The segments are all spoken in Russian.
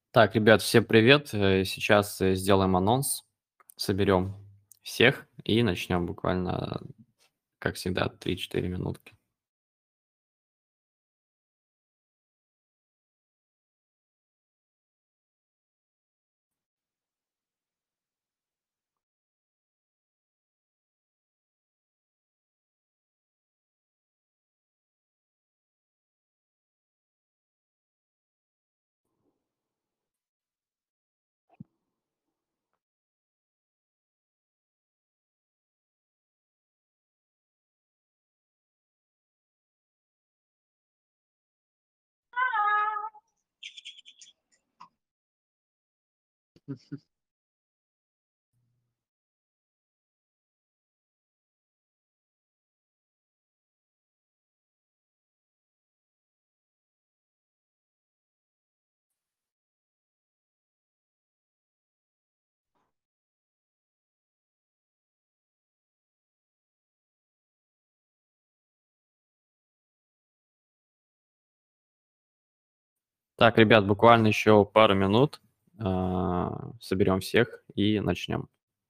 Так, ребят, всем привет. Сейчас сделаем анонс, соберем всех и начнем буквально, как всегда, 3-4 минутки. Так, ребят, буквально еще пару минут, соберем всех и начнем.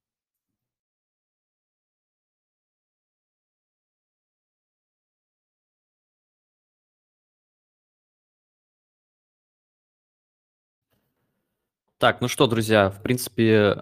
Так, ну что, друзья, в принципе,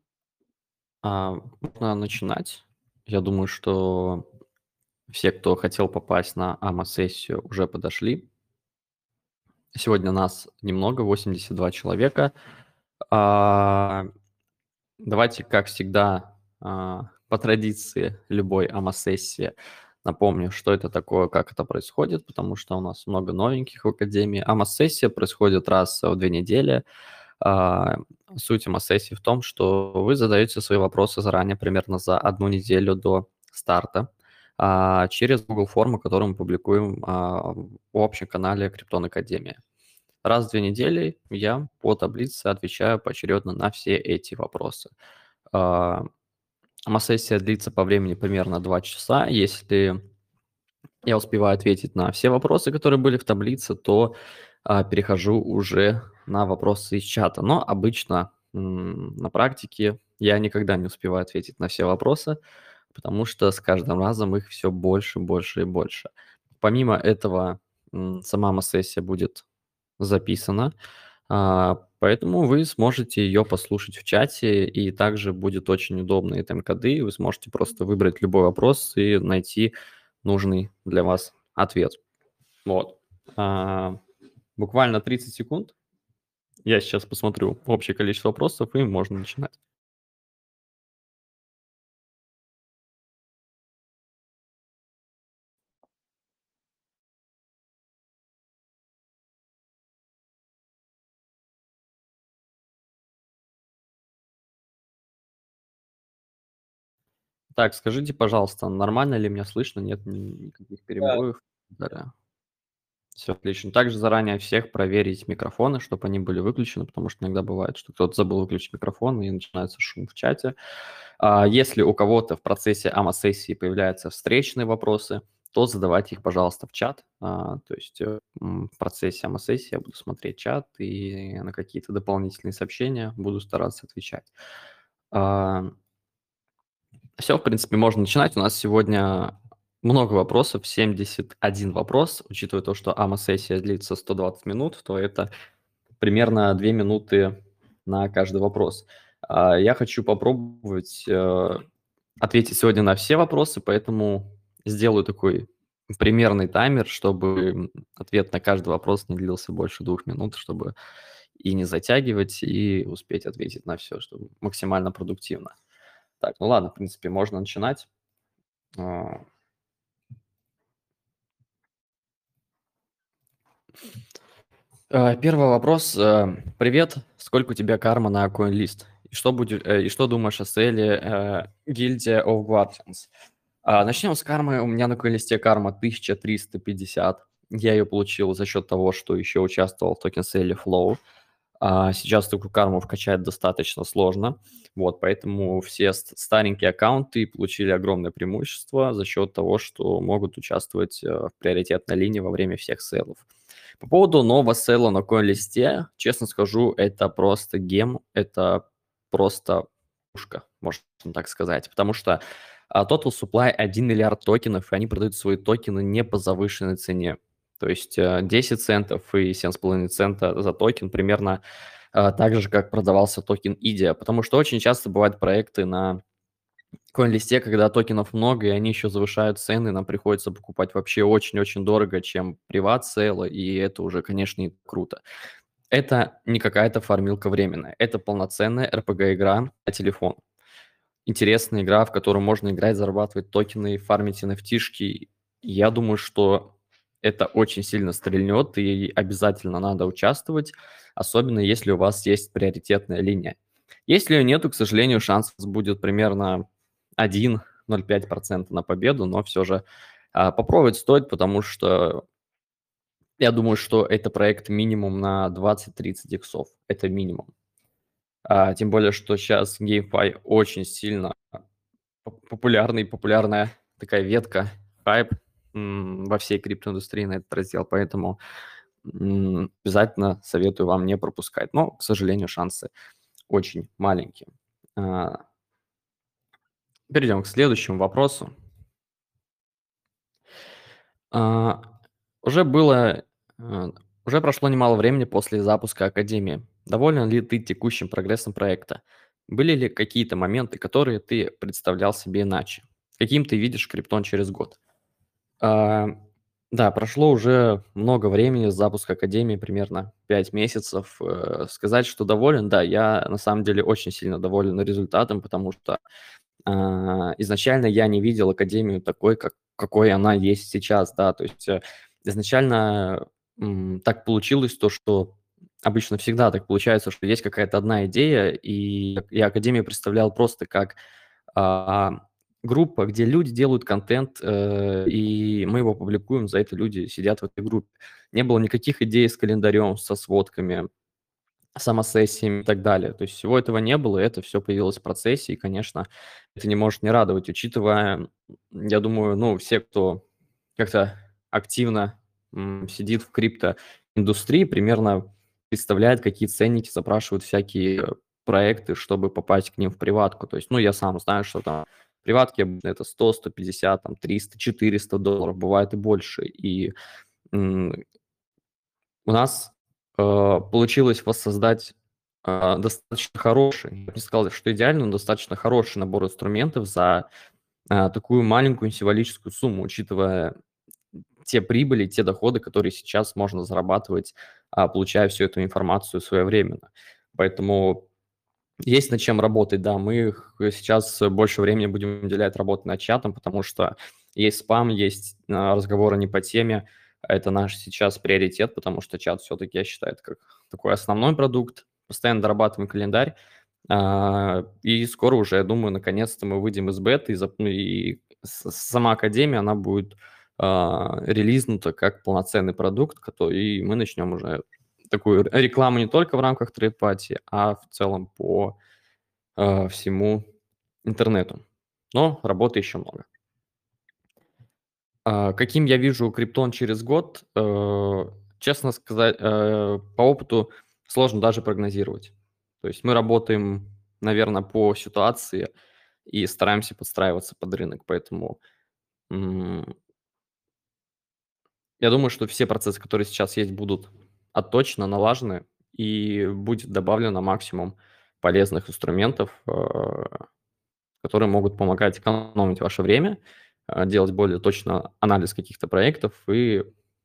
можно начинать. Я думаю, что все, кто хотел попасть на АМА-сессию, уже подошли. Сегодня нас немного, 82 человека. А, Давайте, как всегда, по традиции любой АМА-сессии напомню, что это такое, как это происходит, потому что у нас много новеньких в академии. АМА-сессия происходит раз в 2 недели. А, Суть АМА-сессии в том, что вы задаете свои вопросы заранее, примерно за 1 неделю до старта, через Google форму, которую мы публикуем в общем канале Криптон Академия. Раз в 2 недели я по таблице отвечаю поочередно на все эти вопросы. А, Сессия длится по времени примерно 2 часа. Если я успеваю ответить на все вопросы, которые были в таблице, то перехожу уже на вопросы из чата. Но обычно на практике я никогда не успеваю ответить на все вопросы, потому что с каждым разом их все больше, больше и больше. Помимо этого, сама сессия будет записана, поэтому вы сможете ее послушать в чате, и также будет очень удобно и тайм-коды. Вы сможете просто выбрать любой вопрос и найти нужный для вас ответ. Вот. А, Буквально 30 секунд. Я сейчас посмотрю общее количество вопросов, и можно начинать. Так, скажите, пожалуйста, нормально ли меня слышно? Нет никаких Да, перебоев? Да. Все отлично. Также заранее всех проверить микрофоны, чтобы они были выключены, потому что иногда бывает, что кто-то забыл выключить микрофон, и начинается шум в чате. Если у кого-то в процессе АМА-сессии появляются встречные вопросы, то задавайте их, пожалуйста, в чат. То есть в процессе АМА-сессии я буду смотреть чат и на какие-то дополнительные сообщения буду стараться отвечать. Все, в принципе, можно начинать. У нас сегодня много вопросов, 71 вопрос. Учитывая то, что АМА-сессия длится 120 минут, то это примерно 2 минуты на каждый вопрос. Я хочу попробовать ответить сегодня на все вопросы, поэтому сделаю такой примерный таймер, чтобы ответ на каждый вопрос не длился больше 2 минут, чтобы и не затягивать, и успеть ответить на все, чтобы максимально продуктивно. Так, ну ладно, в принципе, можно начинать. А, 1 вопрос. Привет, сколько у тебя карма на CoinList? И что думаешь о сейле Guilty of Guardians? Начнем с кармы. У меня на CoinList карма 1350. Я ее получил за счет того, что еще участвовал в токен-сейле Flow. Сейчас такую карму вкачать достаточно сложно. Вот, поэтому все старенькие аккаунты получили огромное преимущество за счет того, что могут участвовать в приоритетной линии во время всех сейлов. По поводу нового сейла на CoinList'е, честно скажу, это просто гем, это просто пушка, можно так сказать. Потому что Total Supply 1 миллиард токенов, и они продают свои токены не по завышенной цене. То есть 10 центов и 7,5 цента за токен примерно так же, как продавался токен IDEA. Потому что очень часто бывают проекты на CoinList'е, когда токенов много, и они еще завышают цены, нам приходится покупать вообще очень-очень дорого, чем приват-сейлы, и это уже, конечно, не круто. Это не какая-то фармилка временная, это полноценная RPG-игра на телефон. Интересная игра, в которую можно играть, зарабатывать токены, фармить NFT-шки. Я думаю, что это очень сильно стрельнет, и обязательно надо участвовать, особенно если у вас есть приоритетная линия. Если ее нету, к сожалению, шанс будет примерно 1,05% на победу, но все же попробовать стоит, потому что я думаю, что это проект минимум на 20-30 иксов. Это минимум. Тем более, что сейчас GameFi очень сильно популярная такая ветка, хайп во всей криптоиндустрии на этот раздел, поэтому обязательно советую вам не пропускать. Но, к сожалению, шансы очень маленькие. Перейдем к следующему вопросу. А, Уже было, уже прошло немало времени после запуска Академии. Доволен ли ты текущим прогрессом проекта? Были ли какие-то моменты, которые ты представлял себе иначе? Каким ты видишь криптон через год? А, Да, прошло уже много времени с запуска Академии, примерно 5 месяцев. Сказать, что доволен, да, я на самом деле очень сильно доволен результатом, потому что изначально я не видел Академию такой, какой она есть сейчас, да, то есть изначально так получилось то, что обычно всегда так получается, что есть какая-то одна идея, и я Академию представлял просто как а, группа, где люди делают контент, и мы его публикуем, за это люди сидят в этой группе. Не было никаких идей с календарем, со сводками, самосессиями и так далее. То есть всего этого не было, и это все появилось в процессе, и, конечно, это не может не радовать, учитывая, я думаю, ну, все, кто как-то активно сидит в криптоиндустрии, примерно представляет, какие ценники запрашивают всякие проекты, чтобы попасть к ним в приватку. То есть, ну, я сам знаю, что там приватки обычно это 100, 150, там, 300, 400 долларов, бывает и больше. И у нас получилось воссоздать достаточно хороший, я бы не сказал, что идеальный, но достаточно хороший набор инструментов за такую маленькую символическую сумму, учитывая те прибыли, те доходы, которые сейчас можно зарабатывать, получая всю эту информацию своевременно. Поэтому есть над чем работать, да. Мы сейчас больше времени будем уделять работе над чатом, потому что есть спам, есть разговоры не по теме. Это наш сейчас приоритет, потому что чат все-таки, я считаю, это как такой основной продукт. Постоянно дорабатываем календарь. И скоро уже, я думаю, наконец-то мы выйдем из беты, и сама Академия, она будет релизнута как полноценный продукт, и мы начнем уже такую рекламу не только в рамках трейд-пати, а в целом по всему интернету. Но работы еще много. Каким я вижу криптон через год? Честно сказать, по опыту сложно даже прогнозировать. То есть мы работаем, наверное, по ситуации и стараемся подстраиваться под рынок. Поэтому я думаю, что все процессы, которые сейчас есть, будут отточены, налажены, и будет добавлено максимум полезных инструментов, которые могут помогать экономить ваше время, делать более точно анализ каких-то проектов и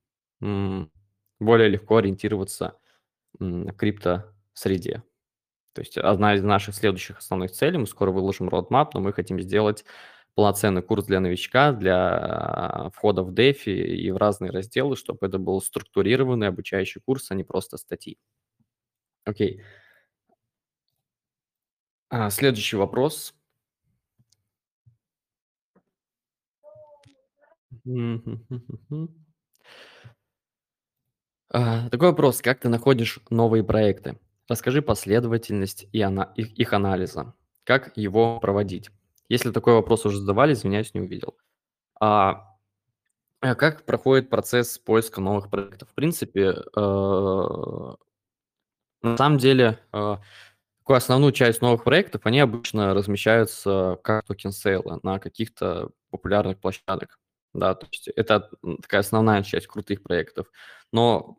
более легко ориентироваться в криптосреде. То есть одна из наших следующих основных целей, мы скоро выложим roadmap, но мы хотим сделать полноценный курс для новичка, для входа в DeFi и в разные разделы, чтобы это был структурированный обучающий курс, а не просто статьи. Окей. Следующий вопрос. Такой вопрос. Как ты находишь новые проекты? Расскажи последовательность их анализа. Как его проводить? Если такой вопрос уже задавали, извиняюсь, не увидел. А, Как проходит процесс поиска новых проектов? В принципе, на самом деле, такую основную часть новых проектов, они обычно размещаются как токен-сейлы на каких-то популярных площадках. Да, то есть это такая основная часть крутых проектов. Но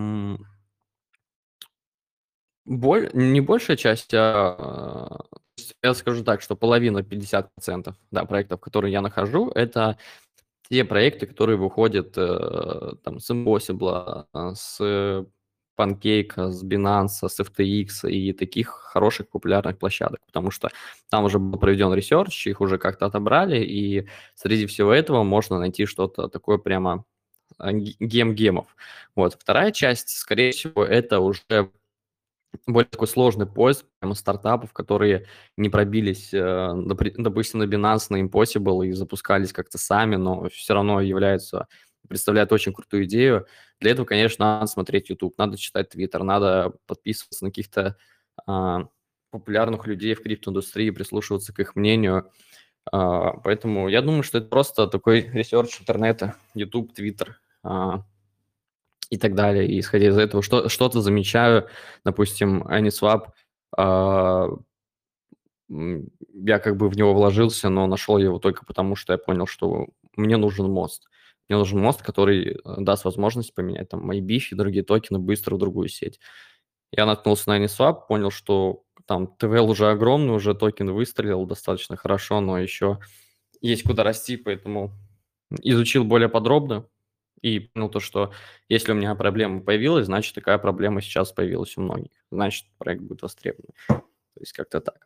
не большая часть, то есть я скажу так, что половина, 50%, да, проектов, которые я нахожу, это те проекты, которые выходят там с Impossible, с Pancake, с Binance, с FTX и таких хороших популярных площадок, потому что там уже был проведен ресерч, их уже как-то отобрали, и среди всего этого можно найти что-то такое прямо гем-гемов. Вот. Вторая часть, скорее всего, это уже более такой сложный поиск прямо стартапов, которые не пробились, допустим, на Binance, на Impossible и запускались как-то сами, но все равно представляют очень крутую идею. Для этого, конечно, надо смотреть YouTube, надо читать Twitter, надо подписываться на каких-то а, популярных людей в криптоиндустрии, прислушиваться к их мнению. Поэтому я думаю, что это просто такой ресерч интернета, YouTube, Twitter. И так далее. И исходя из этого, что-то замечаю, допустим, AnySwap, а, я как бы в него вложился, но нашел его только потому, что я понял, что мне нужен мост. Мне нужен мост, который даст возможность поменять там мои BIF и другие токены быстро в другую сеть. Я наткнулся на AnySwap, понял, что там ТВЛ уже огромный, уже токен выстрелил достаточно хорошо, но еще есть куда расти, поэтому изучил более подробно и понял то, что если у меня проблема появилась, значит, такая проблема сейчас появилась у многих. Значит, проект будет востребован. То есть как-то так.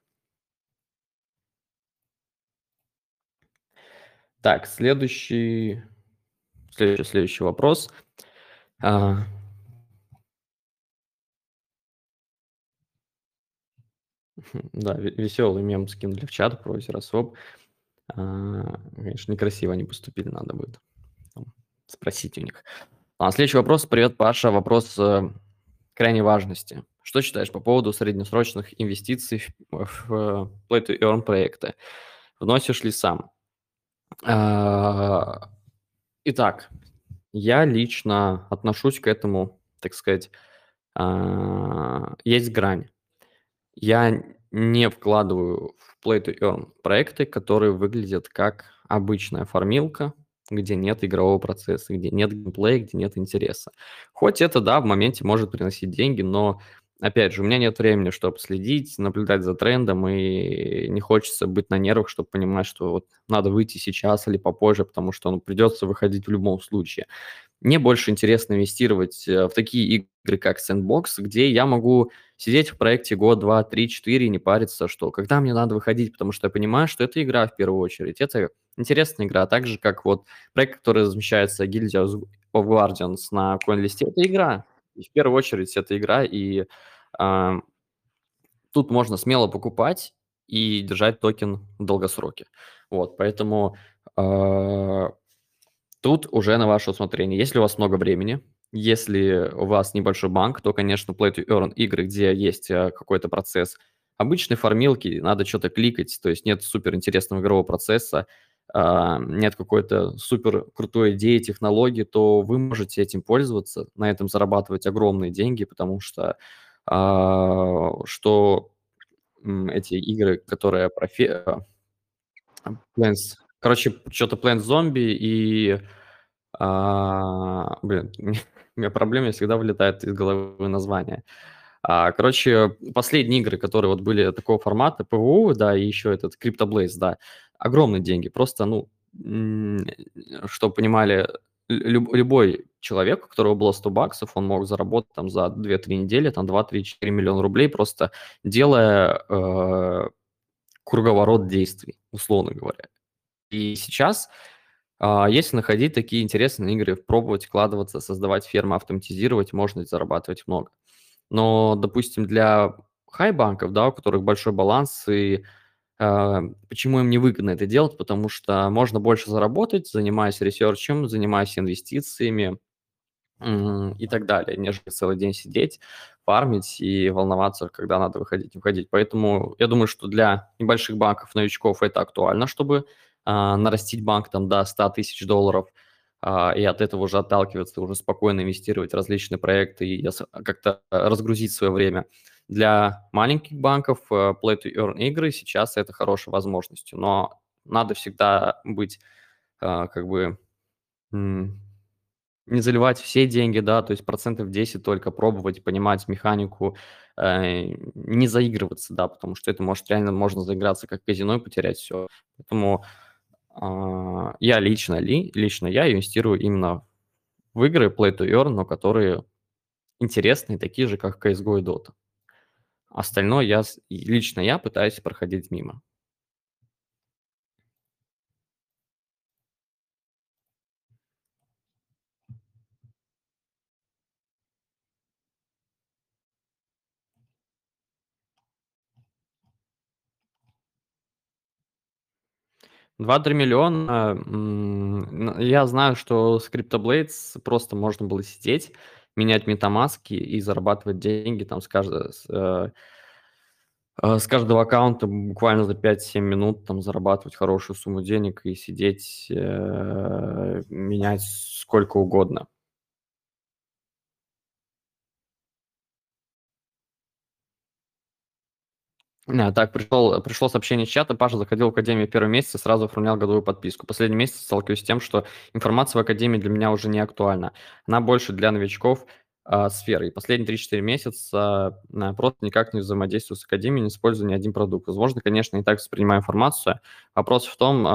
Так, следующий вопрос. А, да, веселый мем скинули в чат про Зеросвоп. Конечно, некрасиво они поступили, надо будет там спросить у них. Следующий вопрос. Привет, Паша. Вопрос крайней важности. Что считаешь по поводу среднесрочных инвестиций в Play to Earn проекты? Вносишь ли сам? А, Итак, я лично отношусь к этому, так сказать, есть грань. Я не вкладываю в Play to Earn проекты, которые выглядят как обычная фармилка, где нет игрового процесса, где нет геймплея, где нет интереса. Хоть это, да, в моменте может приносить деньги, но, опять же, у меня нет времени, чтобы следить, наблюдать за трендом, и не хочется быть на нервах, чтобы понимать, что вот надо выйти сейчас или попозже, потому что придется выходить в любом случае. Мне больше интересно инвестировать в такие игры, как Sandbox, где я могу сидеть в проекте год, 2, 3, 4 и не париться, что когда мне надо выходить, потому что я понимаю, что это игра в первую очередь. Это интересная игра, так же, как вот проект, который размещается Guild of Guardians на CoinList, это игра. И в первую очередь это игра, и а, тут можно смело покупать и держать токен в долгосроке. Вот, поэтому тут уже на ваше усмотрение. Если у вас много времени, если у вас небольшой банк, то, конечно, Play to Earn игры, где есть какой-то процесс обычной фармилки, надо что-то кликать, то есть нет супер интересного игрового процесса, нет какой-то супер крутой идеи, технологии, то вы можете этим пользоваться, на этом зарабатывать огромные деньги, потому что эти игры, которые Plants, короче, что-то Plants Zombie и блин, у меня проблема, всегда вылетает из головы название. Короче, последние игры, которые вот были такого формата, ПВО, да, и еще этот CryptoBlaze, да, огромные деньги. Просто, чтобы понимали, любой человек, у которого было 100 баксов, он мог заработать там за 2-3 недели, там 2-3-4 миллиона рублей, просто делая круговорот действий, условно говоря. И сейчас если находить такие интересные игры, пробовать вкладываться, создавать фермы, автоматизировать, можно зарабатывать много. Но, допустим, для хай-банков, да, у которых большой баланс, и почему им невыгодно это делать? Потому что можно больше заработать, занимаясь ресерчем, занимаясь инвестициями и так далее, нежели целый день сидеть, фармить и волноваться, когда надо выходить и входить. Поэтому я думаю, что для небольших банков, новичков это актуально, чтобы нарастить банк там до 100 тысяч долларов. и от этого уже отталкиваться, уже спокойно инвестировать в различные проекты и как-то разгрузить свое время. Для маленьких банков Play to Earn игры сейчас это хорошей возможностью, но надо всегда быть как бы м, не заливать все деньги, да, то есть процентов 10 только пробовать, понимать механику, не заигрываться, да, потому что это может реально можно заиграться как казино и потерять все. Поэтому я лично я инвестирую именно в игры Play to Earn, но которые интересные, такие же, как CSGO и Dota. Остальное лично я пытаюсь проходить мимо. 2-3 миллиона. Я знаю, что с CryptoBlades просто можно было сидеть, менять метамаски и зарабатывать деньги там с каждого аккаунта буквально за 5-7 минут там зарабатывать хорошую сумму денег и сидеть, менять сколько угодно. Так, пришло сообщение из чата: Паша заходил в академию первый месяц и сразу оформлял годовую подписку. Последний месяц сталкиваюсь с тем, что информация в академии для меня уже не актуальна. Она больше для новичков сферы. И последние 3-4 месяца просто никак не взаимодействую с академией, не использую ни один продукт. Возможно, конечно, не так воспринимаю информацию. Вопрос в том,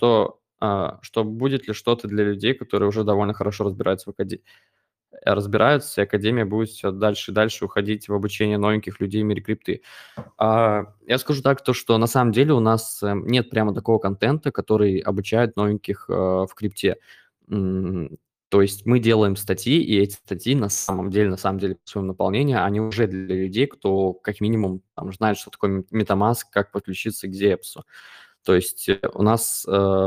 что будет ли что-то для людей, которые уже довольно хорошо разбираются в разбираются, и академия будет все дальше и дальше уходить в обучение новеньких людей в мире крипты. Я скажу так, то что на самом деле у нас, нет прямо такого контента, который обучает новеньких, в крипте. М, То есть мы делаем статьи, и эти статьи на самом деле по своему наполнению, они уже для людей, кто как минимум там знает, что такое MetaMask, как подключиться к Зепсу. То есть, у нас,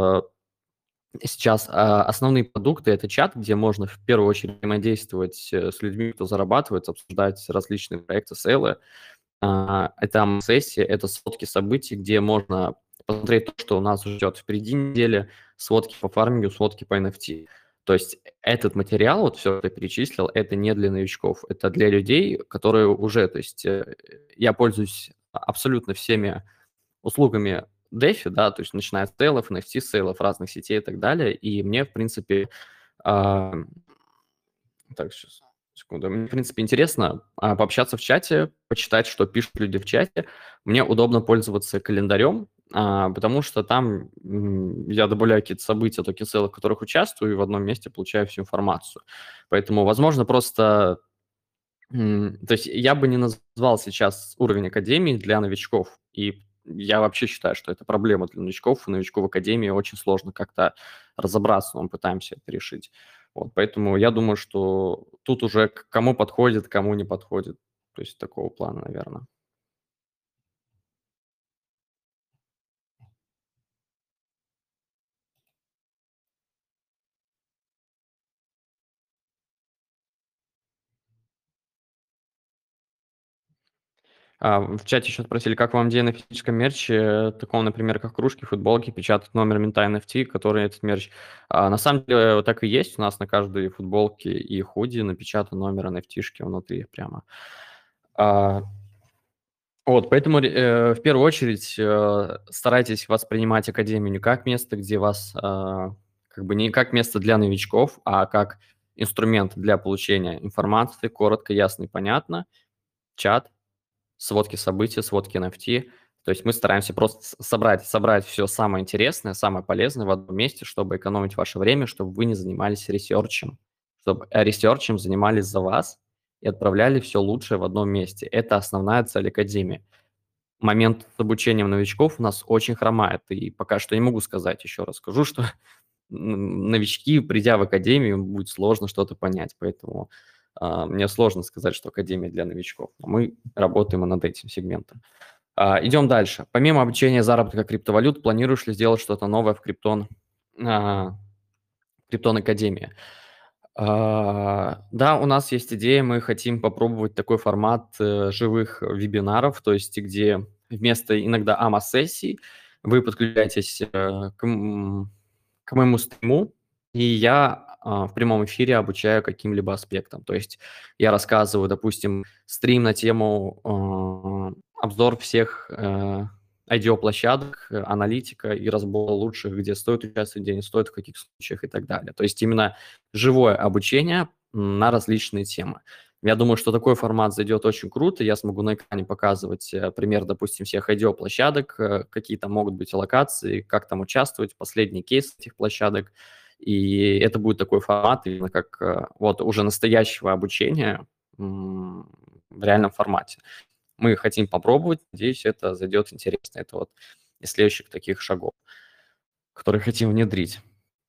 сейчас, основные продукты — это чат, где можно в первую очередь взаимодействовать, с людьми, кто зарабатывает, обсуждать различные проекты, сейлы. Это сессия, это сводки событий, где можно посмотреть то, что у нас ждет впереди недели, сводки по фармингу, сводки по NFT. То есть этот материал, вот все, что я перечислил, это не для новичков, это для людей, которые уже, то есть я пользуюсь абсолютно всеми услугами DeFi, да, то есть начиная с сейлов, NFT-сейлов, разных сетей и так далее, и мне, в принципе, а, так, сейчас, секунду. Мне, в принципе, интересно, пообщаться в чате, почитать, что пишут люди в чате. Мне удобно пользоваться календарем, потому что там, я добавляю какие-то события, токи целых, в которых участвую, и в одном месте получаю всю информацию. Поэтому, возможно, просто то есть я бы не назвал сейчас уровень академии для новичков. И я вообще считаю, что это проблема для новичков. У новичков в академии очень сложно как-то разобраться, но мы пытаемся это решить. Вот, поэтому я думаю, что тут уже к кому подходит, кому не подходит. То есть такого плана, наверное. В чате еще спросили, как вам идея на физическом мерче, таком, например, как кружки, футболки, печатать номер мента NFT, который этот мерч. На самом деле так и есть. У нас на каждой футболке и худи напечатан номер NFT-шки внутри прямо. А, вот, поэтому в первую очередь старайтесь воспринимать академию не как место, где вас, как бы не как место для новичков, а как инструмент для получения информации, коротко, ясно и понятно. Чат, сводки событий, сводки NFT. То есть мы стараемся просто собрать все самое интересное, самое полезное в одном месте, чтобы экономить ваше время, чтобы вы не занимались ресерчем, чтобы ресерчем занимались за вас и отправляли все лучшее в одном месте. Это основная цель академии. Момент с обучением новичков у нас очень хромает, и пока что не могу сказать, еще раз скажу, что новички, придя в академию, им будет сложно что-то понять, поэтому мне сложно сказать, что академия для новичков. Но мы работаем и над этим сегментом. Идем дальше. Помимо обучения заработка криптовалют, планируешь ли сделать что-то новое в Криптон Академии? Да, у нас есть идея, мы хотим попробовать такой формат живых вебинаров, то есть где вместо иногда АМА-сессий вы подключаетесь к моему стриму, и я в прямом эфире обучаю каким-либо аспектам. То есть я рассказываю, допустим, стрим на тему обзор всех IDO-площадок, аналитика и разбор лучших, где стоит участвовать, где не стоит, в каких случаях и так далее. То есть именно живое обучение на различные темы. Я думаю, что такой формат зайдет очень круто. Я смогу на экране показывать пример, допустим, всех IDO-площадок, какие там могут быть локации, как там участвовать, последний кейс этих площадок. И это будет такой формат, именно как вот уже настоящего обучения в реальном формате. Мы хотим попробовать, надеюсь, это зайдет интересно. Это вот из следующих таких шагов, которые хотим внедрить.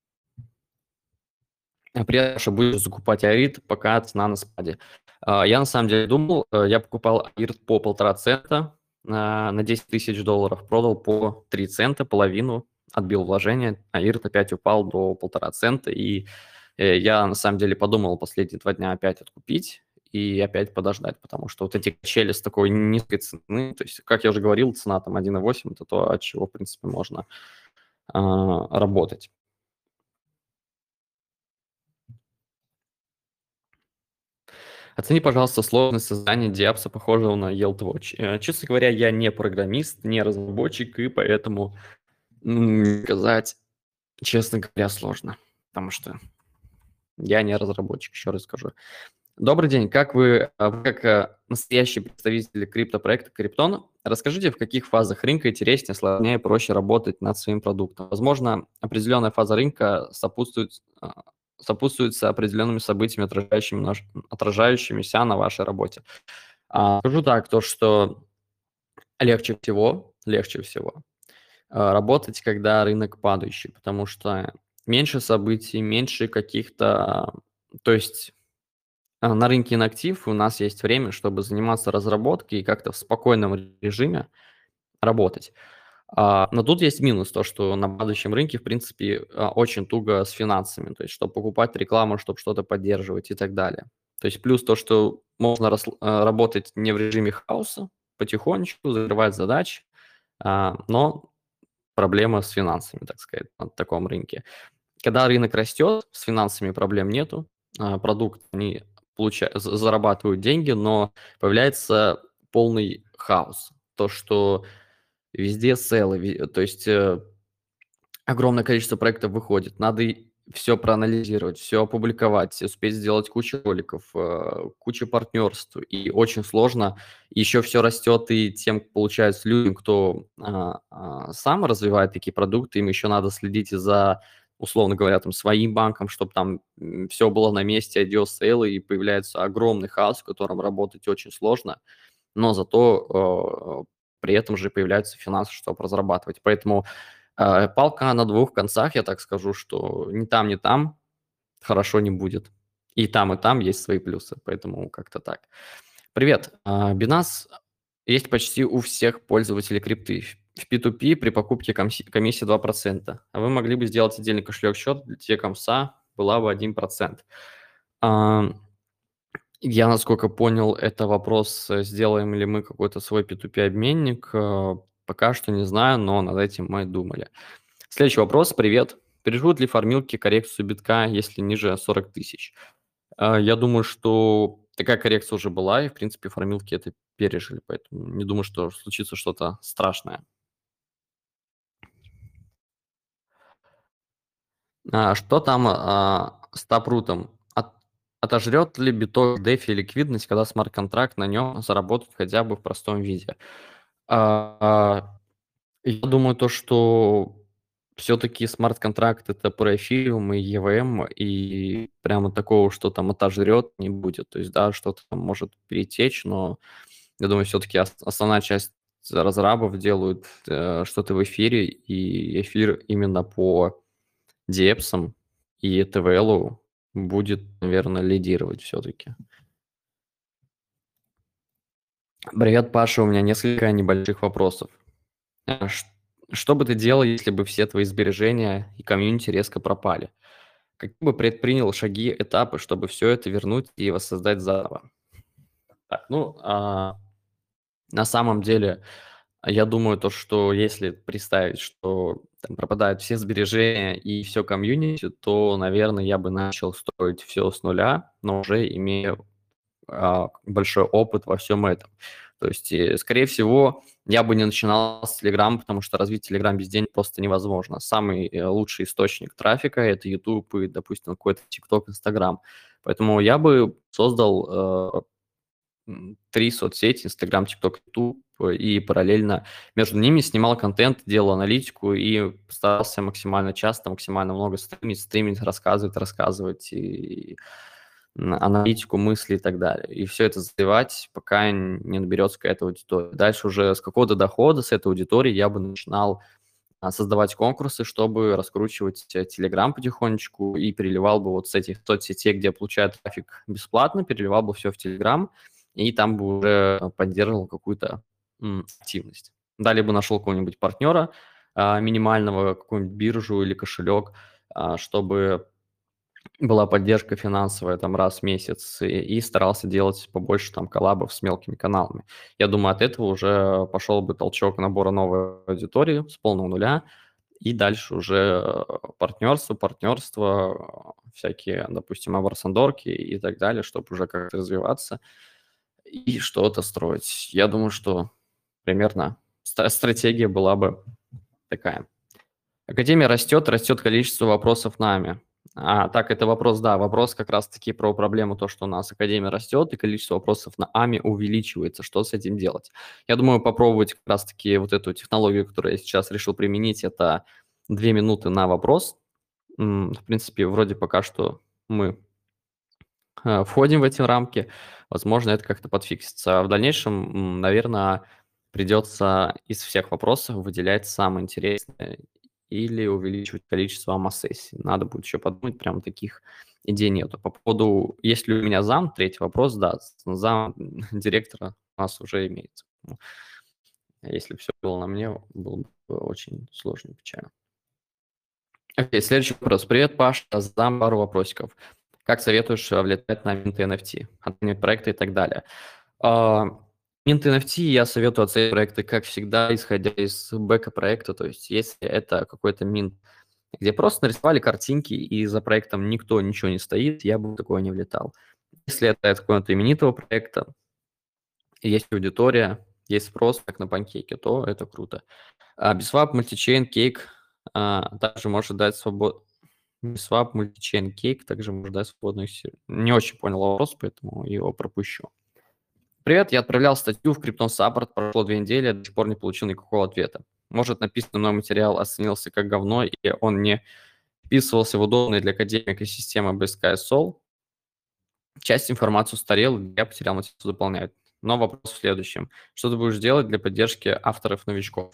А при этом что будешь закупать аирит, пока цена на спаде. Я на самом деле думал, я покупал аирит по 1,5 цента на 10 тысяч долларов, продал по 3 цента, половину, отбил вложение, аирит опять упал до 1,5 цента, и я на самом деле подумал последние 2 дня опять откупить и опять подождать, потому что вот эти качели с такой низкой цены, то есть, как я уже говорил, цена там 1,8, это то, от чего, в принципе, можно работать. Оцени, пожалуйста, сложность создания диапса, похожего на YieldWatch. Честно говоря, я не программист, не разработчик, и поэтому сказать, честно говоря, сложно, потому что я не разработчик, еще раз скажу. Добрый день, вы как настоящий представитель криптопроекта Криптон, расскажите, в каких фазах рынка интереснее, сложнее, проще работать над своим продуктом? Возможно, определенная фаза рынка сопутствуется определенными событиями, отражающимися на вашей работе. Скажу так, то, что легче всего работать, когда рынок падающий, потому что меньше событий, меньше каких-то, то есть на рынке инактив у нас есть время, чтобы заниматься разработкой и как-то в спокойном режиме работать. Но тут есть минус, то, что на падающем рынке, в принципе, очень туго с финансами, то есть чтобы покупать рекламу, чтобы что-то поддерживать и так далее. То есть плюс то, что можно работать не в режиме хаоса, потихонечку, закрывать задачи, но проблема с финансами, так сказать, на таком рынке. Когда рынок растет, с финансами проблем нету, продукт, они зарабатывают деньги, но появляется полный хаос. То, что везде селы, то есть огромное количество проектов выходит, надо все проанализировать, все опубликовать, успеть сделать кучу роликов, кучу партнерств, и очень сложно. Еще все растет, и тем, получается, людям, кто сам развивает такие продукты, им еще надо следить и за, условно говоря, там, своим банком, чтобы там все было на месте, IDO-сейлы, и появляется огромный хаос, в котором работать очень сложно, но зато при этом же появляются финансы, чтобы разрабатывать. Поэтому палка на двух концах, я так скажу, что ни там хорошо не будет. И там есть свои плюсы, поэтому как-то так. Привет. Binance есть почти у всех пользователей крипты. В P2P при покупке комиссия 2%. А вы могли бы сделать отдельный кошелек-счет для те-комса, была бы 1%. Я, насколько понял, это вопрос, сделаем ли мы какой-то свой P2P-обменник. Пока что не знаю, но над этим мы думали. Следующий вопрос. Привет. Переживут ли фармилки коррекцию битка, если ниже 40 тысяч? Я думаю, что такая коррекция уже была, и, в принципе, фармилки это пережили, поэтому не думаю, что случится что-то страшное. Что там с тапрутом? Отожрет ли биток DeFi ликвидность, когда смарт-контракт на нем заработает хотя бы в простом виде? А, Я думаю, то, что все-таки смарт-контракт это про эфириум и EVM, и прямо такого, что там отожрет, не будет. То есть, да, что-то там может перетечь, но я думаю, все-таки основная часть разрабов делают что-то в эфире, и эфир именно по диэпсам и TVL будет, наверное, лидировать все-таки. Привет, Паша, у меня несколько небольших вопросов. А, ш- Что бы ты делал, если бы все твои сбережения и комьюнити резко пропали? Какие бы предпринял шаги, этапы, чтобы все это вернуть и воссоздать заново? Так, на самом деле, я думаю, то, что если представить, что там пропадают все сбережения и все комьюнити, то, наверное, я бы начал строить все с нуля, но уже имея большой опыт во всем этом. То есть, скорее всего, я бы не начинал с Telegram, потому что развить Telegram без денег просто невозможно. Самый лучший источник трафика – это YouTube и, допустим, какой-то TikTok, Instagram. Поэтому я бы создал 3 соцсети: Instagram, TikTok, YouTube, и параллельно между ними снимал контент, делал аналитику и старался максимально часто, максимально много стримить, рассказывать и аналитику, мысли и так далее. И все это заливать, пока не наберется какая-то аудитория. Дальше уже с какого-то дохода с этой аудитории я бы начинал создавать конкурсы, чтобы раскручивать Telegram потихонечку, и переливал бы вот с этих соцсетей, где получаю трафик бесплатно, переливал бы все в Telegram, и там бы уже поддерживал какую-то активность. Далее бы нашел какого-нибудь партнера минимального, какую-нибудь биржу или кошелек, чтобы была поддержка финансовая там раз в месяц, и старался делать побольше там коллабов с мелкими каналами. Я думаю, от этого уже пошел бы толчок набора новой аудитории с полного нуля, и дальше уже партнерство, всякие, допустим, абракадабрки и так далее, чтобы уже как-то развиваться и что-то строить. Я думаю, что примерно стратегия была бы такая. Академия растет количество вопросов нами. Так, это вопрос, да, вопрос как раз-таки про проблему, то, что у нас Академия растет, и количество вопросов на АМИ увеличивается. Что с этим делать? Я думаю, попробовать как раз-таки вот эту технологию, которую я сейчас решил применить, это 2 минуты на вопрос. В принципе, вроде пока что мы входим в эти рамки, возможно, это как-то подфиксится. А в дальнейшем, наверное, придется из всех вопросов выделять самые интересные или увеличивать количество АМА-сессий. Надо будет еще подумать, прям таких идей нету. По поводу, есть ли у меня зам, третий вопрос, да, зам директора у нас уже имеется. Если бы все было на мне, было бы очень сложно и печально. Окей, следующий вопрос. Привет, Паша. Задам пару вопросиков. Как советуешь влетать на минты NFT, оценивать проекты и так далее? А, Минты NFT я советую оценивать проекты, как всегда, исходя из бэка проекта. То есть если это какой-то минт, где просто нарисовали картинки и за проектом никто ничего не стоит, я бы в такое не влетал. Если это от какого-то именитого проекта, и есть аудитория, есть спрос, как на панкейке, то это круто. Biswap, Multichain, Cake также может дать свободу. Swap, Multichain, Cake также может дать свободную сеть. Не очень понял вопрос, поэтому его пропущу. Привет, я отправлял статью в Krypton Support, прошло 2 недели, я до сих пор не получил никакого ответа. Может, написанный мной материал оценился как говно, и он не вписывался в удобные для академика системы BSK Sol. Часть информации устарела, я потерял мотивацию дополнять. Но вопрос в следующем. Что ты будешь делать для поддержки авторов-новичков?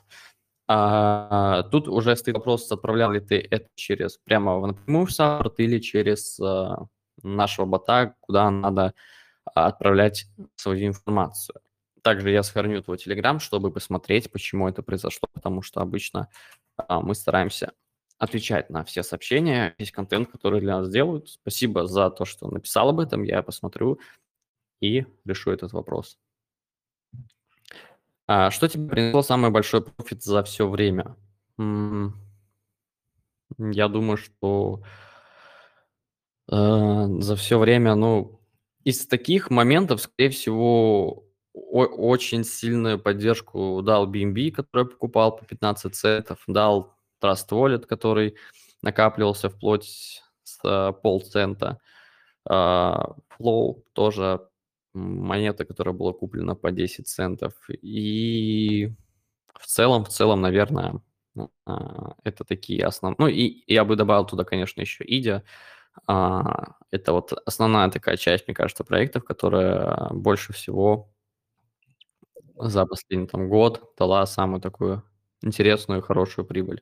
Тут уже стоит вопрос, отправлял ли ты это через прямо напрямую в саппорт или через нашего бота, куда надо отправлять свою информацию. Также я сохраню твой Telegram, чтобы посмотреть, почему это произошло, потому что обычно мы стараемся отвечать на все сообщения, весь контент, который для нас делают. Спасибо за то, что написал об этом, я посмотрю и решу этот вопрос. Что тебе принесло самый большой профит за все время? Я думаю, что за все время, ну, из таких моментов, скорее всего, очень сильную поддержку дал BNB, который я покупал по 15 центов, дал Trust Wallet, который накапливался вплоть с полцента. Flow тоже монета, которая была куплена по 10 центов. И в целом, наверное, это такие основные. Ну, и я бы добавил туда, конечно, еще Идя. Это вот основная такая часть, мне кажется, проектов, которая больше всего за последний там год дала самую такую интересную и хорошую прибыль.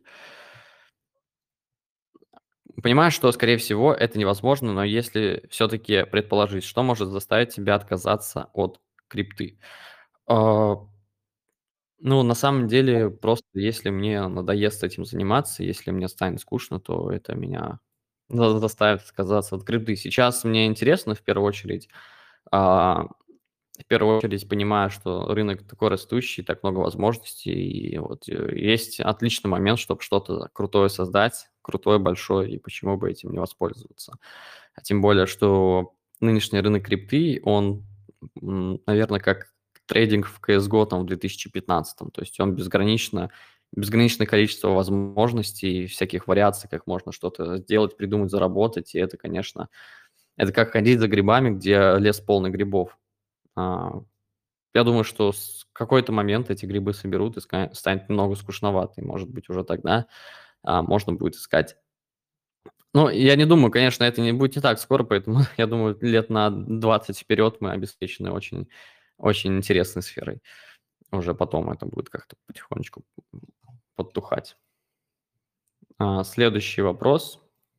Понимаю, что, скорее всего, это невозможно, но если все-таки предположить, что может заставить тебя отказаться от крипты? А, Ну, на самом деле, просто если мне надоест этим заниматься, если мне станет скучно, то это меня заставит отказаться от крипты. Сейчас мне интересно в первую очередь а, В первую очередь понимаю, что рынок такой растущий, так много возможностей, и вот есть отличный момент, чтобы что-то крутое создать, крутое, большое, и почему бы этим не воспользоваться. А тем более, что нынешний рынок крипты, он, наверное, как трейдинг в CSGO там в 2015. То есть он безграничное количество возможностей, всяких вариаций, как можно что-то сделать, придумать, заработать. И это, конечно, это как ходить за грибами, где лес полный грибов. А, я думаю, что с какой-то момент эти грибы соберут, и станет немного скучновато. И, может быть, уже тогда можно будет искать. Ну, я не думаю, конечно, это не будет не так скоро, поэтому я думаю, лет на 20 вперед мы обеспечены очень, очень интересной сферой. Уже потом это будет как-то потихонечку подтухать. Следующий вопрос.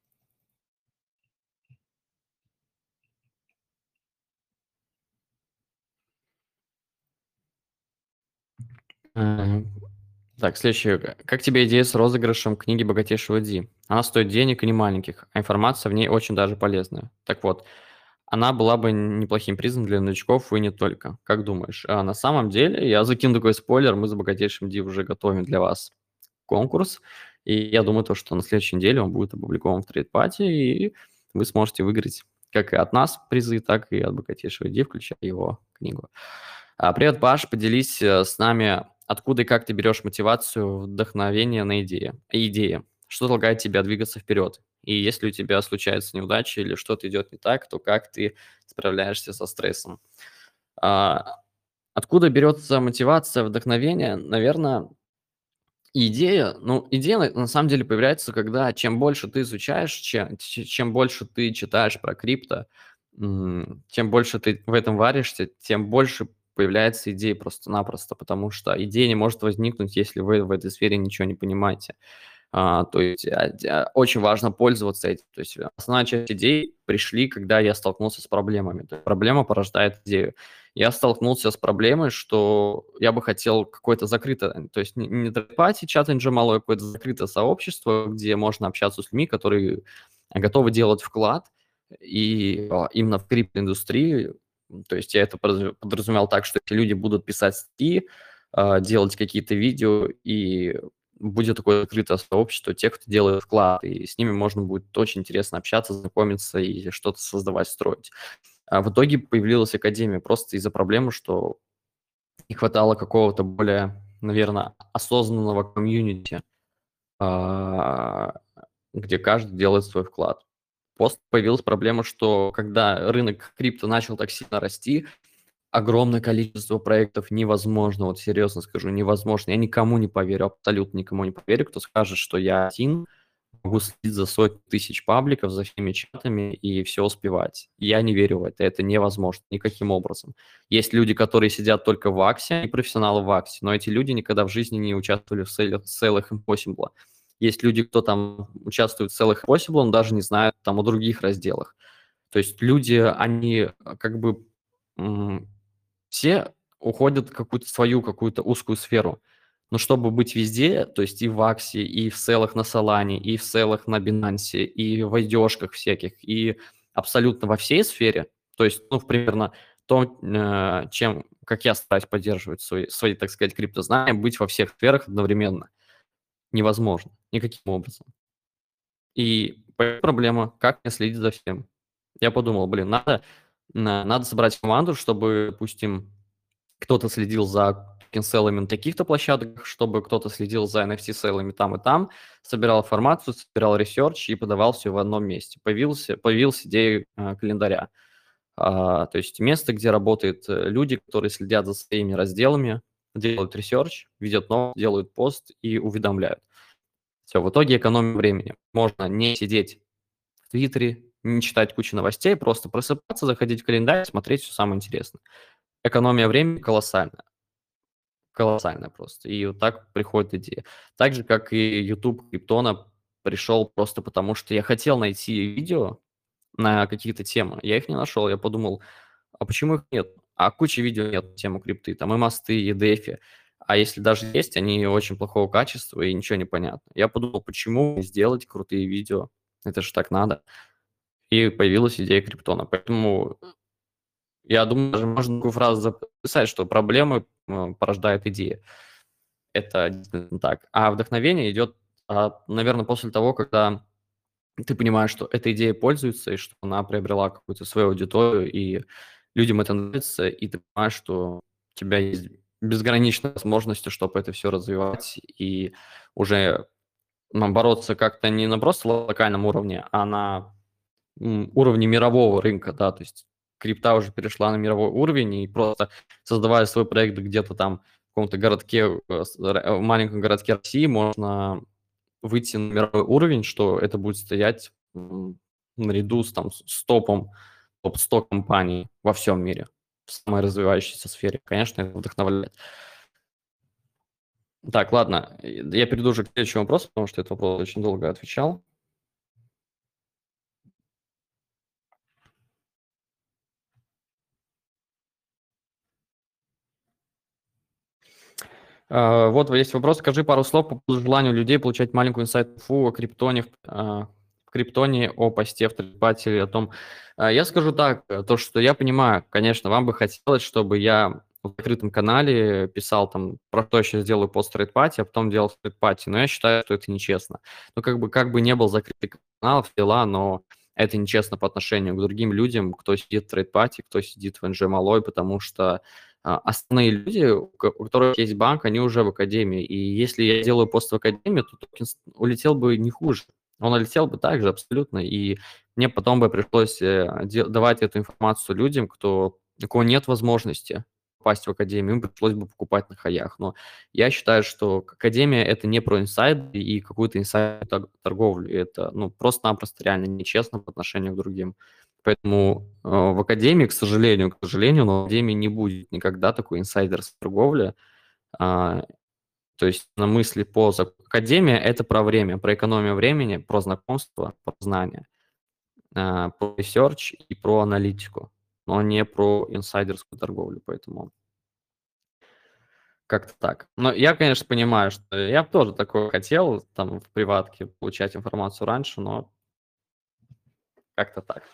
Э, Так, следующий. Как тебе идея с розыгрышем книги богатейшего Ди? Она стоит денег и не маленьких, а информация в ней очень даже полезная. Так вот, она была бы неплохим призом для новичков и не только. Как думаешь? На самом деле, я закину такой спойлер, мы с богатейшим Ди уже готовим для вас конкурс, и я думаю, то, что на следующей неделе он будет опубликован в TradePad, и вы сможете выиграть как и от нас призы, так и от богатейшего Ди, включая его книгу. Привет, Паш, поделись с нами, откуда и как ты берешь мотивацию, вдохновение на идеи. Что толкает тебя двигаться вперед? И если у тебя случается неудача или что-то идет не так, то как ты справляешься со стрессом? А, Откуда берется мотивация, вдохновение? Наверное, идея на самом деле появляется, когда чем больше ты изучаешь, чем больше ты читаешь про крипто, чем больше ты в этом варишься, тем больше появляется идей просто-напросто, потому что идея не может возникнуть, если вы в этой сфере ничего не понимаете. То есть очень важно пользоваться этим. То есть основная часть идей пришли, когда я столкнулся с проблемами. То есть проблема порождает идею. Я столкнулся с проблемой, что я бы хотел какое-то закрытое, то есть не тред-пати, чат NG, а какое-то закрытое сообщество, где можно общаться с людьми, которые готовы делать вклад, и именно в криптоиндустрии. То есть я это подразумевал так, что эти люди будут писать статьи, делать какие-то видео, и будет такое открытое сообщество тех, кто делает вклад, и с ними можно будет очень интересно общаться, знакомиться и что-то создавать, строить. В итоге появилась академия просто из-за проблемы, что не хватало какого-то более, наверное, осознанного комьюнити, а, где каждый делает свой вклад. Просто появилась проблема, что когда рынок крипто начал так сильно расти, огромное количество проектов невозможно, вот серьезно скажу, невозможно. Я никому не поверю, абсолютно никому не поверю, кто скажет, что я один могу следить за сотни тысяч пабликов, за всеми чатами и все успевать. Я не верю в это невозможно никаким образом. Есть люди, которые сидят только в Аксе, они профессионалы в Аксе, но эти люди никогда в жизни не участвовали в целых Impossible. Есть люди, кто там участвует в целых Impossible, но даже не знают там о других разделах. То есть люди, они как бы все уходят в какую-то свою, какую-то узкую сферу. Но чтобы быть везде, то есть и в Аксе, и в селах на Solana, и в селах на Binance, и в айдешках всяких, и абсолютно во всей сфере, то есть, ну, примерно то, как я стараюсь поддерживать свои, так сказать, криптознания, быть во всех сферах одновременно невозможно никаким образом. И проблема, как мне следить за всем. Я подумал, блин, надо собрать команду, чтобы, допустим, кто-то следил за токен-селлами на таких-то площадках, чтобы кто-то следил за NFT-селлами там и там, собирал информацию, собирал ресерч и подавал все в одном месте. Появилась идея календаря. То есть место, где работают люди, которые следят за своими разделами, делают ресерч, видят новость, делают пост и уведомляют. Все, в итоге экономия времени. Можно не сидеть в Твиттере, не читать кучу новостей, просто просыпаться, заходить в календарь, смотреть все самое интересное. Экономия времени колоссальная. Колоссальная просто. И вот так приходит идея. Так же, как и YouTube Криптона пришел просто потому, что я хотел найти видео на какие-то темы. Я их не нашел. Я подумал, а почему их нет? А куча видео нет на тему крипты. Там и мосты, и дефи. А если даже есть, они очень плохого качества и ничего не понятно. Я подумал, почему не сделать крутые видео? Это же так надо. И появилась идея Криптона. Поэтому Я думаю, даже можно такую фразу записать, что проблемы порождает идеи. Это действительно так. А вдохновение идет, наверное, после того, когда ты понимаешь, что эта идея пользуется, и что она приобрела какую-то свою аудиторию, и людям это нравится, и ты понимаешь, что у тебя есть безграничные возможности, чтобы это все развивать, и уже бороться как-то не на просто локальном уровне, а на уровне мирового рынка, да, то есть крипта уже перешла на мировой уровень, и просто создавая свой проект где-то там в каком-то городке, в маленьком городке России, можно выйти на мировой уровень, что это будет стоять наряду с, там, с топом, топ-100 компаний во всем мире, в самой развивающейся сфере. Конечно, это вдохновляет. Так, ладно, я перейду уже к следующему вопросу, потому что этот вопрос очень долго отвечал. Вот есть вопрос. Скажи пару слов по поводу желанию людей получать маленькую инсайт-инфу о криптоне, в криптоне, о посте в трейдпате или о том. Я скажу так, то, что я понимаю, конечно, вам бы хотелось, чтобы я в закрытом канале писал там, про что я сейчас сделаю пост в трейдпате, а потом делал в трейдпате, но я считаю, что это нечестно. Ну, как бы не был закрытый канал, все дела, но это нечестно по отношению к другим людям, кто сидит в трейдпате, кто сидит в NG Malloy, потому что основные люди, у которых есть банк, они уже в академии. И если я делаю пост в академии, то токен улетел бы не хуже. Он улетел бы также абсолютно. И мне потом бы пришлось давать эту информацию людям, у кого нет возможности попасть в академию, им пришлось бы покупать на хаях. Но я считаю, что академия – это не про инсайды и какую-то инсайд-торговлю. Это просто-напросто реально нечестно по отношению к другим. Поэтому в академии, к сожалению, но в академии не будет никогда такой инсайдерской торговли. А, то есть на мысли Академия – это про время, про экономию времени, про знакомство, про знания, про ресерч и про аналитику, но не про инсайдерскую торговлю, поэтому как-то так. Но я, конечно, понимаю, что я бы тоже такое хотел, там, в приватке получать информацию раньше, но как-то так.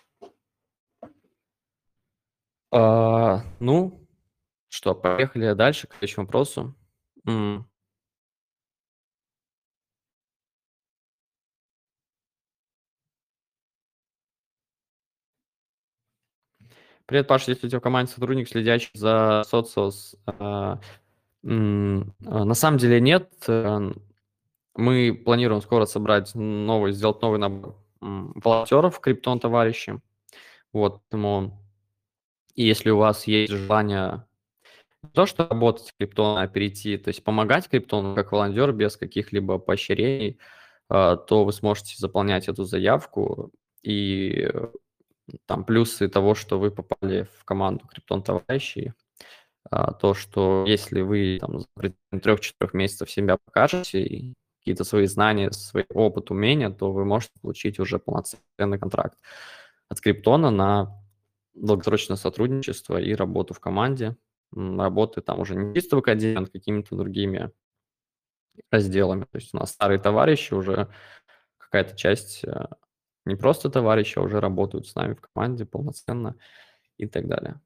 Ну, что, поехали дальше к следующему вопросу. М, Привет, Паша, если у тебя в команде сотрудник, следящий за соцсос. На самом деле нет. Мы планируем скоро сделать новый набор волонтеров, криптон товарищи. Вот, поэтому и если у вас есть желание не то, что работать в криптон, а перейти, то есть помогать криптону как волонтер без каких-либо поощрений, то вы сможете заполнять эту заявку. И там плюсы того, что вы попали в команду криптон товарищей, то, что если вы там за 3-4 месяцев себя покажете и какие-то свои знания, свой опыт, умения, то вы можете получить уже полноценный контракт от Криптона на долгосрочное сотрудничество и работу в команде. Работы там уже не чисто в академии, а над какими-то другими разделами. То есть у нас старые товарищи уже какая-то часть не просто товарищи, а уже работают с нами в команде полноценно и так далее.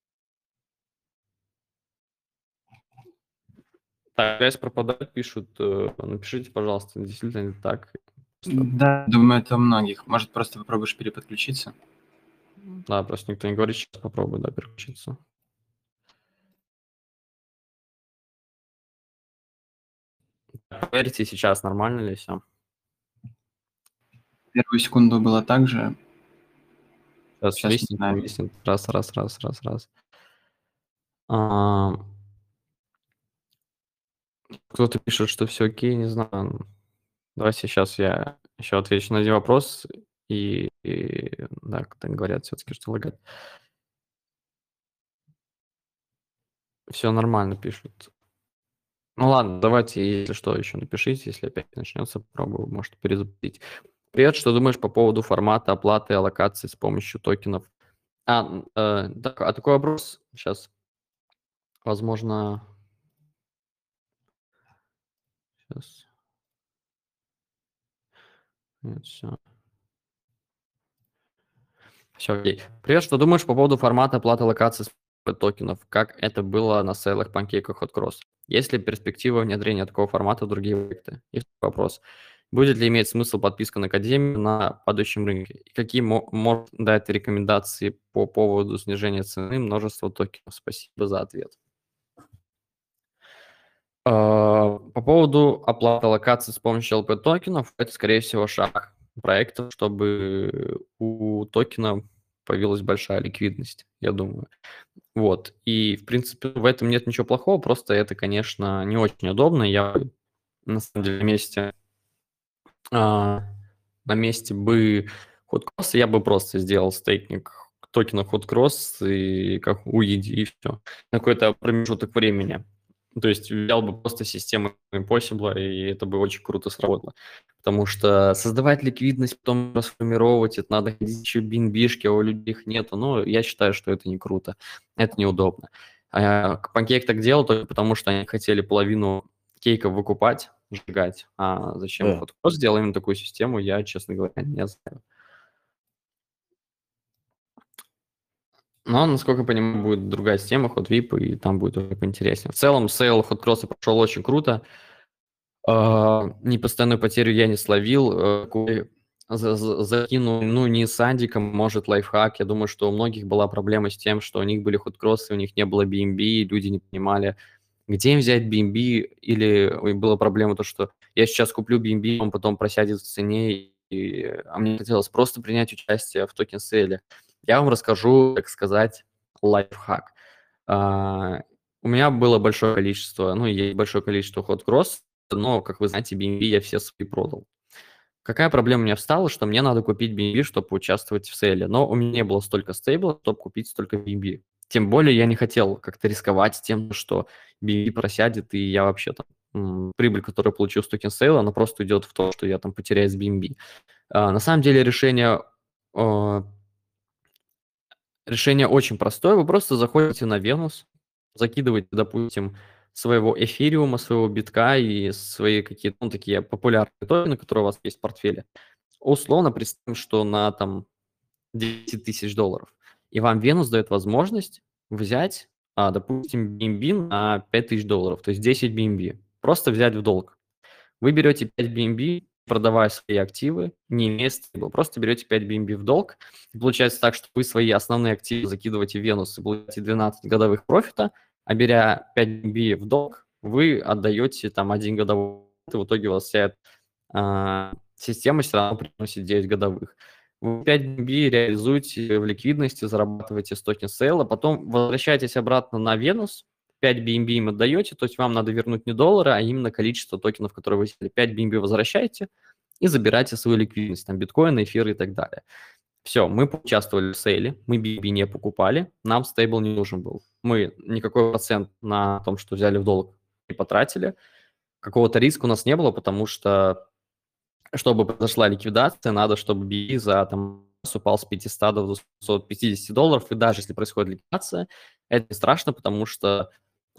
Так, связь пропадает, пишут. Напишите, пожалуйста, действительно ли так. Просто, Да, думаю, это у многих. Может, просто попробуешь переподключиться? да, просто никто не говорит, сейчас попробую, да, переключиться. Проверьте сейчас, нормально ли все. Первую секунду было так же, Сейчас сейчас не виснет, знаю. виснет. Раз, раз, раз, раз, раз. А, Кто-то пишет, что все окей, не знаю. Давайте сейчас я еще отвечу на один вопрос. Да, как говорят, все-таки, что лагать. Все нормально пишут. Ну ладно, давайте, если что, еще напишите, если опять начнется, попробую, может, перезапустить. Привет, что думаешь по поводу формата оплаты и аллокации с помощью токенов? Такой вопрос сейчас, возможно, сейчас, нет, всё. Все, окей. Привет, что думаешь по поводу формата оплаты локаций с токенов? Как это было на сейлах, панкейках, Hot Есть ли перспектива внедрения такого формата в другие проекты? И второй вопрос. Будет ли иметь смысл подписка на Академию на падающем рынке? И какие может дать рекомендации по поводу снижения цены множества токенов? Спасибо за ответ. По поводу оплаты локаций с помощью LP-токенов, это, скорее всего, шаг проекта, чтобы у токена появилась большая ликвидность, я думаю. Вот. И, в принципе, в этом нет ничего плохого, просто это, конечно, не очень удобно. Я бы, на самом деле, а, на месте бы HotCross я бы просто сделал стейкинг токена HotCross и как UED, и все. На какой-то промежуток времени. То есть взял бы просто систему Impossible, и это бы очень круто сработало. Потому что создавать ликвидность, потом расформировать, это надо ходить еще BNB-шки, а у людей их нету. Но я считаю, что это не круто, это неудобно. Pancake так делал только потому, что они хотели половину кейков выкупать, сжигать. А зачем Да. Hot сделал именно такую систему, я, честно говоря, не знаю. Но, насколько я понимаю, будет другая система, Hot VIP, и там будет уже поинтереснее. В целом, сейл Hot Cross прошел очень круто. Непостоянную потерю я не словил. Закинул, ну, не с Андиком, может, лайфхак. Я думаю, что у многих была проблема с тем, что у них были Hot Cross, у них не было BNB, и люди не понимали, где им взять BNB, или была проблема то, что я сейчас куплю BNB, он потом просядет в цене, а мне хотелось просто принять участие в токен-сейле. Я вам расскажу, так сказать, лайфхак. У меня было большое количество, ну, есть большое количество Hot Cross, но, как вы знаете, BNB я все свои продал. Какая проблема у меня встала, что мне надо купить BNB, чтобы поучаствовать в сейле, но у меня не было столько стейбла, чтобы купить столько BNB. Тем более я не хотел как-то рисковать тем, что BNB просядет, и я вообще там прибыль, которую получил с токен сейла, она просто идет в то, что я там потеряю с BNB. На самом деле решение очень простое. Вы просто заходите на Venus, закидываете, допустим, своего эфириума, своего битка и свои какие-то, ну, такие популярные токены, которые у вас есть в портфеле. Условно представим, что на там 10 тысяч долларов. И вам Venus дает возможность взять, допустим, BNB на 5 тысяч долларов, то есть 10 BNB. Просто взять в долг. Вы берете 5 BNB, продавая свои активы, не имея стейбла, просто берете 5 BNB в долг. И получается так, что вы свои основные активы закидываете в Venus и получаете 12 годовых профита, а беря 5 BNB в долг, вы отдаете там 1 годовой, и в итоге у вас вся система все равно приносит 9 годовых. Вы 5 BNB реализуете в ликвидности, зарабатываете с токен сейла, потом возвращаетесь обратно на Venus, 5 BNB им отдаете, то есть вам надо вернуть не доллары, а именно количество токенов, которые вы взяли. 5 BNB возвращаете и забираете свою ликвидность, там биткоины, эфиры и так далее. Все, мы поучаствовали в сейле, мы BNB не покупали, нам стейбл не нужен был. Мы никакой процент на том, что взяли в долг, не потратили. Какого-то риска у нас не было, потому что, чтобы произошла ликвидация, надо, чтобы BNB за там упал с 500 до 250 долларов, и даже если происходит ликвидация, это не страшно, потому что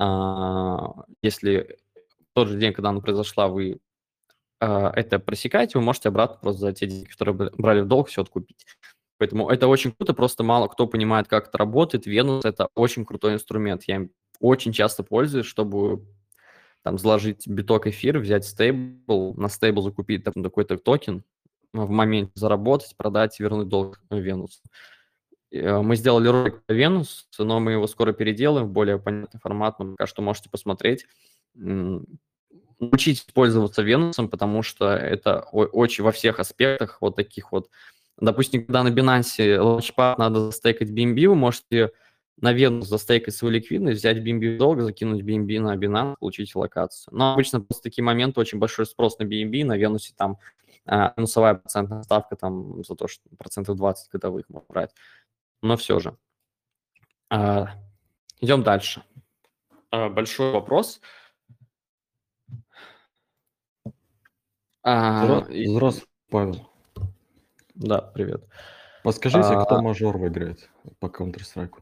если в тот же день, когда она произошла, вы это просекаете, вы можете обратно просто за те деньги, которые брали в долг, все откупить. Поэтому это очень круто, просто мало кто понимает, как это работает. Venus – это очень крутой инструмент. Я им очень часто пользуюсь, чтобы там заложить биток эфир, взять стейбл, на стейбл закупить там такой-то токен, в моменте заработать, продать, вернуть долг Venus. Мы сделали ролик по Venus, но мы его скоро переделаем в более понятный формат, но пока что можете посмотреть. Учитесь пользоваться Venus, потому что это очень во всех аспектах вот таких вот. Допустим, когда на Binance Launchpad надо застейкать BNB, вы можете на Venus застейкать свою ликвидность, взять BNB долго, закинуть BNB на Binance, получить локацию. Но обычно просто такие моменты, очень большой спрос на BNB, на Venus там минусовая процентная ставка там за то, что 20% годовых можно брать. Но все же. Идем дальше. Большой вопрос. Здравствуй, Павел. Да, привет. Подскажите, кто мажор выиграет по Counter-Strike?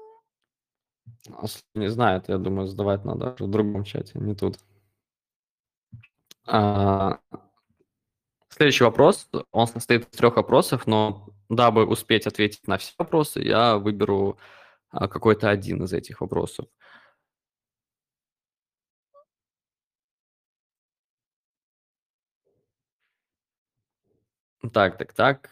Не знаю, это, я думаю, задавать надо в другом чате, не тут. Следующий вопрос, он состоит из 3 вопросов, но дабы успеть ответить на все вопросы, я выберу какой-то один из этих вопросов. Так, так, так.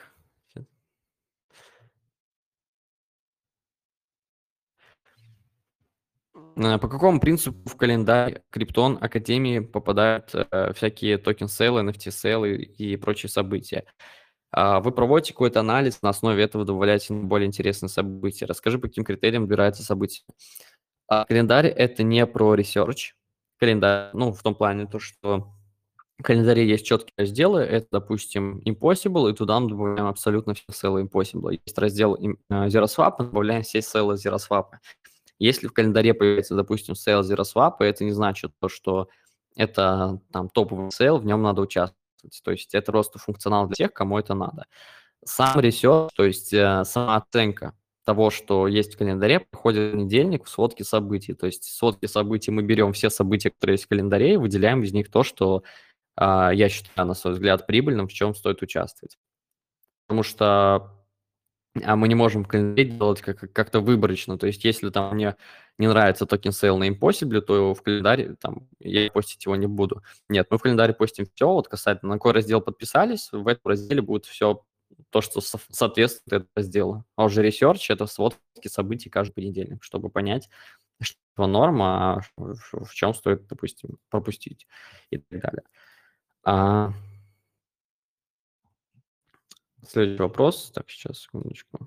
По какому принципу в календарь Криптон Академии попадают всякие токен-сейлы, NFT-сейлы и прочие события? Вы проводите какой-то анализ, на основе этого добавляете более интересные события. Расскажи, по каким критериям выбираются события. Календарь– это не про ресерч. Календарь, ну, в том плане, то, что в календаре есть четкие разделы. Это, допустим, Impossible, и туда мы добавляем абсолютно все сейлы Impossible. Есть раздел ZeroSwap, мы добавляем все сейлы ZeroSwap. Если в календаре появится, допустим, сейл ZeroSwap, это не значит то, что это там топовый сейл, в нем надо участвовать. То есть это просто функционал для тех, кому это надо. Сам ресерч, то есть сама оценка того, что есть в календаре, проходит понедельник в сводке событий. То есть в сводке событий мы берем все события, которые есть в календаре, и выделяем из них то, что я считаю, на свой взгляд, прибыльным, в чем стоит участвовать. Потому что мы не можем в календаре делать как-то выборочно. То есть если там мне не нравится токен сейл на Impossible, то в календаре там я постить его не буду. Нет, мы в календаре постим все, вот касательно на какой раздел подписались, в этом разделе будет все то, что соответствует этому разделу. А уже ресерч– это сводки событий каждый понедельник, чтобы понять, что норма, а в чем стоит, допустим, пропустить и так далее. Следующий вопрос. Так, сейчас, секундочку.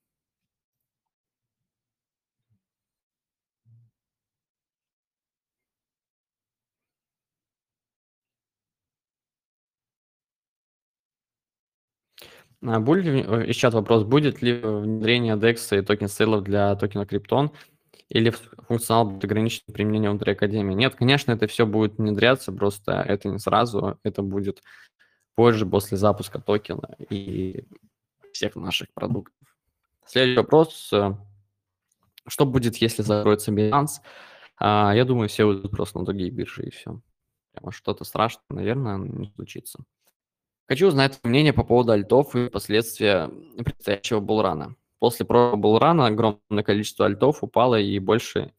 Будет ли, из чата вопрос, будет ли внедрение DEX и токен сейлов для токена Криптон, или функционал будет ограничен применением внутри Академии? Нет, конечно, это все будет внедряться, просто это не сразу, это будет позже, после запуска токена и всех наших продуктов. Следующий вопрос. Что будет, если закроется Binance? Я думаю, все уйдут просто на другие биржи и все. Прямо что-то страшное, наверное, не случится. Хочу узнать твое мнение по поводу альтов и последствия предстоящего булрана. После прошлого булрана огромное количество альтов упало и больше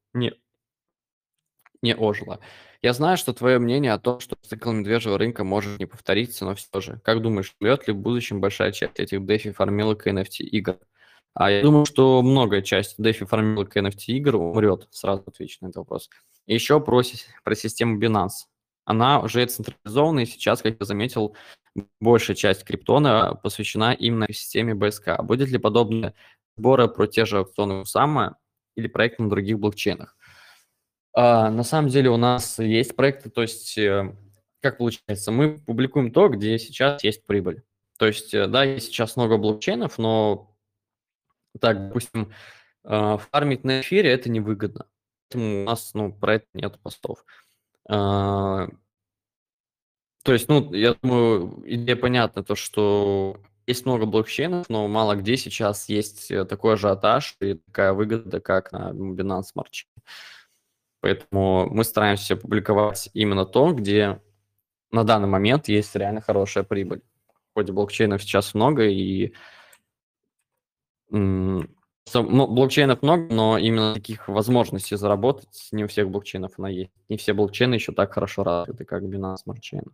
не ожило. Я знаю, что твое мнение о том, что цикл медвежьего рынка может не повториться, но все же. Как думаешь, умрет ли в будущем большая часть этих DeFi фармилок и NFT игр? Я думаю, что многая часть DeFi фармилок и NFT игр умрет. Сразу отвечу на этот вопрос. И еще про систему Binance. Она уже централизована, и сейчас, как я заметил, большая часть криптона посвящена именно системе BSK. Будет ли подобные сборы про те же аукционы Усама или проекты на других блокчейнах? На самом деле у нас есть проекты, то есть как получается, мы публикуем то, где сейчас есть прибыль. То есть, да, есть сейчас много блокчейнов, но так, допустим, фармить на эфире это невыгодно. Поэтому у нас, про это нет постов. А, То есть, я думаю, идея понятна, то, что есть много блокчейнов, но мало где сейчас есть такой ажиотаж и такая выгода, как на Binance Smart Chain. Поэтому мы стараемся публиковать именно то, где на данный момент есть реально хорошая прибыль. В ходе блокчейнов сейчас много, и блокчейнов много, но именно таких возможностей заработать не у всех блокчейнов она есть. Не все блокчейны еще так хорошо развиты, как Binance Smart Chain.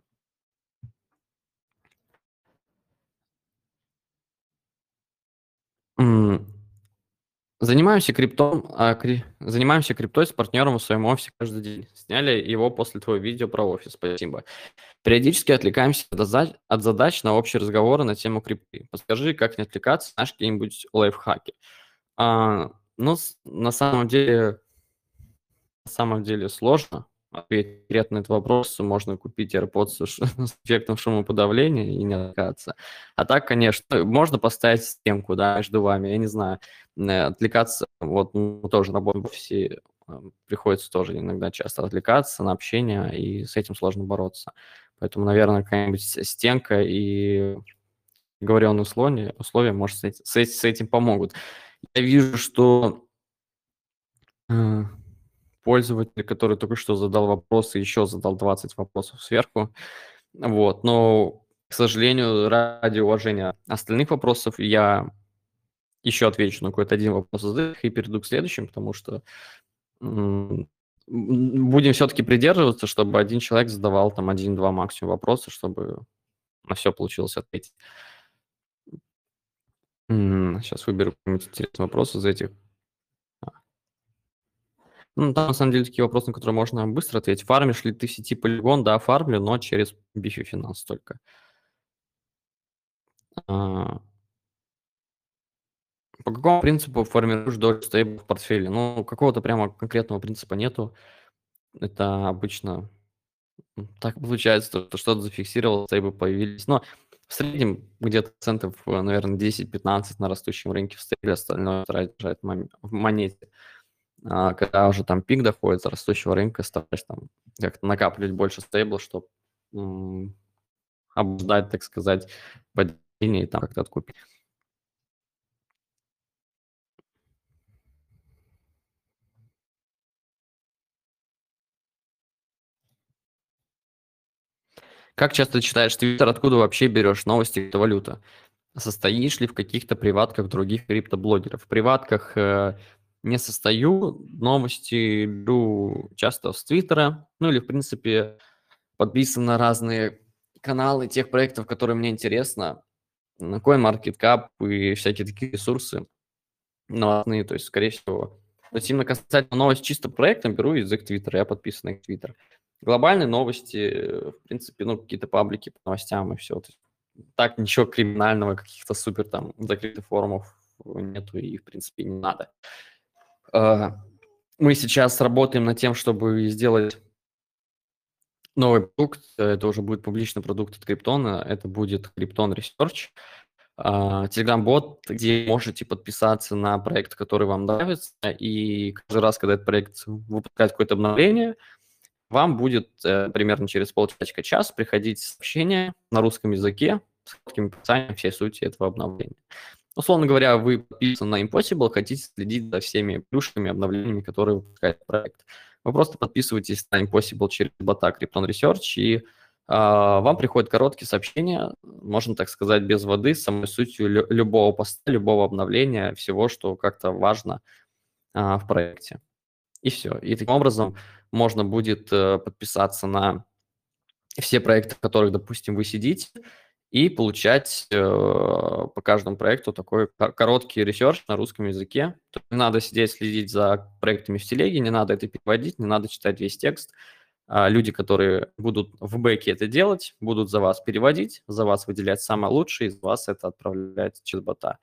М, Занимаемся криптой с партнером в своем офисе каждый день. Сняли его после твоего видео про офис, спасибо. Периодически отвлекаемся от задач на общие разговоры на тему крипты. Подскажи, как не отвлекаться, знаешь, какие-нибудь лайфхаки? На самом деле сложно ответить конкретно на этот вопрос. Можно купить AirPods с эффектом шумоподавления и не отвлекаться. А так, конечно, можно поставить стенку, да, между вами, я не знаю. Отвлекаться, вот мы тоже работаем в офисе, приходится тоже иногда часто отвлекаться на общение, и с этим сложно бороться. Поэтому, наверное, какая-нибудь стенка и говоренные условия, может, с этим помогут. Я вижу, что э, пользователь, который только что задал вопрос и еще задал 20 вопросов сверху. Вот, но К сожалению, ради уважения остальных вопросов я еще отвечу на какой-то один вопрос из их и перейду к следующим, потому что будем все-таки придерживаться, чтобы один человек задавал там один-два максимум вопроса, чтобы на все получилось ответить. Сейчас выберу какой-нибудь интересный вопрос из этих. Ну, там, на самом деле, такие вопросы, на которые можно быстро ответить. Фармишь ли ты в сети Polygon? Да, фармлю, но через Bifi Finance только. По какому принципу формируешь долю стейбл в портфеле? Ну, какого-то прямо конкретного принципа нету. Это обычно так получается, что что-то зафиксировал, стейблы появились. Но в среднем где-то процентов, наверное, 10-15 на растущем рынке в стейбле, остальное держать в монете. Когда уже там пик доходит до растущего рынка, стараюсь там как-то накапливать больше стейбла, чтобы обуздать, так сказать, падение и там как-то откупить. Как часто читаешь Твиттер, откуда вообще берешь новости криптовалюты? Состоишь ли в каких-то приватках других криптоблогеров? В приватках не состою, новости беру часто с Твиттера, ну или, в принципе, подписан на разные каналы тех проектов, которые мне интересно, на CoinMarketCap и всякие такие ресурсы новостные, то есть, скорее всего. То есть именно касательно новости чисто проектом беру из их Твиттера, я подписан на их Твиттер. Глобальные новости, в принципе, ну, какие-то паблики по новостям и все. Так, ничего криминального, каких-то супер там закрытых форумов нету и, в принципе, не надо. Мы сейчас работаем над тем, чтобы сделать новый продукт. Это уже будет публичный продукт от Криптона. Это будет Krypton Research. Telegram-бот, где можете подписаться на проект, который вам нравится, и каждый раз, когда этот проект выпускает какое-то обновление, вам будет примерно через полчасика-час приходить сообщение на русском языке с коротким описанием всей сути этого обновления. Условно говоря, вы подписаны на Impossible, хотите следить за всеми плюшками, обновлениями, которые выпускает проект. Вы просто подписываетесь на Impossible через бота Krypton Research, и вам приходит короткие сообщения, можно так сказать, без воды, с самой сутью любого поста, любого обновления, всего, что как-то важно в проекте. И все. И таким образом можно будет подписаться на все проекты, в которых, допустим, вы сидите, и получать по каждому проекту такой короткий ресерч на русском языке. То есть не надо сидеть, следить за проектами в телеге, не надо это переводить, не надо читать весь текст. Люди, которые будут в бэке это делать, будут за вас переводить, за вас выделять самое лучшее, и за вас это отправлять через бота.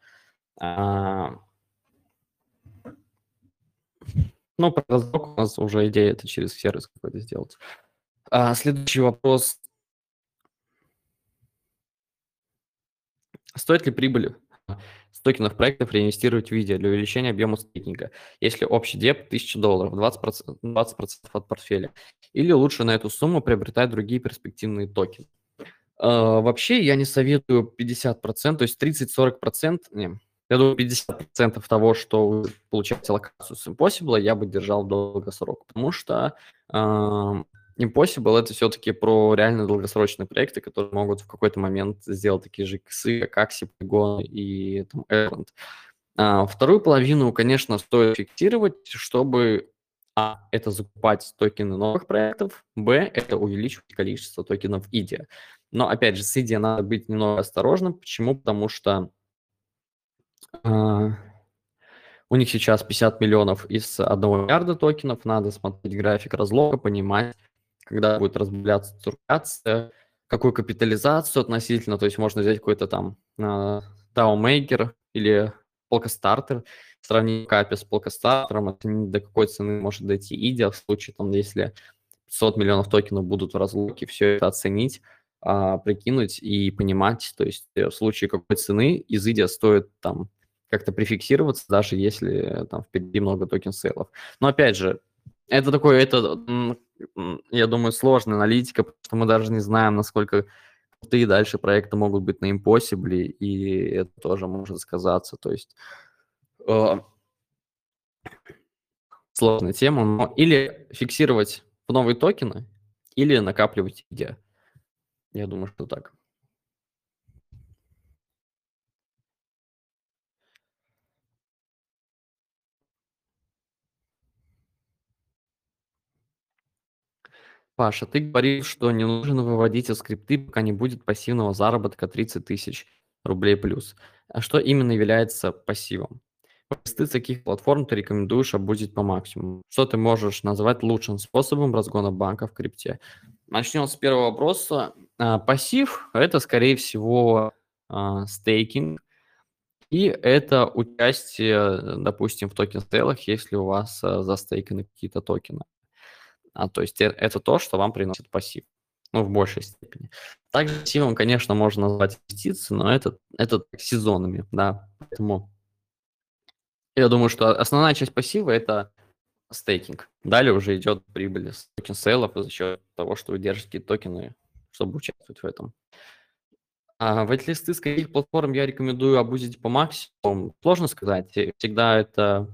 Ну, про разблок у нас уже идея это через сервис какой-то сделать. Следующий вопрос. Стоит ли прибыль с токенов проектов реинвестировать в видео для увеличения объема стейкинга, если общий деп $1000, 20% от портфеля? Или лучше на эту сумму приобретать другие перспективные токены? Вообще я не советую 50%, то есть 30-40%, не, я думаю, 50% того, что вы получаете локацию с Impossible, я бы держал в долгосрок, потому что Impossible это все-таки про реально долгосрочные проекты, которые могут в какой-то момент сделать такие же иксы, как Axie, Polygon и там, Erland. Вторую половину, конечно, стоит фиксировать, чтобы это закупать токены новых проектов, это увеличивать количество токенов IDEA. Но, опять же, с IDEA надо быть немного осторожным. Почему? Потому что у них сейчас 50 миллионов из 1 миллиарда токенов. Надо смотреть график разлога, понимать, когда будет разбавляться циркуляция, какую капитализацию относительно. То есть можно взять какой-то там DAO Maker или Polkastarter, сравнить капи с Polkastarter, оценить, до какой цены может дойти IDEA в случае, там, если 500 миллионов токенов будут в разлоге, все это оценить, прикинуть и понимать, то есть в случае какой цены из IDEA стоит там как-то префиксироваться, даже если там впереди много токен-сейлов. Но опять же, это такое, я думаю, сложная аналитика, потому что мы даже не знаем, насколько крутые дальше проекты могут быть на Impossible, и это тоже может сказаться. То есть сложная тема, но или фиксировать в новые токены, или накапливать идею. Я думаю, что так. Паша, ты говорил, что не нужно выводить из скрипты, пока не будет пассивного заработка 30 тысяч рублей плюс. А что именно является пассивом? Ты с каких платформ ты рекомендуешь обузить по максимуму? Что ты можешь назвать лучшим способом разгона банка в крипте? Начнем с первого вопроса. Пассив– это, скорее всего, стейкинг, и это участие, допустим, в токен-сейлах, если у вас застейканы какие-то токены. То есть это то, что вам приносит пассив. Ну, в большей степени. Также пассивом, конечно, можно назвать инвестиции, но это сезонами, да. Поэтому я думаю, что основная часть пассива– это стейкинг. Далее уже идет прибыль с токен-сейлов за счет того, что вы держите какие-то токены, чтобы участвовать в этом. Вайт-листы с каких платформ я рекомендую обузить по максимуму? Сложно сказать. Всегда это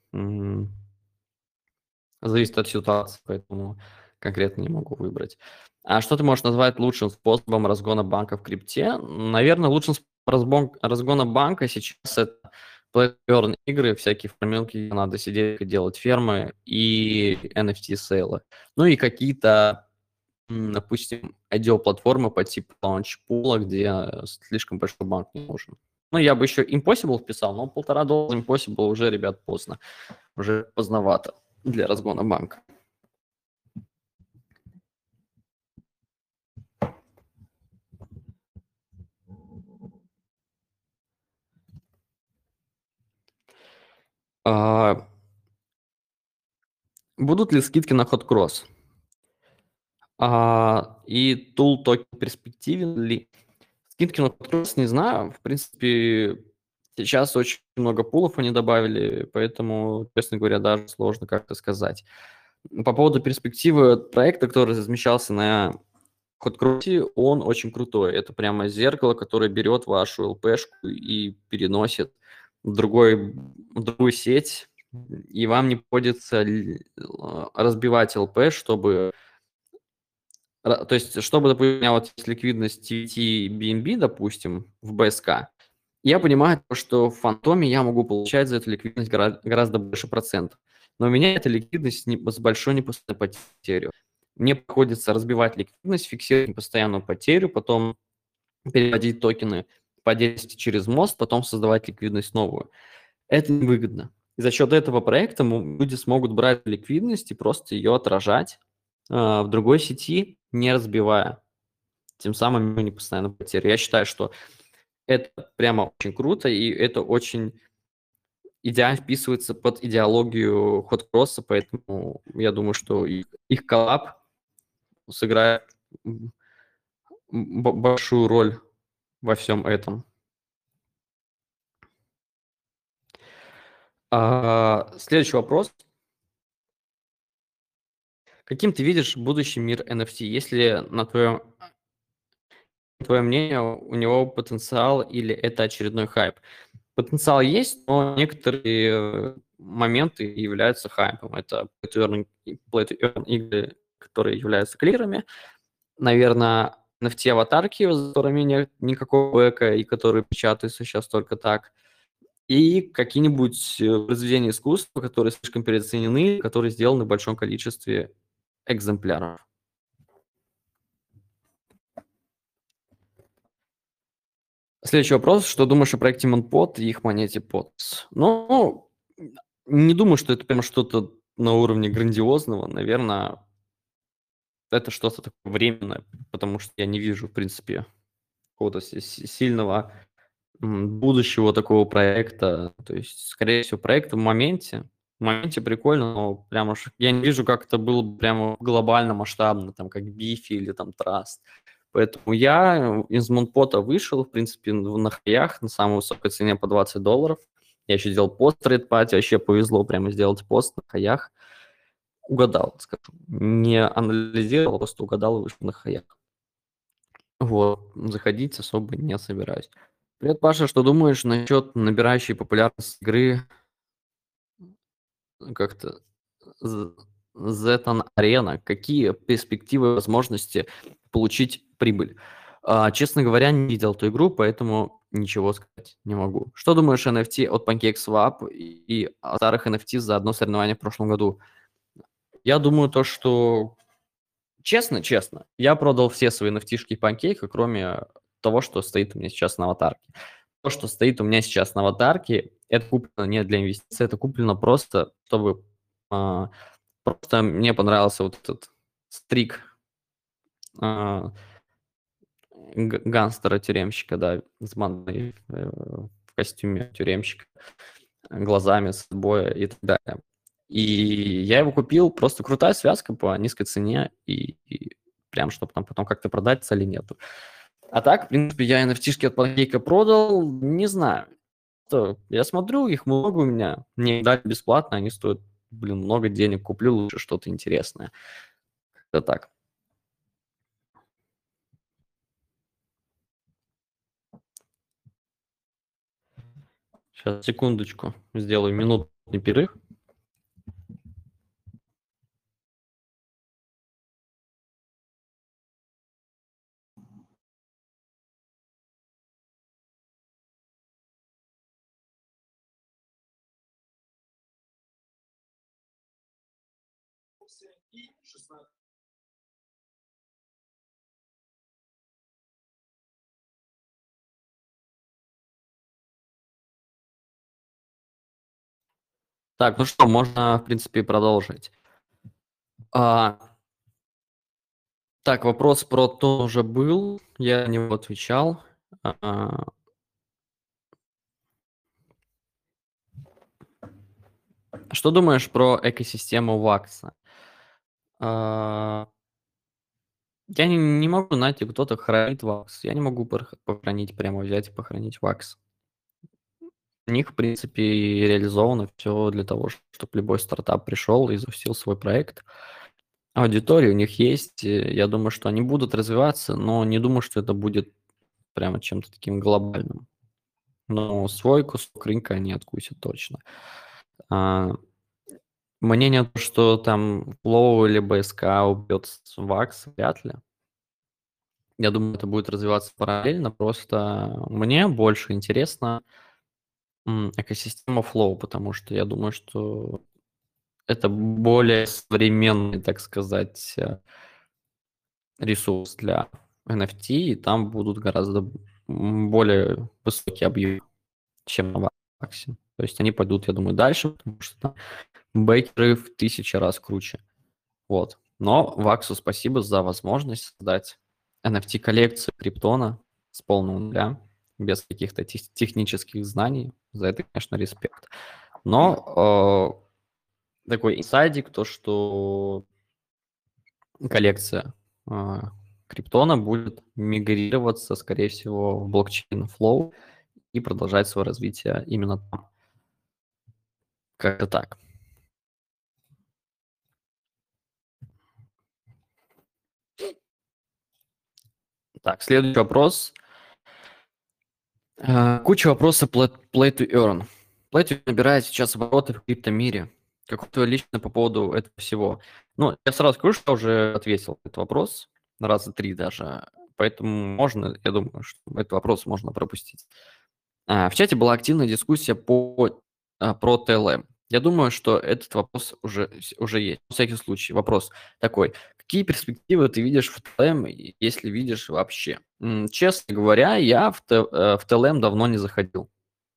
зависит от ситуации, поэтому конкретно не могу выбрать. А что ты можешь назвать лучшим способом разгона банка в крипте? Наверное, лучшим способом разгона банка сейчас это play-to-earn игры, всякие формилки, где надо сидеть и делать фермы, и NFT-сейлы. Ну и какие-то, допустим, IDO-платформы по типу лаунчпула, где слишком большой банк не нужен. Ну, я бы еще Impossible вписал, но $1,5 Impossible уже, ребят, поздно. Уже поздновато для разгона банка. Будут ли скидки на HotCross? И тул токен перспективен ли? Скидки на HotCross не знаю. В принципе, сейчас очень много пулов они добавили, поэтому, честно говоря, даже сложно как-то сказать. По поводу перспективы проекта, который размещался на HotCross, он очень крутой. Это прямо зеркало, которое берет вашу ЛПшку и переносит в другую сеть, и вам не приходится разбивать ЛП, чтобы... То есть, чтобы, допустим, у меня вот есть ликвидность TT BNB, допустим, в BSK, я понимаю, что в Фантоме я могу получать за эту ликвидность гораздо больше процентов. Но у меня эта ликвидность с большой непостоянной потерей. Мне приходится разбивать ликвидность, фиксировать постоянную потерю, потом переводить токены по 10 через мост, потом создавать ликвидность новую. Это невыгодно. И за счет этого проекта люди смогут брать ликвидность и просто ее отражать в другой сети, не разбивая. Тем самым мы не постоянно потери. Я считаю, что это прямо очень круто, и это очень идеально вписывается под идеологию HotCross, поэтому я думаю, что их коллаб сыграет большую роль во всем этом. Следующий вопрос. Каким ты видишь будущий мир NFT? Если, на твое мнение, у него потенциал или это очередной хайп? Потенциал есть, но некоторые моменты являются хайпом. Это play-to-earn игры, которые являются клирами. Наверное, NFT-аватарки, за которыми нет никакого бэка и которые печатаются сейчас только так. И какие-нибудь произведения искусства, которые слишком переоценены, которые сделаны в большом количестве экземпляров. Следующий вопрос. Что думаешь о проекте Monpot и их монете POTS? Ну, не думаю, что это прямо что-то на уровне грандиозного. Наверное, это что-то такое временное, потому что я не вижу, в принципе, какого-то сильного будущего такого проекта. То есть, скорее всего, проект в моменте. В моменте прикольно, но прямо я не вижу, как это было бы прямо глобально масштабно, там, как Бифи или там Траст. Поэтому я из Монпота вышел, в принципе, на хаях, на самой высокой цене по $20. Я еще сделал пост в TradePad, вообще повезло прямо сделать пост на хаях. Угадал, скажу. Не анализировал, просто угадал и вышел на хаях. Вот, заходить особо не собираюсь. Привет, Паша, что думаешь насчет набирающей популярность игры как-то Zeton Arena? Какие перспективы, возможности получить прибыль? Честно говоря, не видел эту игру, поэтому ничего сказать не могу. Что думаешь о NFT от PancakeSwap и о старых NFT за одно соревнование в прошлом году? Я думаю то, что Честно, я продал все свои NFT-шки панкейка, кроме того, что стоит у меня сейчас на аватарке. То, что стоит у меня сейчас на аватарке, это куплено не для инвестиций, это куплено просто, чтобы... просто мне понравился вот этот стрик гангстера-тюремщика, да, с бандой в костюме тюремщика, глазами с боя и так далее. И я его купил, просто крутая связка по низкой цене, и прям, чтобы там потом как-то продать, цели нету. А так, в принципе, я NFT-шки от Pancake продал, не знаю. Я смотрю, их много у меня, мне их дали бесплатно, они стоят, много денег, куплю лучше что-то интересное. Это так. Сейчас, секундочку, сделаю минутный перерыв. Так, ну что, можно, в принципе, продолжить. Так, вопрос про то уже был, я на него отвечал. Что думаешь про экосистему Вакса? Я не могу, знаете, кто-то хранит Вакс. Я не могу похоронить, прямо взять и похоронить Вакс. У них, в принципе, реализовано все для того, чтобы любой стартап пришел и запустил свой проект. Аудитория у них есть. Я думаю, что они будут развиваться, но не думаю, что это будет прямо чем-то таким глобальным. Но свой кусок рынка они откусят точно. Мнение, что там Flow или BSK убьет Wax, вряд ли. Я думаю, это будет развиваться параллельно. Просто мне больше интересна экосистема Flow, потому что я думаю, что это более современный, так сказать, ресурс для NFT, и там будут гораздо более высокие объемы, чем на Wax. То есть они пойдут, я думаю, дальше, потому что там бейкеры в 1000 раз круче. Вот. Но Ваксу спасибо за возможность создать NFT-коллекцию Криптона с полного нуля, без каких-то технических знаний. За это, конечно, респект. Но такой инсайдик, то, что коллекция Криптона будет мигрироваться, скорее всего, в блокчейн Flow и продолжать свое развитие именно там. Как-то так. Так, следующий вопрос. Куча вопросов Play to Earn. Play to Earn набирает сейчас обороты в криптомире. Какой твой лично по поводу этого всего? Ну, я сразу скажу, что я уже ответил на этот вопрос, раза 3 даже. Поэтому можно, я думаю, что этот вопрос можно пропустить. В чате была активная дискуссия про TLM. Я думаю, что этот вопрос уже есть. На всякий случай, вопрос такой. Какие перспективы ты видишь в TLM, если видишь вообще? Честно говоря, я в TLM давно не заходил.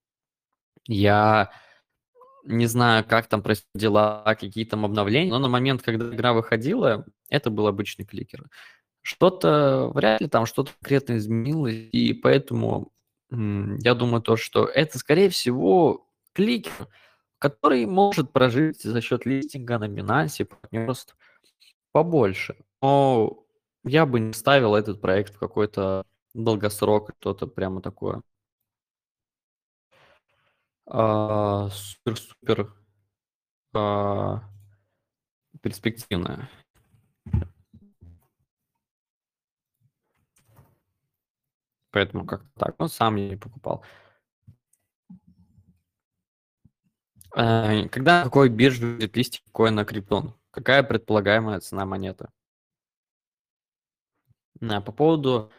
Я не знаю, как там происходило, какие там обновления, но на момент, когда игра выходила, это был обычный кликер. Что-то, вряд ли там что-то конкретно изменилось, и поэтому я думаю то, что это, скорее всего, кликер, который может прожить за счет листинга на Binance, партнерств побольше. Но я бы не ставил этот проект в какой-то долгосрок, что-то прямо такое супер-супер перспективное. Поэтому как-то так. Ну, сам я не покупал. Когда на какой бирже будет листинг коина Криптон? Какая предполагаемая цена монеты? По поводу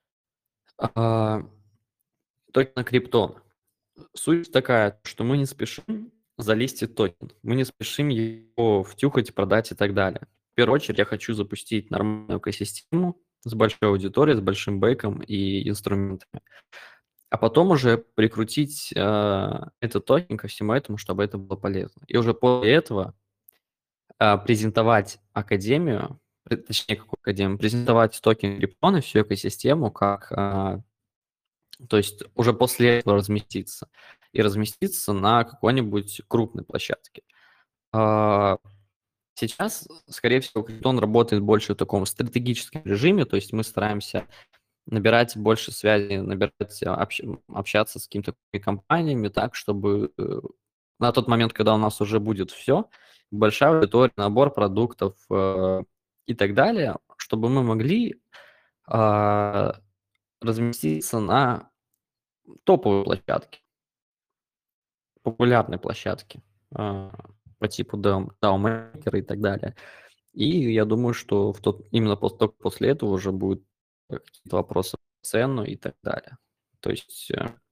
токена Криптон. Суть такая, что мы не спешим залистить токен. Мы не спешим его втюхать, продать и так далее. первую очередь я хочу запустить нормальную экосистему с большой аудиторией, с большим бэком и инструментами. А потом уже прикрутить этот токен ко всему этому, чтобы это было полезно. И уже после этого презентовать академию, точнее, какую академию, презентовать токен Криптон и всю экосистему, как, то есть уже после этого разместиться. И разместиться на какой-нибудь крупной площадке. А, Сейчас, скорее всего, Криптон работает больше в таком стратегическом режиме, то есть мы стараемся набирать больше связей, общаться с какими-то компаниями так, чтобы на тот момент, когда у нас уже будет все, большая аудитория, набор продуктов и так далее, чтобы мы могли а, разместиться на топовой площадке, популярной площадке по типу DAO Maker и так далее. И я думаю, что именно только после этого уже будут какие-то вопросы по цену и так далее. То есть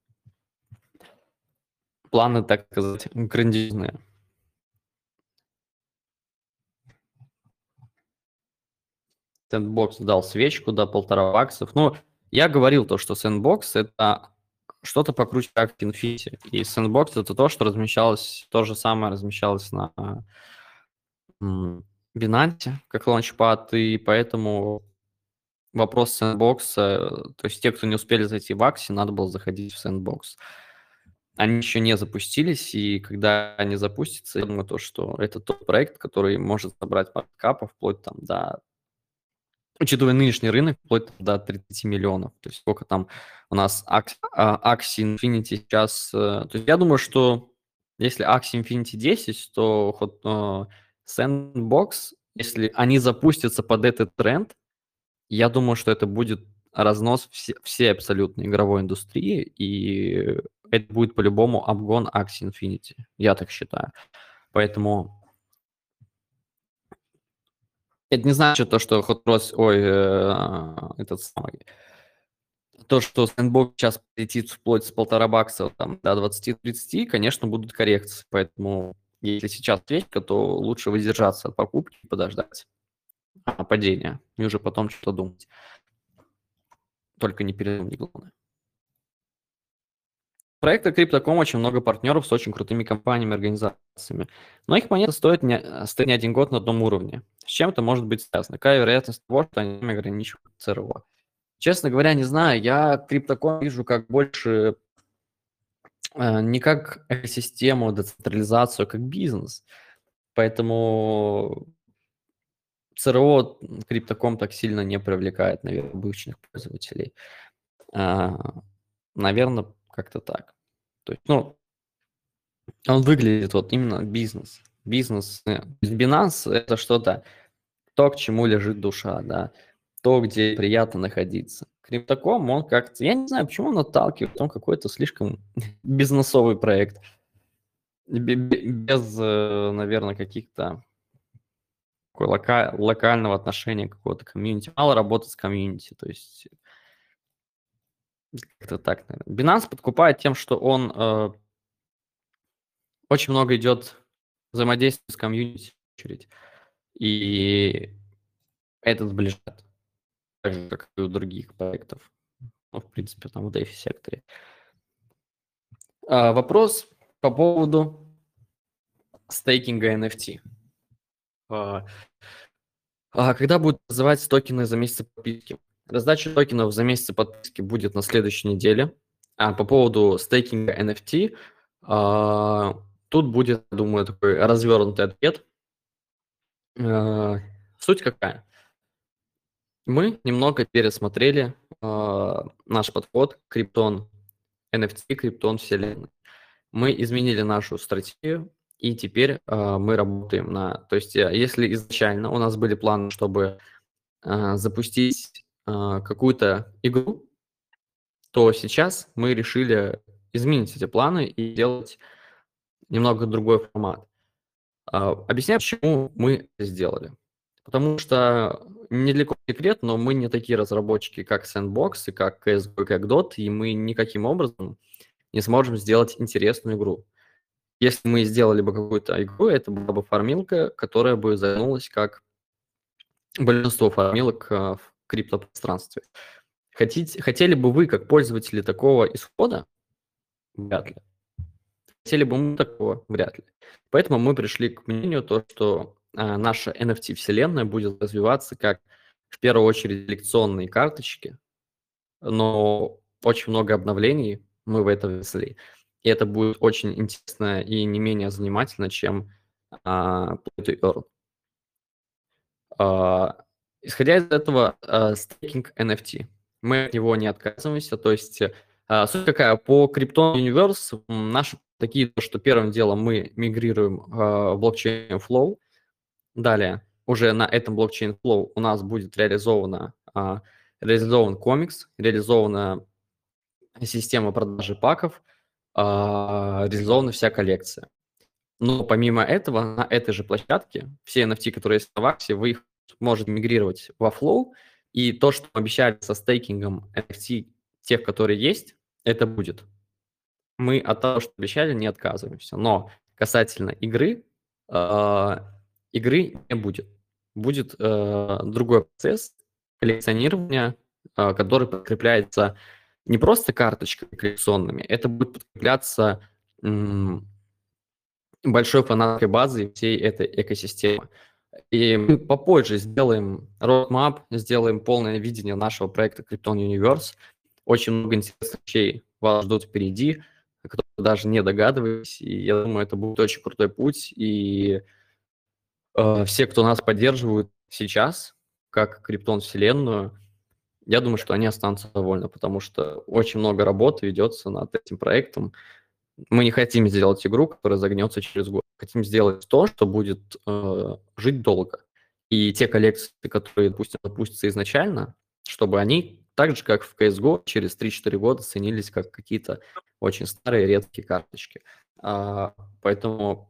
планы, так сказать, грандиозные. Сэндбокс дал свечку, да, $1,500. Ну, я говорил то, что Сэндбокс – это что-то покруче как Infinity. И Сэндбокс – это то, что размещалось, то же самое размещалось на Binance, как лаунчпад, и поэтому вопрос сэндбокса, то есть те, кто не успели зайти в Axie, надо было заходить в сэндбокс. Они еще не запустились, и когда они запустятся, я думаю, то, что это тот проект, который может собрать маркеткапа вплоть там до, учитывая нынешний рынок, вплоть до 30 миллионов. То есть сколько там у нас Axie Infinity сейчас. То есть я думаю, что если Axie Infinity 10, то Sandbox, если они запустятся под этот тренд, я думаю, что это будет разнос всей абсолютно игровой индустрии, и это будет по-любому обгон Axie Infinity. Я так считаю. Поэтому это не значит то, что этот самый, то, что Sandbox сейчас полетит вплоть с $1,500 там, до 20-30, конечно, будут коррекции. Поэтому если сейчас свечка, то лучше воздержаться от покупки и подождать падения, и уже потом что-то думать. Только не передумать, главное. У проекта Crypto.com очень много партнеров с очень крутыми компаниями и организациями. Но их монета стоит не 1 год на одном уровне. С чем это может быть связано? Какая вероятность того, что они ограничивают ЦРО? Честно говоря, не знаю. Я Crypto.com вижу как больше не как экосистему, децентрализацию, а как бизнес. Поэтому ЦРО Crypto.com так сильно не привлекает, наверное, обычных пользователей. Наверное, как-то так. То есть, ну, он выглядит вот именно бизнес. Бизнес. Binance – это что-то, то, к чему лежит душа, да, то, где приятно находиться. Crypto.com, он как-то, я не знаю, почему он отталкивает, он какой-то слишком бизнесовый проект, без, наверное, каких-то локального отношения какого-то комьюнити. Мало работать с комьюнити, то есть как-то так, наверное. Binance подкупает тем, что он очень много идет взаимодействия с комьюнити в очередь. И это сближает, так же, как и у других проектов. Ну, в принципе, там в DeFi-секторе. Вопрос по поводу стейкинга NFT. Когда будут называть токены за месяцы подписки? Раздача токенов за месяцы подписки будет на следующей неделе. А по поводу стейкинга NFT, тут будет, думаю, такой развернутый ответ. Суть какая? Мы немного пересмотрели наш подход к Криптон NFT, Криптон вселенной. Мы изменили нашу стратегию, и теперь мы работаем на... То есть если изначально у нас были планы, чтобы запустить какую-то игру, то сейчас мы решили изменить эти планы и делать немного другой формат. Объясняю, почему мы это сделали. Потому что недалеко секрет, но мы не такие разработчики, как Sandbox и как CSGO, и как Dot, и мы никаким образом не сможем сделать интересную игру. Если мы сделали бы какую-то игру, это была бы фармилка, которая бы загнулась как большинство фармилок в криптопространстве. Хотели бы вы, как пользователи, такого исхода? Вряд ли. Хотели бы мы такого? Вряд ли. Поэтому мы пришли к мнению, что наша NFT-вселенная будет развиваться как, в первую очередь, лекционные карточки, но очень много обновлений мы в это внесли. И это будет очень интересно и не менее занимательно, чем Play to Earn. Исходя из этого, стейкинг NFT. Мы от него не отказываемся. То есть суть какая? По Krypton Universe наши такие, что первым делом мы мигрируем в блокчейн Flow. Далее уже на этом блокчейн Flow у нас будет реализован комикс, реализована система продажи паков, реализована вся коллекция. Но помимо этого, на этой же площадке все NFT, которые есть на Ваксе, вы их можете мигрировать во Flow, и то, что мы обещали со стейкингом NFT, тех, которые есть, это будет. Мы от того, что обещали, не отказываемся. Но касательно игры не будет. Будет другой процесс коллекционирования, который подкрепляется не просто карточками коллекционными, это будет подкрепляться большой фанатской базой всей этой экосистемы. И мы попозже сделаем roadmap, сделаем полное видение нашего проекта Krypton Universe. Очень много интересных вещей вас ждут впереди, о которых вы даже не догадываетесь. И я думаю, это будет очень крутой путь. И все, кто нас поддерживают сейчас, как Krypton вселенную, я думаю, что они останутся довольны, потому что очень много работы ведется над этим проектом. Мы не хотим сделать игру, которая загнется через год. Хотим сделать то, что будет жить долго. И те коллекции, которые, допустим, запустятся изначально, чтобы они, так же, как в CSGO, через 3-4 года ценились как какие-то очень старые, редкие карточки. Поэтому...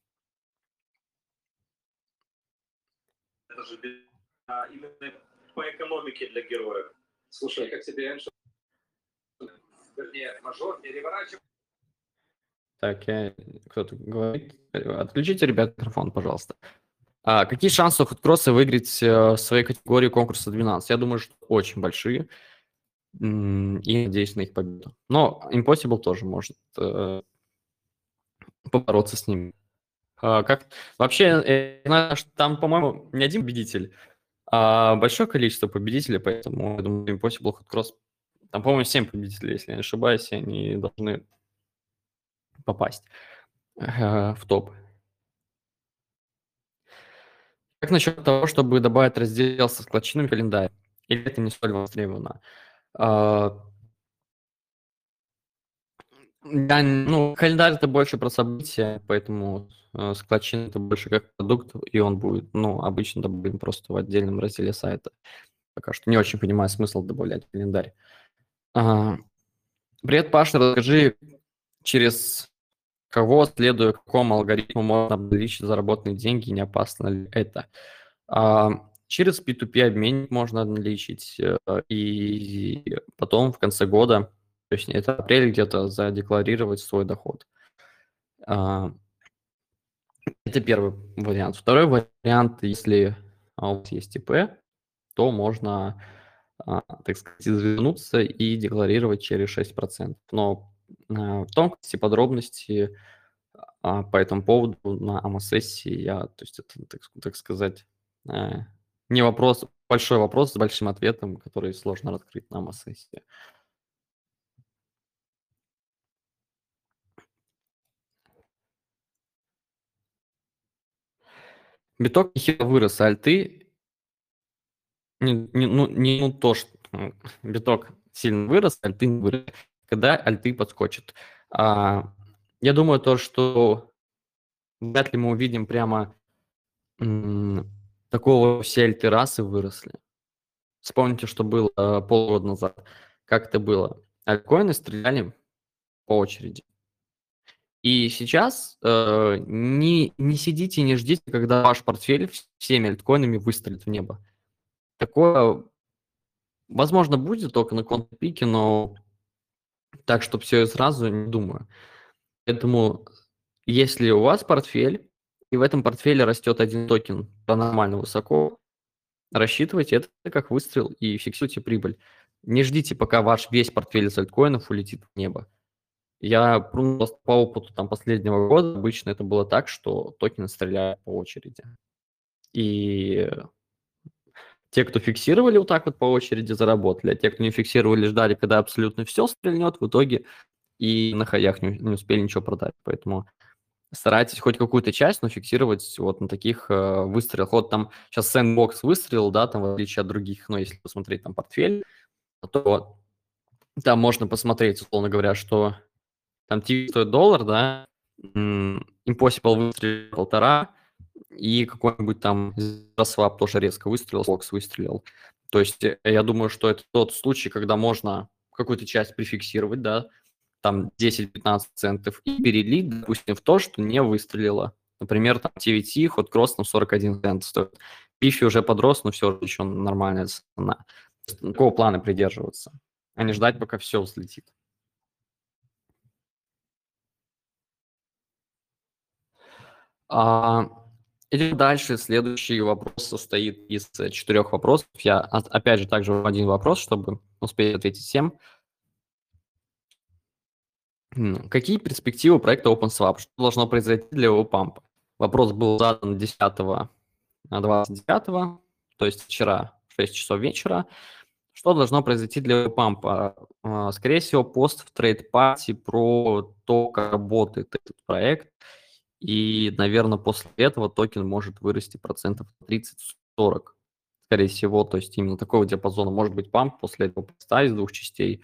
Это же именно по экономике для героев. Слушай, как тебе раньше? Вернее, мажор переворачивает. Так, кто-то говорит. Отключите, ребят, микрофон, пожалуйста. Какие шансы у Ходкросса выиграть в своей категории конкурса 12? Я думаю, что очень большие. И надеюсь на их победу. Но Impossible тоже может побороться с ними. Вообще, я знаю, что там, по-моему, не один победитель, а большое количество победителей, поэтому я думаю, Impossible Ходкросс, там, по-моему, 7 победителей, если я не ошибаюсь, и они должны попасть в топ. Как насчет того, чтобы добавить раздел со складчинами календаря? Или это не столь востребовано? Календарь это больше про события, поэтому складчин это больше как продукт, и он будет, обычно добавлен просто в отдельном разделе сайта. Пока что не очень понимаю смысл добавлять календарь. Привет, Паша, расскажи, через кого, следуя какому алгоритму можно обналичить заработанные деньги, не опасно ли это? Через P2P обменник можно обналичить, и потом в конце года, то есть это апрель где-то, задекларировать свой доход. Это первый вариант. Второй вариант, если у вас есть ИП, то можно, так сказать, извернуться и декларировать через 6%. Но тонкости, подробности по этому поводу на АМА-сессии то есть это, так сказать, не вопрос, большой вопрос с большим ответом, который сложно раскрыть на АМА-сессии. Биток нехило вырос, а альты биток сильно вырос, альты не вырос. Когда альты подскочат? Я думаю, что вряд ли мы увидим прямо такого, все альты расы выросли. Вспомните, что было полгода назад. Как это было? Альткоины стреляли по очереди. И сейчас не сидите и не ждите, когда ваш портфель всеми альткоинами выстрелит в небо. Такое, возможно, будет только на контрпике, но так, чтобы все сразу, не думаю. Поэтому, если у вас портфель, и в этом портфеле растет один токен нормально высоко, рассчитывайте это как выстрел и фиксируйте прибыль. Не ждите, пока ваш весь портфель из альткоинов улетит в небо. Я просто по опыту там последнего года обычно это было так, что токены стреляют по очереди. И те, кто фиксировали вот так вот по очереди, заработали, а те, кто не фиксировали, ждали, когда абсолютно все стрельнет, в итоге и на хаях не успели ничего продать. Поэтому старайтесь хоть какую-то часть, но фиксировать вот на таких выстрелах. Вот там сейчас Sandbox выстрелил, да, там в отличие от других, но если посмотреть там портфель, то там можно посмотреть, условно говоря, что там тик стоит $1, да, Impossible выстрелил 1,5, и какой-нибудь там Swap тоже резко выстрелил, Fox выстрелил. То есть я думаю, что это тот случай, когда можно какую-то часть прификсировать, да, там 10-15 центов, и перелить, допустим, в то, что не выстрелило. Например, там TVT, ход кросс там 41 цент стоит. Пифи уже подрос, но все же еще нормальная цена. Такого плана придерживаться, а не ждать, пока все взлетит. Идем дальше. Следующий вопрос состоит из 4 вопросов. Я, опять же, также один вопрос, чтобы успеть ответить всем. Какие перспективы проекта OpenSwap? Что должно произойти для его пампа? Вопрос был задан 10-29, то есть вчера в 6 часов вечера. Что должно произойти для его пампа? Скорее всего, пост в трейд-пати про то, как работает этот проект. И, наверное, после этого токен может вырасти процентов 30-40, скорее всего. То есть именно такого диапазона может быть памп после этого поста из 2 частей.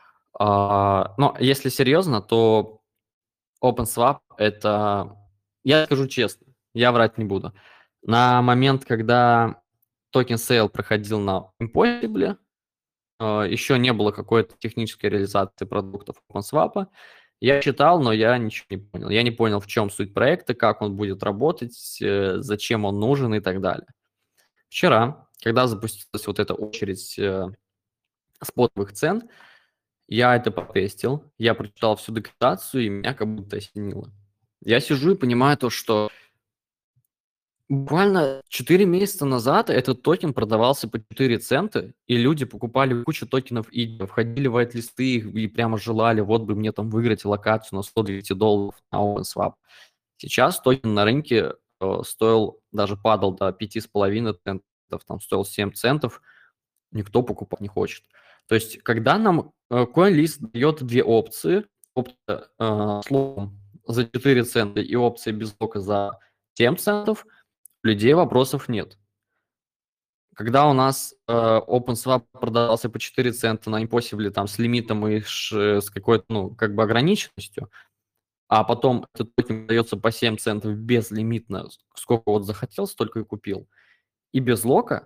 Но если серьезно, то OpenSwap – это, я скажу честно, я врать не буду. На момент, когда токен сейл проходил на Impossible, еще не было какой-то технической реализации продуктов OpenSwap. Я читал, но я ничего не понял. Я не понял, в чем суть проекта, как он будет работать, зачем он нужен и так далее. Вчера, когда запустилась вот эта очередь спотовых цен, я это потестил, я прочитал всю документацию, и меня как будто осенило. Я сижу и понимаю то, что буквально 4 месяца назад этот токен продавался по 4 цента, и люди покупали кучу токенов и входили в white-листы и прямо желали, вот бы мне там выиграть локацию на $100-200 на OpenSwap. Сейчас токен на рынке стоил, даже падал до 5,5 центов, там стоил 7 центов, никто покупать не хочет. То есть, когда нам CoinList дает 2 опции, опция с локом за 4 цента и опция без лока за 7 центов, у людей вопросов нет. Когда у нас OpenSwap продавался по 4 цента на Impossible там, с лимитом и с какой-то, ну, как бы ограниченностью, а потом этот токен дается по 7 центов безлимитно, сколько вот захотел, столько и купил, и без лока,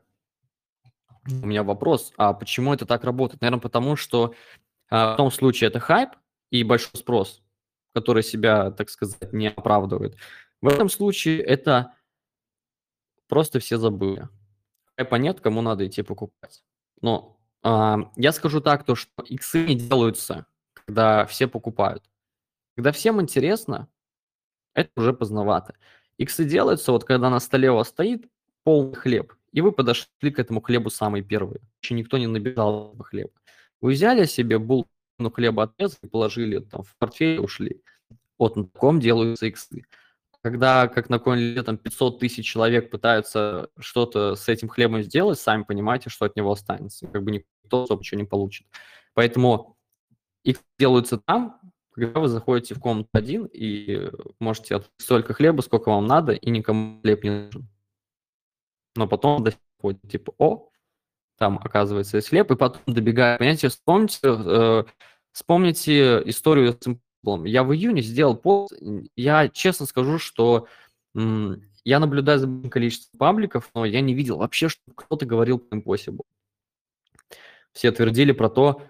у меня вопрос, а почему это так работает? Наверное, потому что в том случае это хайп и большой спрос, который себя, так сказать, не оправдывает. В этом случае это просто все забыли. Хайпа нет, кому надо идти покупать. Но я скажу так, то, что иксы не делаются, когда все покупают. Когда всем интересно, это уже поздновато. Иксы делаются, вот когда на столе у вас стоит полный хлеб, и вы подошли к этому хлебу самые первые. Еще никто не набежал по хлеба. Вы взяли себе булку хлеба, отрезали, положили там в портфель и ушли. Вот на таком делаются иксы. Когда, как на CoinList, там 500 тысяч человек пытаются что-то с этим хлебом сделать, сами понимаете, что от него останется. Как бы никто особо ничего не получит. Поэтому их делаются там, когда вы заходите в комнату один и можете открыть столько хлеба, сколько вам надо, и никому хлеб не нужен. Но потом доходит, типа, там оказывается есть хлеб, и потом добегает. Понимаете, вспомните историю с Simple. Я в июне сделал пост, я честно скажу, что я наблюдаю за большим количеством пабликов, но я не видел вообще, что кто-то говорил про Impossible. Все твердили про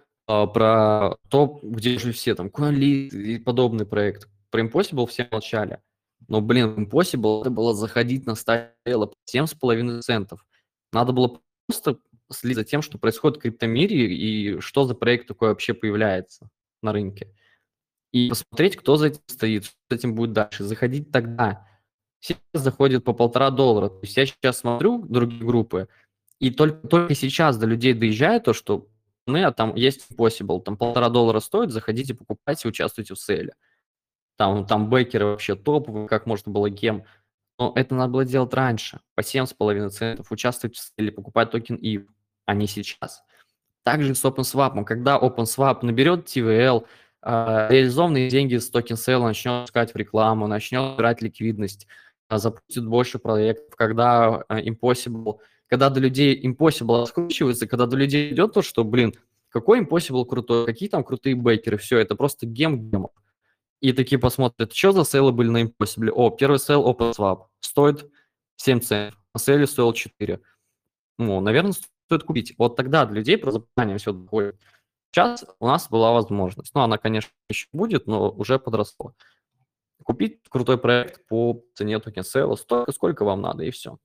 то, где же все, там, CoinList и подобный проект. Про Impossible все молчали. Но, Impossible, это было заходить на стайло по 7,5 центов. Надо было просто следить за тем, что происходит в криптомире и что за проект такой вообще появляется на рынке. И посмотреть, кто за этим стоит, что с этим будет дальше. Заходить тогда. Все заходят по $1,5. То есть я сейчас смотрю другие группы, И только сейчас до людей доезжает то, что там есть Impossible, там $1,5 стоит, заходите, покупайте, участвуйте в сейле. Там бэкеры вообще топовые, как можно было гем. Но это надо было делать раньше, по 7,5 центов, участвовать в сейле, покупать токен EVE, а не сейчас. Также с OpenSwap. Когда OpenSwap наберет TVL, реализованные деньги с токен сейла начнет искать в рекламу, начнет брать ликвидность, запустит больше проектов, когда Impossible, когда до людей Impossible раскручивается, когда до людей идет то, что, какой Impossible крутой, какие там крутые бэкеры, все, это просто гем гемов. И такие посмотрят, что за сейлы были на Impossible. Первый сейл OpenSwap стоит 7 центов, на сейле стоил 4. Наверное, стоит купить. Вот тогда для людей про запоминание все доходит. Сейчас у нас была возможность. Она, конечно, еще будет, но уже подросла. Купить крутой проект по цене токен сейла столько, сколько вам надо, и все.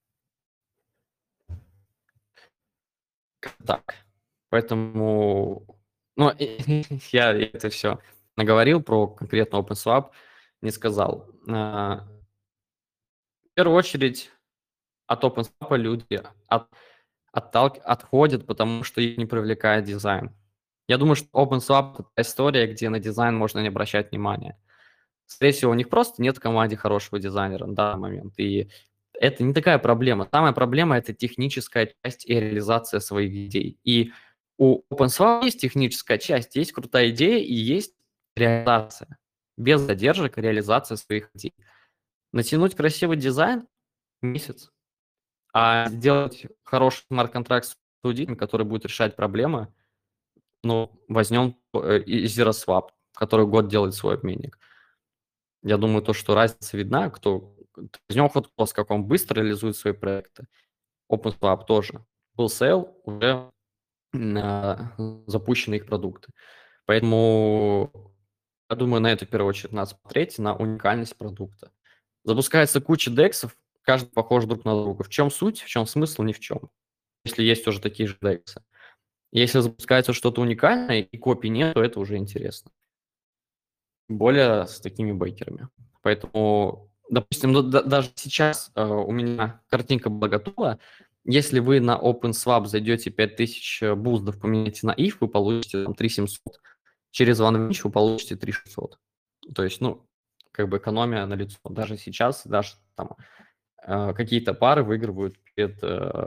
Так. Поэтому, я это все наговорил про конкретно OpenSwap, не сказал. В первую очередь от OpenSwap люди отходят, потому что их не привлекает дизайн. Я думаю, что OpenSwap – это история, где на дизайн можно не обращать внимания. Скорее всего, у них просто нет в команде хорошего дизайнера на данный момент. И это не такая проблема. Самая проблема – это техническая часть и реализация своих идей. И у OpenSwap есть техническая часть, есть крутая идея и есть реализация. Без задержек реализация своих идей. Натянуть красивый дизайн – месяц. А сделать хороший смарт-контракт с аудитом, который будет решать проблемы, возьмем ZeroSwap, который год делает свой обменник. Я думаю, что разница видна, возьмем HotCost, как он быстро реализует свои проекты. OpenSwap тоже. Был сейл, уже запущены их продукты. Поэтому я думаю, на это в первую очередь надо смотреть, на уникальность продукта. Запускается куча дексов, каждый похож друг на друга. В чем суть, в чем смысл, ни в чем. Если есть уже такие же дексы. Если запускается что-то уникальное и копий нет, то это уже интересно. Тем более с такими бейкерами. Поэтому, допустим, даже сейчас у меня картинка была готова. Если вы на OpenSwap зайдете 5000 буздов, поменяете на ETH, вы получите 3700. Через OneWinch вы получите 3600. То есть, экономия на лицо. Даже сейчас, даже там какие-то пары выигрывают перед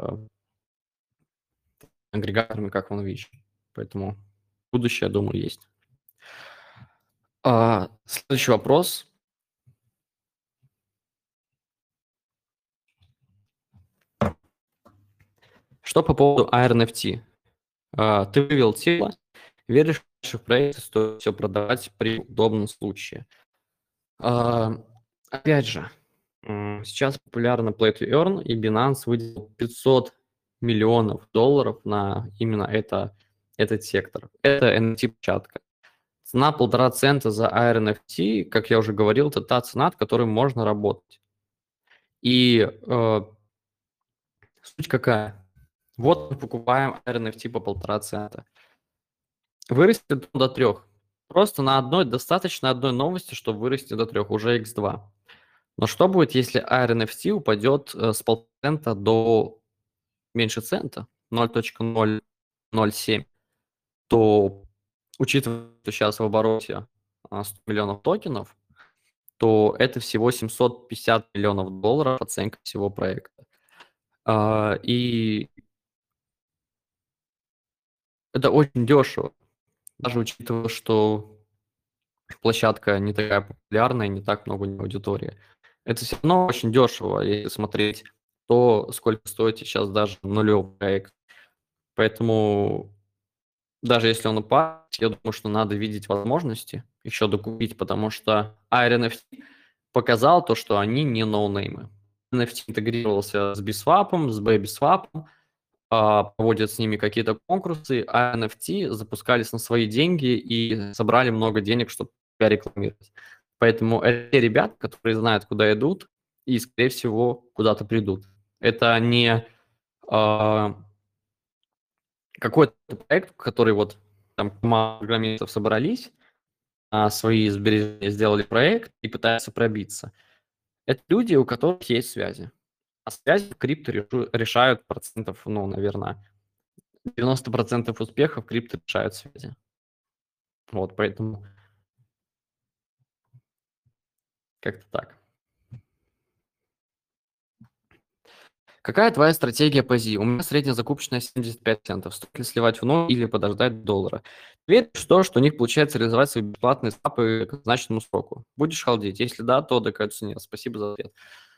агрегаторами, как OneWinch. Поэтому будущее, я думаю, есть. Следующий вопрос. Что по поводу IronFT? Ты вывел тело, веришь в проект, стоит все продавать при удобном случае. Опять же, сейчас популярно Play to Earn, и Binance выделил $500 миллионов на именно этот сектор. Это NFT-площадка. Цена 1,5 цента за IronFT, как я уже говорил, это та цена, от которой можно работать. И суть какая? Вот мы покупаем IronFT по 1,5 цента. Вырастет до 3. Просто достаточно одной новости, чтобы вырасти до 3, уже x2. Но что будет, если IronFT упадет с 0,5 цента до меньше цента, 0.007, то, учитывая, что сейчас в обороте 100 миллионов токенов, то это всего $750 миллионов оценка всего проекта. И это очень дешево, даже учитывая, что площадка не такая популярная, не так много аудитории. Это все равно очень дешево, если смотреть то, сколько стоит сейчас даже нулевой проект. Поэтому даже если он упадет, я думаю, что надо видеть возможности еще докупить, потому что IronFT показал то, что они не ноунеймы. NFT интегрировался с BSwap, с BabySwap, проводят с ними какие-то конкурсы, а NFT запускались на свои деньги и собрали много денег, чтобы себя рекламировать. Поэтому это те ребята, которые знают, куда идут, и, скорее всего, куда-то придут. Это не какой-то проект, который команда программистов собрались, свои сбережения сделали проект и пытаются пробиться. Это люди, у которых есть связи. А связи в крипто решают процентов, ну, наверное, 90% успеха в крипто решают связи. Вот, поэтому как-то так. Какая твоя стратегия по зи? У меня средняя закупочная 75 центов. Стоит ли сливать в ноль или подождать доллара? Веришь в то, что у них получается реализовать свои бесплатные стапы к назначенному сроку? Будешь халдить? Если да, то докажется нет. Спасибо за ответ.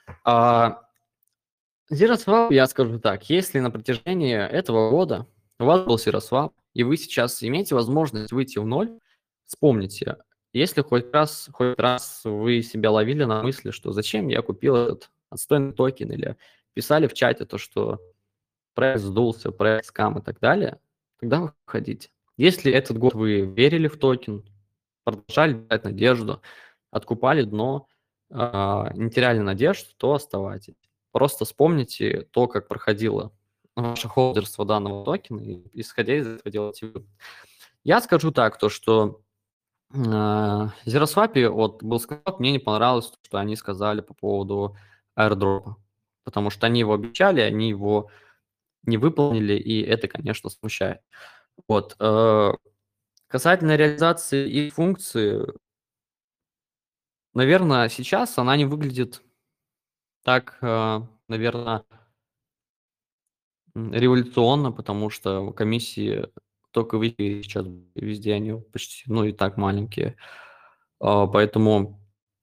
Zero Swap, я скажу так, если на протяжении этого года у вас был Zero Swap, и вы сейчас имеете возможность выйти в ноль, вспомните, если хоть раз вы себя ловили на мысли, что зачем я купил этот отстойный токен, или писали в чате то, что проект сдулся, проект скам и так далее, тогда выходите. Если этот год вы верили в токен, продолжали дать надежду, откупали дно, не теряли надежду, то оставайтесь. Просто вспомните то, как проходило ваше холдерство данного токена, и исходя из этого делайте вывод. Я скажу так, то что ZeroSwap, вот был скриншот, мне не понравилось, что они сказали по поводу airdrop, потому что они его обещали, они его не выполнили, и это, конечно, смущает. Вот. Касательно реализации их функции, наверное, сейчас она не выглядит так, наверное, революционно, потому что комиссии только в эфире сейчас везде они почти, ну, и так маленькие. Поэтому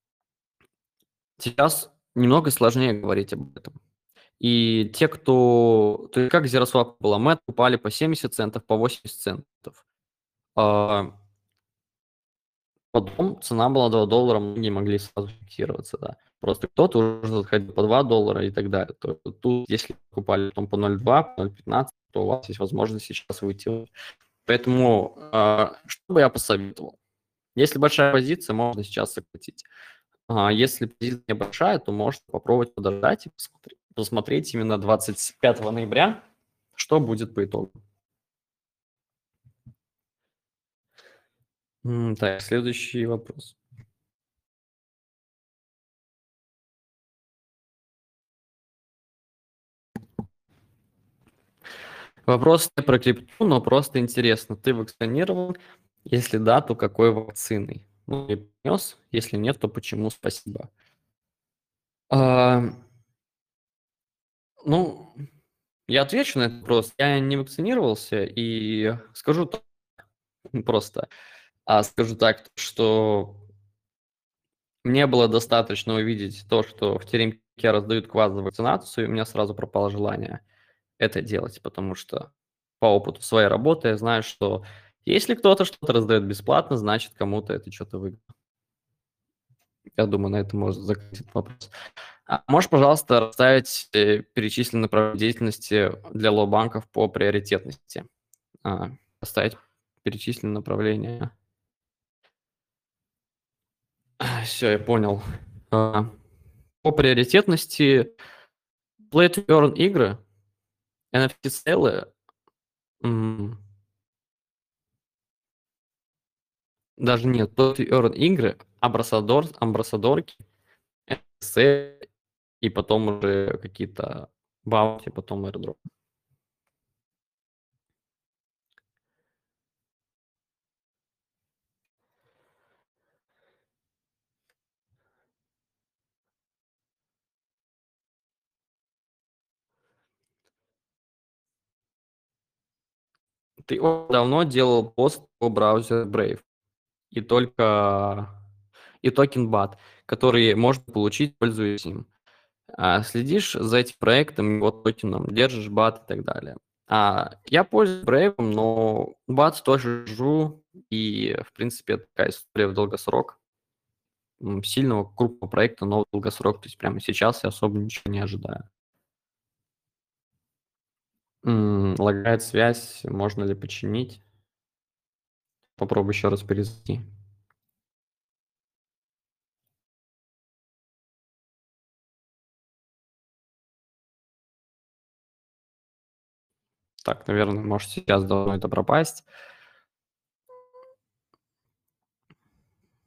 сейчас немного сложнее говорить об этом. И те, кто... То есть как ZeroSwap было? Мы откупали по 70 центов, по 80 центов. А, Потом цена была $2, многие могли сразу фиксироваться, да. Просто кто-то уже заходил по $2 и так далее. То тут, если покупали потом по 0,2, по 0,15, то у вас есть возможность сейчас выйти. Поэтому, что бы я посоветовал? Если большая позиция, можно сейчас сократить. Если позиция небольшая, то можно попробовать подождать и посмотреть именно 25 ноября, что будет по итогу. Так, следующий вопрос. Вопрос не про крипту, но просто интересно. Ты вакцинирован? Если да, то какой вакциной? Ну, и принес. Если нет, то почему? Спасибо. Ну, я отвечу на этот вопрос. Я не вакцинировался и скажу так, просто. Скажу так, что мне было достаточно увидеть то, что в теремке раздают квазовую вакцинацию, и у меня сразу пропало желание это делать, потому что по опыту своей работы я знаю, что если кто-то что-то раздает бесплатно, значит, кому-то это что-то выгодно. Я думаю, на этом можно закрыть этот вопрос. Можешь, пожалуйста, расставить перечисленные направления деятельности для лоу-банков по приоритетности? Поставить перечисленные направления. Все, я понял. По приоритетности Play to Earn игры, NFT-сейлы, даже нет, Play to Earn игры, амбассадорки, NFT, и потом уже какие-то баунти, потом airdrop. Ты давно делал пост по браузеру Brave, и только и токен BAT, который можно получить, пользуясь им. Следишь за этим проектом, его токеном, держишь BAT и так далее. Я пользуюсь Brave, но BAT тоже держу, и, в принципе, это такая история в долгосрок. Сильного крупного проекта, но в долгосрок, то есть прямо сейчас я особо ничего не ожидаю. Лагает связь, можно ли починить? Попробуй еще раз перезайти. Так, наверное, может сейчас должно это пропасть.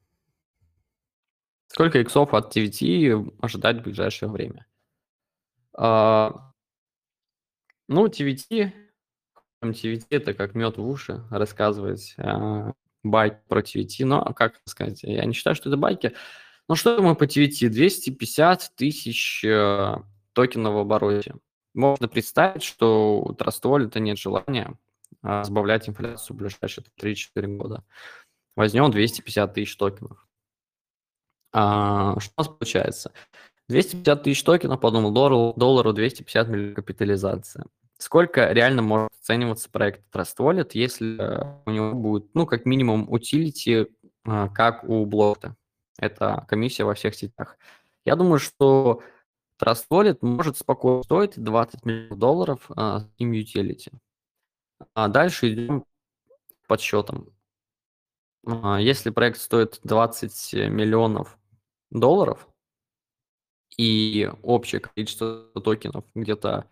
Сколько иксов от TVT ожидать в ближайшее время? А, Ну, TVT, TVT это как мед в уши рассказывать байки про TVT. Но, как сказать, я не считаю, что это байки. Ну, что мы по TVT? 250 тысяч токенов в обороте. Можно представить, что у Trust Wallet нет желания сбавлять инфляцию в ближайшие 3-4 года. Возьмем 250 тысяч токенов. Что у нас получается? 250 тысяч токенов по одному доллару 250 миллионов капитализация. Сколько реально может оцениваться проект Trust Wallet, если у него будет, ну, как минимум, утилити, как у Блокта? Это комиссия во всех сетях. Я думаю, что Trust Wallet может спокойно стоить 20 миллионов долларов с таким утилити. А дальше идем подсчетом. Если проект стоит 20 миллионов долларов, и общее количество токенов где-то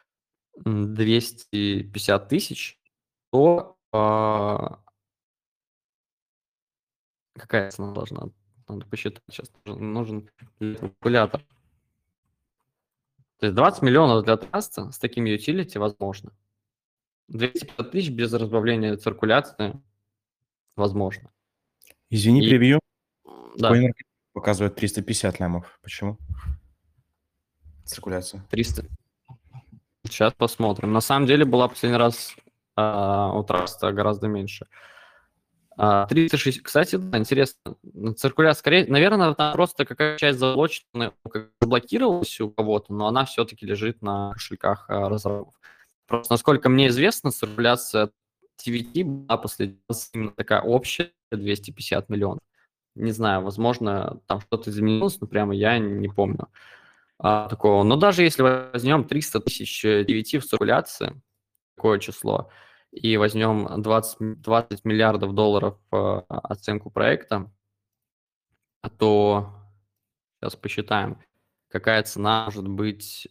250 тысяч, то какая цена должна? Надо посчитать. Сейчас нужен калькулятор. То есть 20 миллионов для траста с таким utility возможно. 250 тысяч без разбавления циркуляции возможно. Извини, И- перебью. Да, CoinMarket показывает 350 лямов. Почему? Циркуляция. 300. Сейчас посмотрим. На самом деле была последний раз у траста гораздо меньше. 360, кстати, да, интересно. Циркуляция, скорее, наверное, там просто какая часть заблокировалась у кого-то, но она все-таки лежит на кошельках разработчиков. Просто, насколько мне известно, циркуляция TVT была последний раз именно такая общая, 250 миллионов. Не знаю, возможно, там что-то изменилось, но прямо я не помню такого. Но даже если возьмем 300 тысяч TVT в циркуляции, такое число, и возьмем 20 миллиардов долларов оценку проекта, то сейчас посчитаем, какая цена может быть.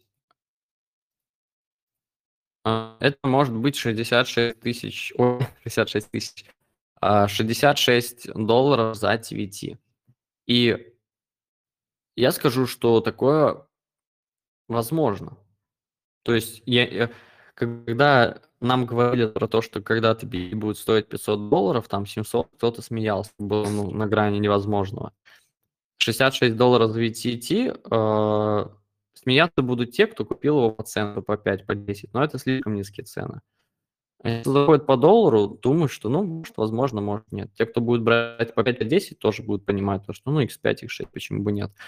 Это может быть 66 тысяч, 66 тысяч, 66 долларов за TVT. И я скажу, что такое возможно. То есть когда нам говорили про то, что когда-то BT будет стоить 500 долларов, там 700, кто-то смеялся, было на грани невозможного. 66 долларов за VTT, смеяться будут те, кто купил его по центру, по 5, по 10, но это слишком низкие цены. А если заходит по доллару, думаю, что, ну, может, возможно, может, нет. Те, кто будет брать по 5, по 10, тоже будут понимать, что, ну, X5, X6, почему бы нет.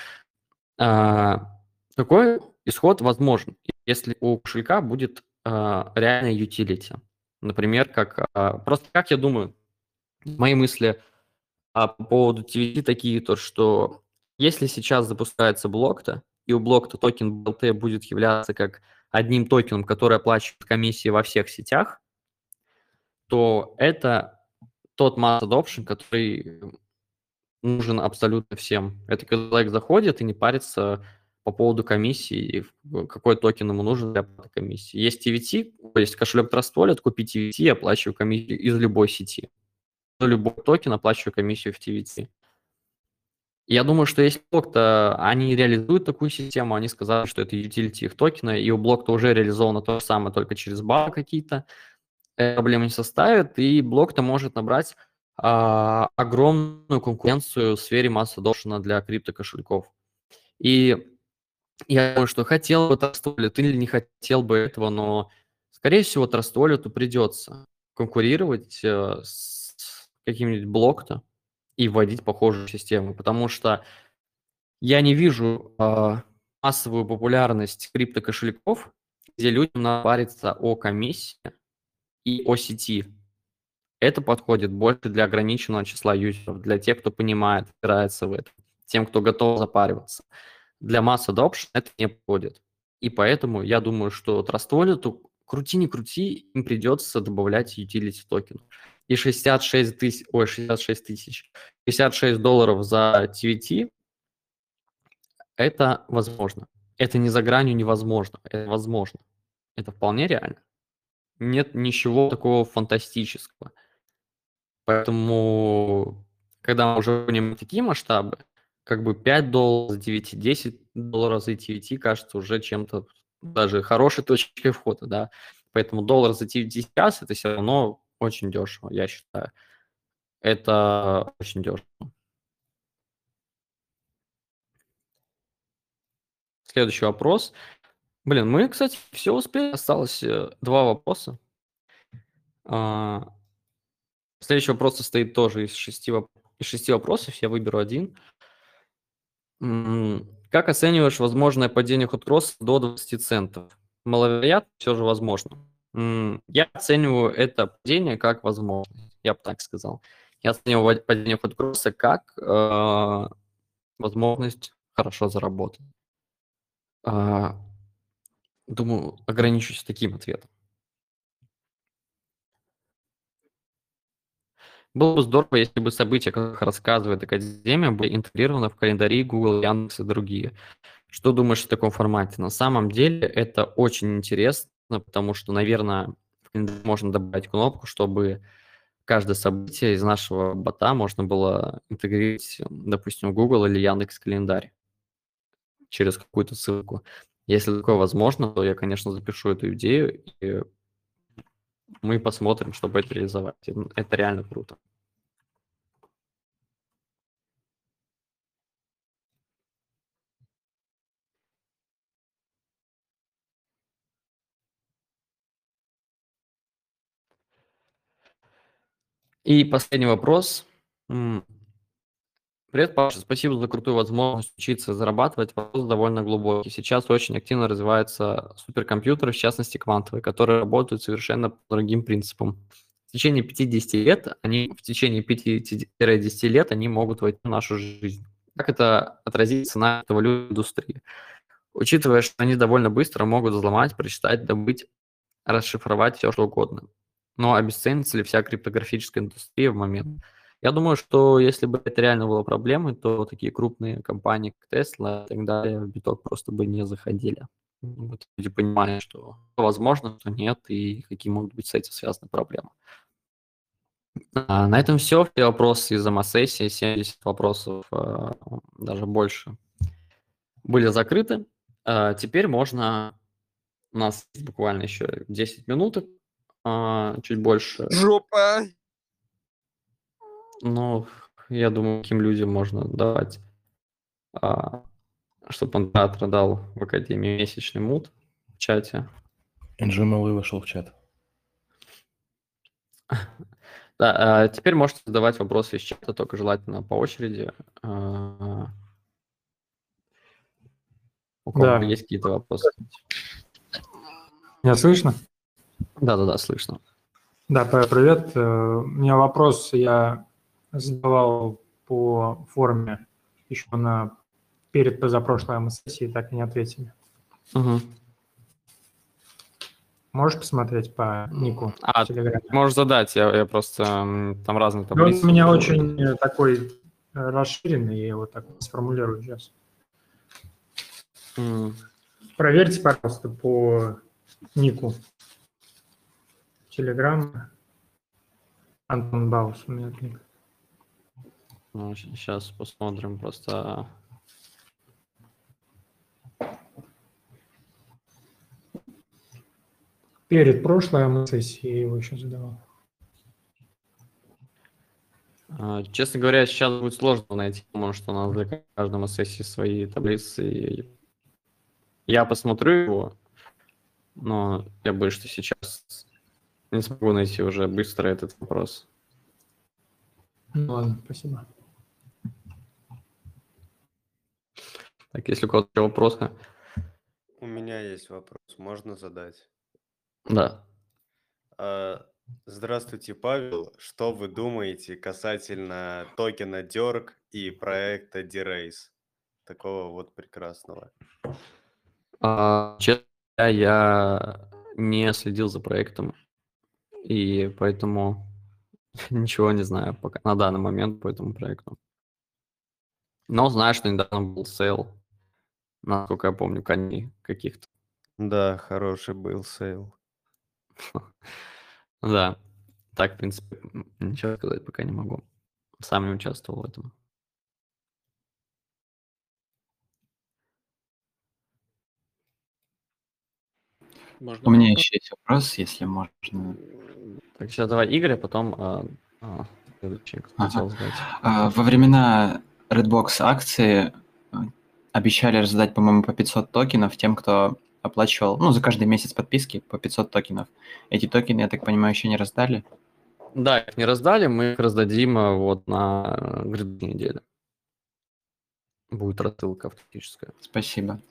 Такой исход возможен, если у кошелька будет реальная utility. Например, просто как я думаю, мои мысли по поводу TVT такие, то что если сейчас запускается блокта, и у блокта токен BLT будет являться как одним токеном, который оплачивает комиссии во всех сетях, то это тот mass adoption, который нужен абсолютно всем. Это когда человек заходит и не парится по поводу комиссии, какой токен ему нужен для оплаты комиссии. Есть TVT, то есть кошелек Trust Wallet, купи TVT, оплачиваю комиссию из любой сети. За любой токен оплачиваю комиссию в TVT. Я думаю, что если блок-то они реализуют такую систему, они сказали, что это utility их токена, и у блок-то уже реализовано то же самое, только через бары какие-то, проблем не составит, и блок-то может набрать огромную конкуренцию в сфере масс adoption для криптокошельков. И я думаю, что хотел бы Trust Wallet или не хотел бы этого, но, скорее всего, Trust Wallet придется конкурировать с каким-нибудь блок-то и вводить похожую систему, потому что я не вижу массовую популярность криптокошельков, где людям надо париться о комиссии и о сети. Это подходит больше для ограниченного числа юзеров, для тех, кто понимает, разбирается в этом, тем, кто готов запариваться. Для масс adoption это не подходит. И поэтому я думаю, что Trust Wallet, крути не крути, им придется добавлять utility токен. И 66 тысяч, 56 долларов за TVT – это возможно. Это не за гранью невозможно. Это возможно. Это вполне реально. Нет ничего такого фантастического. Поэтому, когда мы уже понимаем такие масштабы, как бы 5 долларов за TVT, 10 долларов за TVT кажется уже чем-то даже хорошей точкой входа, да. Поэтому доллар за 10 раз это все равно очень дешево, я считаю. Это очень дешево. Следующий вопрос. Блин, мы, кстати, все успели. Осталось 2 вопроса. А, Следующий вопрос состоит тоже из 6 вопросов. Я выберу один. Как оцениваешь возможное падение хот-кросса до 20 центов? Маловероятно, все же возможно. Я оцениваю это падение как возможность, я бы так сказал. Я оцениваю падение хот-кросса как возможность хорошо заработать. А, Думаю, ограничусь таким ответом. Было бы здорово, если бы события, как рассказывает Академия, были интегрированы в календари Google, Яндекс и другие. Что думаешь о таком формате? На самом деле это очень интересно, потому что, наверное, в календарь можно добавить кнопку, чтобы каждое событие из нашего бота можно было интегрировать, допустим, в Google или Яндекс календарь через какую-то ссылку. Если такое возможно, то я, конечно, запишу эту идею, и мы посмотрим, чтобы это реализовать. Это реально круто. И последний вопрос. Привет, Паша, спасибо за крутую возможность учиться зарабатывать. Вопрос довольно глубокий. Сейчас очень активно развиваются суперкомпьютеры, в частности квантовые, которые работают совершенно по другим принципам. В течение 5-10 лет они могут войти в нашу жизнь. Как это отразится на эволюции индустрии? Учитывая, что они довольно быстро могут взломать, прочитать, добыть, расшифровать все, что угодно. Но обесценится ли вся криптографическая индустрия в момент? Я думаю, что если бы это реально было проблемой, то такие крупные компании, как Tesla и так далее, в биток просто бы не заходили. Вот люди понимают, что возможно, что нет, и какие могут быть с этим связаны проблемы. На этом все. Все вопросы из АМА-сессии, 70 вопросов, даже больше, были закрыты. Теперь можно... У нас есть буквально еще 10 минуток, чуть больше. Жопа! Но я думаю, каким людям можно давать, чтобы он дал в Академии месячный мут в чате. Джималы вышел в чат. Да, теперь можете задавать вопросы из чата, только желательно по очереди. У кого Да. есть какие-то вопросы? Меня слышно? Да, слышно. Да, привет. У меня вопрос я задавал по форме еще перед позапрошлой АМС-сессии, так и не ответили. Угу. Можешь посмотреть по нику в Телеграме? Можешь задать, я просто... Там разные Он таблицы. у меня очень такой расширенный, я его так сформулирую сейчас. Проверьте, пожалуйста, по нику Телеграм. Антон Баус у меня ник. Ну, сейчас посмотрим просто... Перед прошлой АМС-сессией я его еще задавал. Честно говоря, сейчас будет сложно найти, потому что у нас для каждой сессии свои таблицы. И я посмотрю его, но я боюсь, что сейчас не смогу найти уже быстро этот вопрос. Ну ладно, спасибо. Так, если у кого-то вопросы. У меня есть вопрос, можно задать? Да. Здравствуйте, Павел. Что вы думаете касательно токена DERG и проекта D-Race? Такого вот прекрасного. Честно, я не следил за проектом, и поэтому ничего не знаю пока на данный момент по этому проекту. Но знаю, что недавно был сейл, насколько я помню, коней каких-то. Да, хороший был сейл. Да. Так, в принципе, ничего сказать пока не могу. Сам не участвовал в этом. Можно У меня вопрос? еще есть вопрос, если можно. Так, сейчас давай Игорь, а потом следующий, кто Ага. хотел задать. Во времена Redbox акции обещали раздать, по-моему, по 500 токенов тем, кто оплачивал, ну, за каждый месяц подписки по 500 токенов. Эти токены, я так понимаю, еще не раздали? Да, их не раздали, мы их раздадим вот на грядущей неделе. Будет рассылка автоматическая. Спасибо.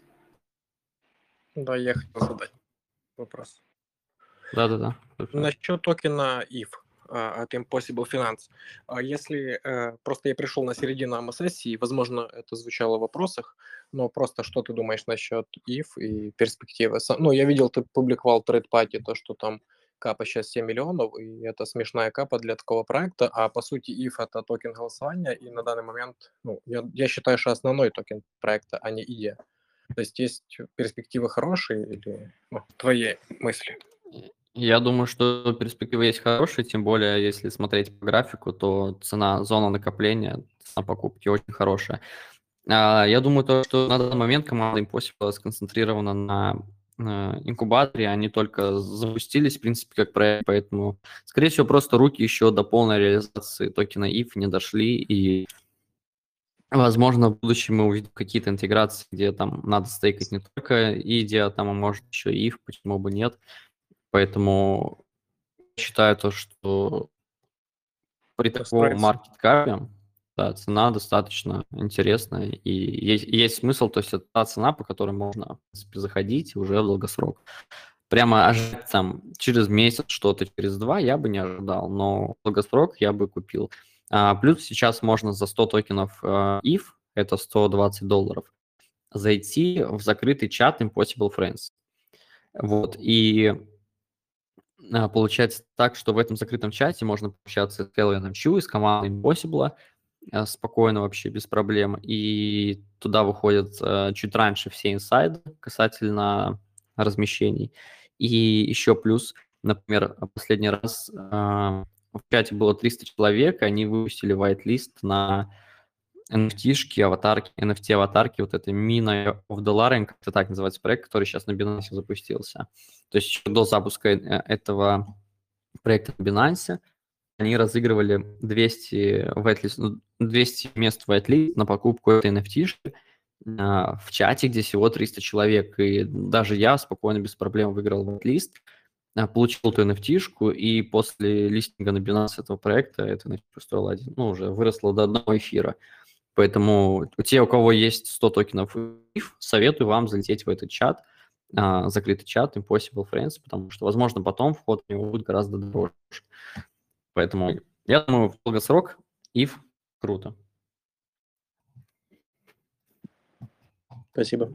Да, я хотел задать вопрос. Да-да-да. Насчет токена IF от Impossible Finance. Если просто я пришел на середину АМА-сессии, возможно, это звучало в вопросах, но просто что ты думаешь насчет IF и перспективы? Ну, я видел, ты публиковал трейд-пати, то, что там капа сейчас 7 миллионов, и это смешная капа для такого проекта, а по сути IF это токен голосования, и на данный момент, ну, я считаю, что основной токен проекта, а не идея. То есть перспективы хорошие или твои мысли? Я думаю, что перспективы есть хорошие, тем более, если смотреть по графику, то зона накопления, цена покупки очень хорошая. Я думаю, что на данный момент команда Impossible сконцентрирована на инкубаторе, они только запустились, в принципе, как проект, поэтому, скорее всего, просто руки еще до полной реализации токена IF не дошли, и, возможно, в будущем мы увидим какие-то интеграции, где там надо стейкать не только идея, там, а может еще IF, почему бы нет. Поэтому считаю то, что при таком маркет-капе, да, цена достаточно интересная, и есть смысл, то есть это та цена, по которой можно, в принципе, заходить уже в долгосрок. Прямо ожидать там через месяц что-то, через 2 я бы не ожидал, но в долгосрок я бы купил. Плюс сейчас можно за 100 токенов IF, это $120, зайти в закрытый чат Impossible Friends. Вот, и получается так, что в этом закрытом чате можно пообщаться с Келвином Чу, из команды Impossible, спокойно вообще, без проблем. И туда выходят чуть раньше все инсайды касательно размещений. И еще плюс, например, последний раз в чате было 300 человек, и они выпустили whitelist на NFT-шки, аватарки, NFT-аватарки, вот это Mina of the Laring, как-то так называется проект, который сейчас на Binance запустился. То есть еще до запуска этого проекта на Binance они разыгрывали 200 мест в whitelist на покупку этой NFT-шки в чате, где всего 300 человек. И даже я спокойно, без проблем выиграл whitelist, получил эту NFT-шку, и после листинга на Binance этого проекта это NFT стоило уже выросло до 1 эфира. Поэтому те, у кого есть 100 токенов IF, советую вам залететь в этот чат, закрытый чат Impossible Friends, потому что, возможно, потом вход в него будет гораздо дороже. Поэтому я думаю, в долгосрок IF круто. Спасибо.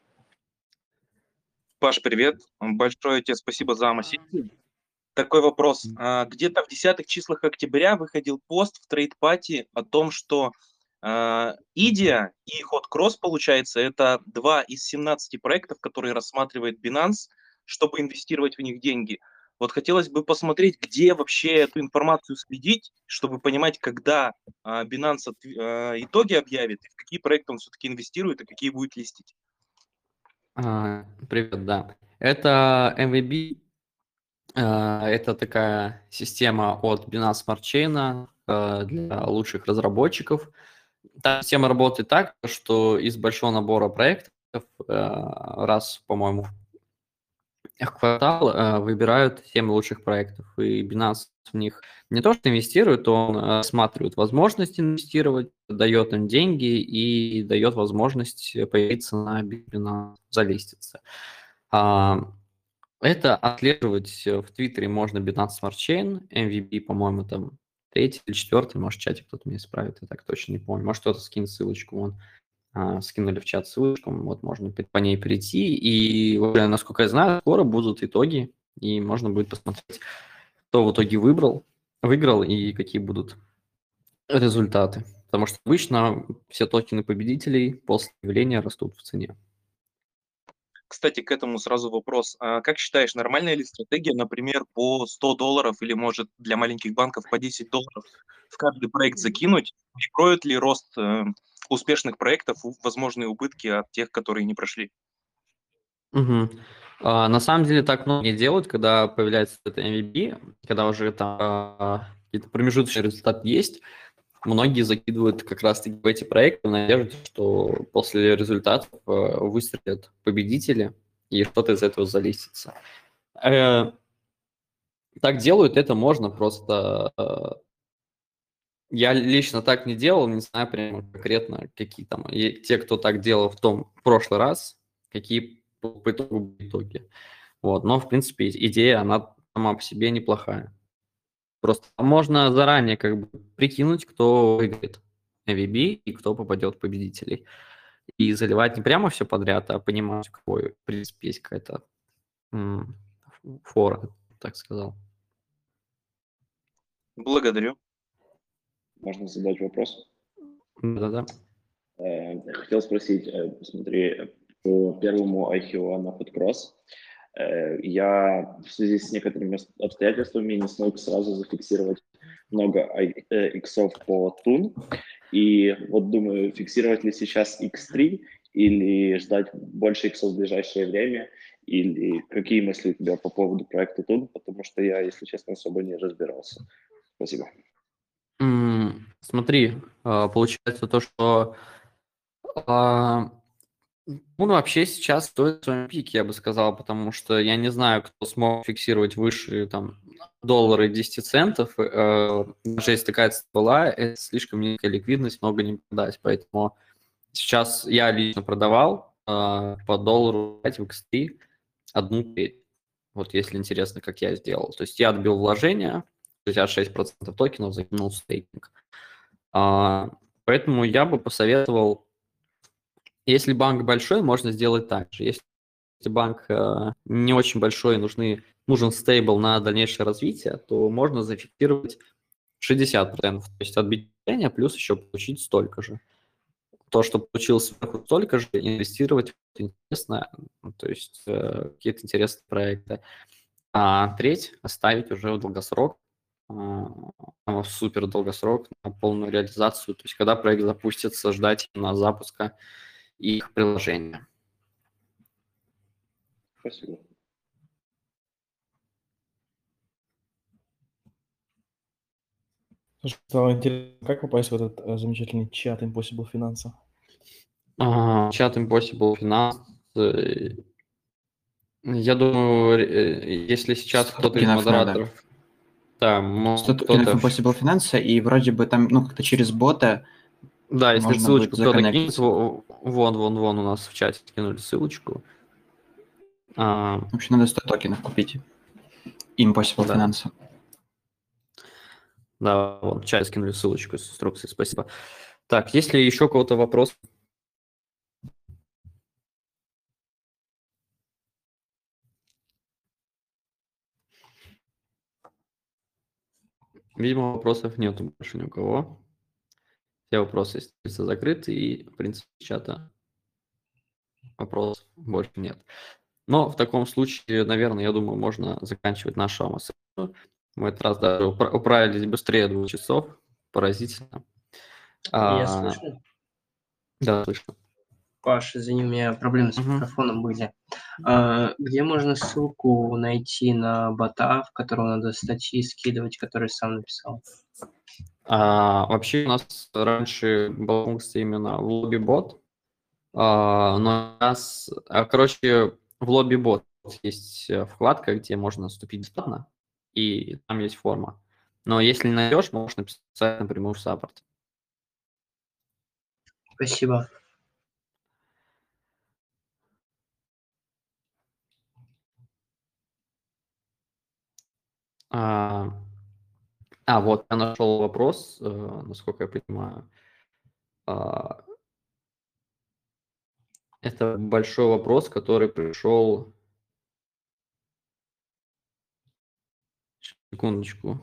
Паш, привет. Большое тебе спасибо за АМА-сессию. Такой вопрос. Где-то в 10-х числах октября выходил пост в трейд-пати о том, что Идея и Hot Cross, получается, это 2 из 17 проектов, которые рассматривает Binance, чтобы инвестировать в них деньги. Вот хотелось бы посмотреть, где вообще эту информацию следить, чтобы понимать, когда Binance итоги объявит, и в какие проекты он все-таки инвестирует, и какие будет листить. Привет, да. Это MVB. Это такая система от Binance Smart Chain для лучших разработчиков. Та система работает так, что из большого набора проектов раз, по-моему, в квартал выбирают 7 лучших проектов, и Binance в них не то что инвестирует, он рассматривает возможность инвестировать, дает им деньги и дает возможность появиться на Binance, залиститься. Это отслеживать в Твиттере можно Binance Smart Chain, MVB, по-моему, там 3-й или 4-й, может, в чате кто-то меня исправит, я так точно не помню. Может, кто-то скинет ссылочку, вон, скинули в чат ссылочку, вот можно по ней перейти, и уже, насколько я знаю, скоро будут итоги, и можно будет посмотреть, кто в итоге выиграл и какие будут результаты. Потому что обычно все токены победителей после объявления растут в цене. Кстати, к этому сразу вопрос. Как считаешь, нормальная ли стратегия, например, по $100 или, может, для маленьких банков по $10 в каждый проект закинуть? Прикроет ли рост успешных проектов возможные убытки от тех, которые не прошли? Угу. На самом деле так многие делают, когда появляется это MVP, когда уже там какие-то промежуточные результаты есть, многие закидывают как раз-таки в эти проекты в надежде, что после результатов выстрелят победители и что-то из этого залистится. Так делают, это можно, просто я лично так не делал, не знаю прямо конкретно, какие там, те, кто так делал в прошлый раз, какие по итогу были итоги. Вот, но, в принципе, идея, она сама по себе неплохая. Просто можно заранее как бы прикинуть, кто выиграет MVP и кто попадет в победителей. И заливать не прямо все подряд, а понимать, у кого, в принципе, есть какая-то фора, так сказал. Благодарю. Можно задать вопрос? Да-да-да. Хотел спросить, смотри, по первому IHO на Foodcross я в связи с некоторыми обстоятельствами не смог сразу зафиксировать много иксов по Tun. И вот думаю, фиксировать ли сейчас X3 или ждать больше иксов в ближайшее время, или какие мысли у тебя по поводу проекта Tun, потому что я, если честно, особо не разбирался. Спасибо. Смотри, получается то, что он вообще сейчас стоит в своем пике, я бы сказал, потому что я не знаю, кто смог фиксировать выше там $1 и 10 центов. Даже если такая цена была, это слишком низкая ликвидность, много не продать. Поэтому сейчас я лично продавал по $1 в X3 1/3. Вот если интересно, как я сделал. То есть я отбил вложения, 66% токенов закинул в стейкинг. Поэтому я бы посоветовал, если банк большой, можно сделать так же. Если банк не очень большой, нужен стейбл на дальнейшее развитие, то можно зафиксировать 60%, то есть отбить вложения плюс еще получить столько же. То, что получилось сверху столько же, инвестировать в интересное, то есть какие-то интересные проекты. А треть оставить уже в долгосрок, в супер долгосрок, на полную реализацию. То есть когда проект запустится, ждать на запуска их приложения. Спасибо. Стало интересно, как попасть в этот замечательный чат Impossible Finance? Чат Impossible Finance. Я думаю, если сейчас 100 кто-то из токенов надо. модераторов... Да, 100 токенов кто-то... Impossible Finance, и вроде бы там, ну, как-то через бота Да, если можно ссылочку будет кто-то кинет, законнектиться. вон у нас в чате скинули ссылочку. В общем, надо 100 токенов купить. Impossible Да. Finance. Да, вон в чате скинули ссылочку с инструкцией, спасибо. Так, есть ли еще у кого-то вопрос? Видимо, вопросов нету больше ни у кого. Все вопросы, естественно, закрыты, и, в принципе, чата вопросов больше нет. Но в таком случае, наверное, я думаю, можно заканчивать нашу АМА-сессию. Мы этот раз даже управились быстрее 2 часов. Поразительно. Я слышно? Да, слышно. Паш, извини, у меня проблемы с микрофоном были. Где можно ссылку найти на бота, в которого надо статьи скидывать, которые сам написал? Вообще у нас раньше была функция именно в лобби-бот, но у нас, короче, в лобби-бот есть вкладка, где можно вступить бесплатно, и там есть форма. Но если не найдешь, можешь написать напрямую в саппорт. Спасибо. Вот я нашел вопрос, насколько я понимаю. Это большой вопрос, который пришел... Секундочку.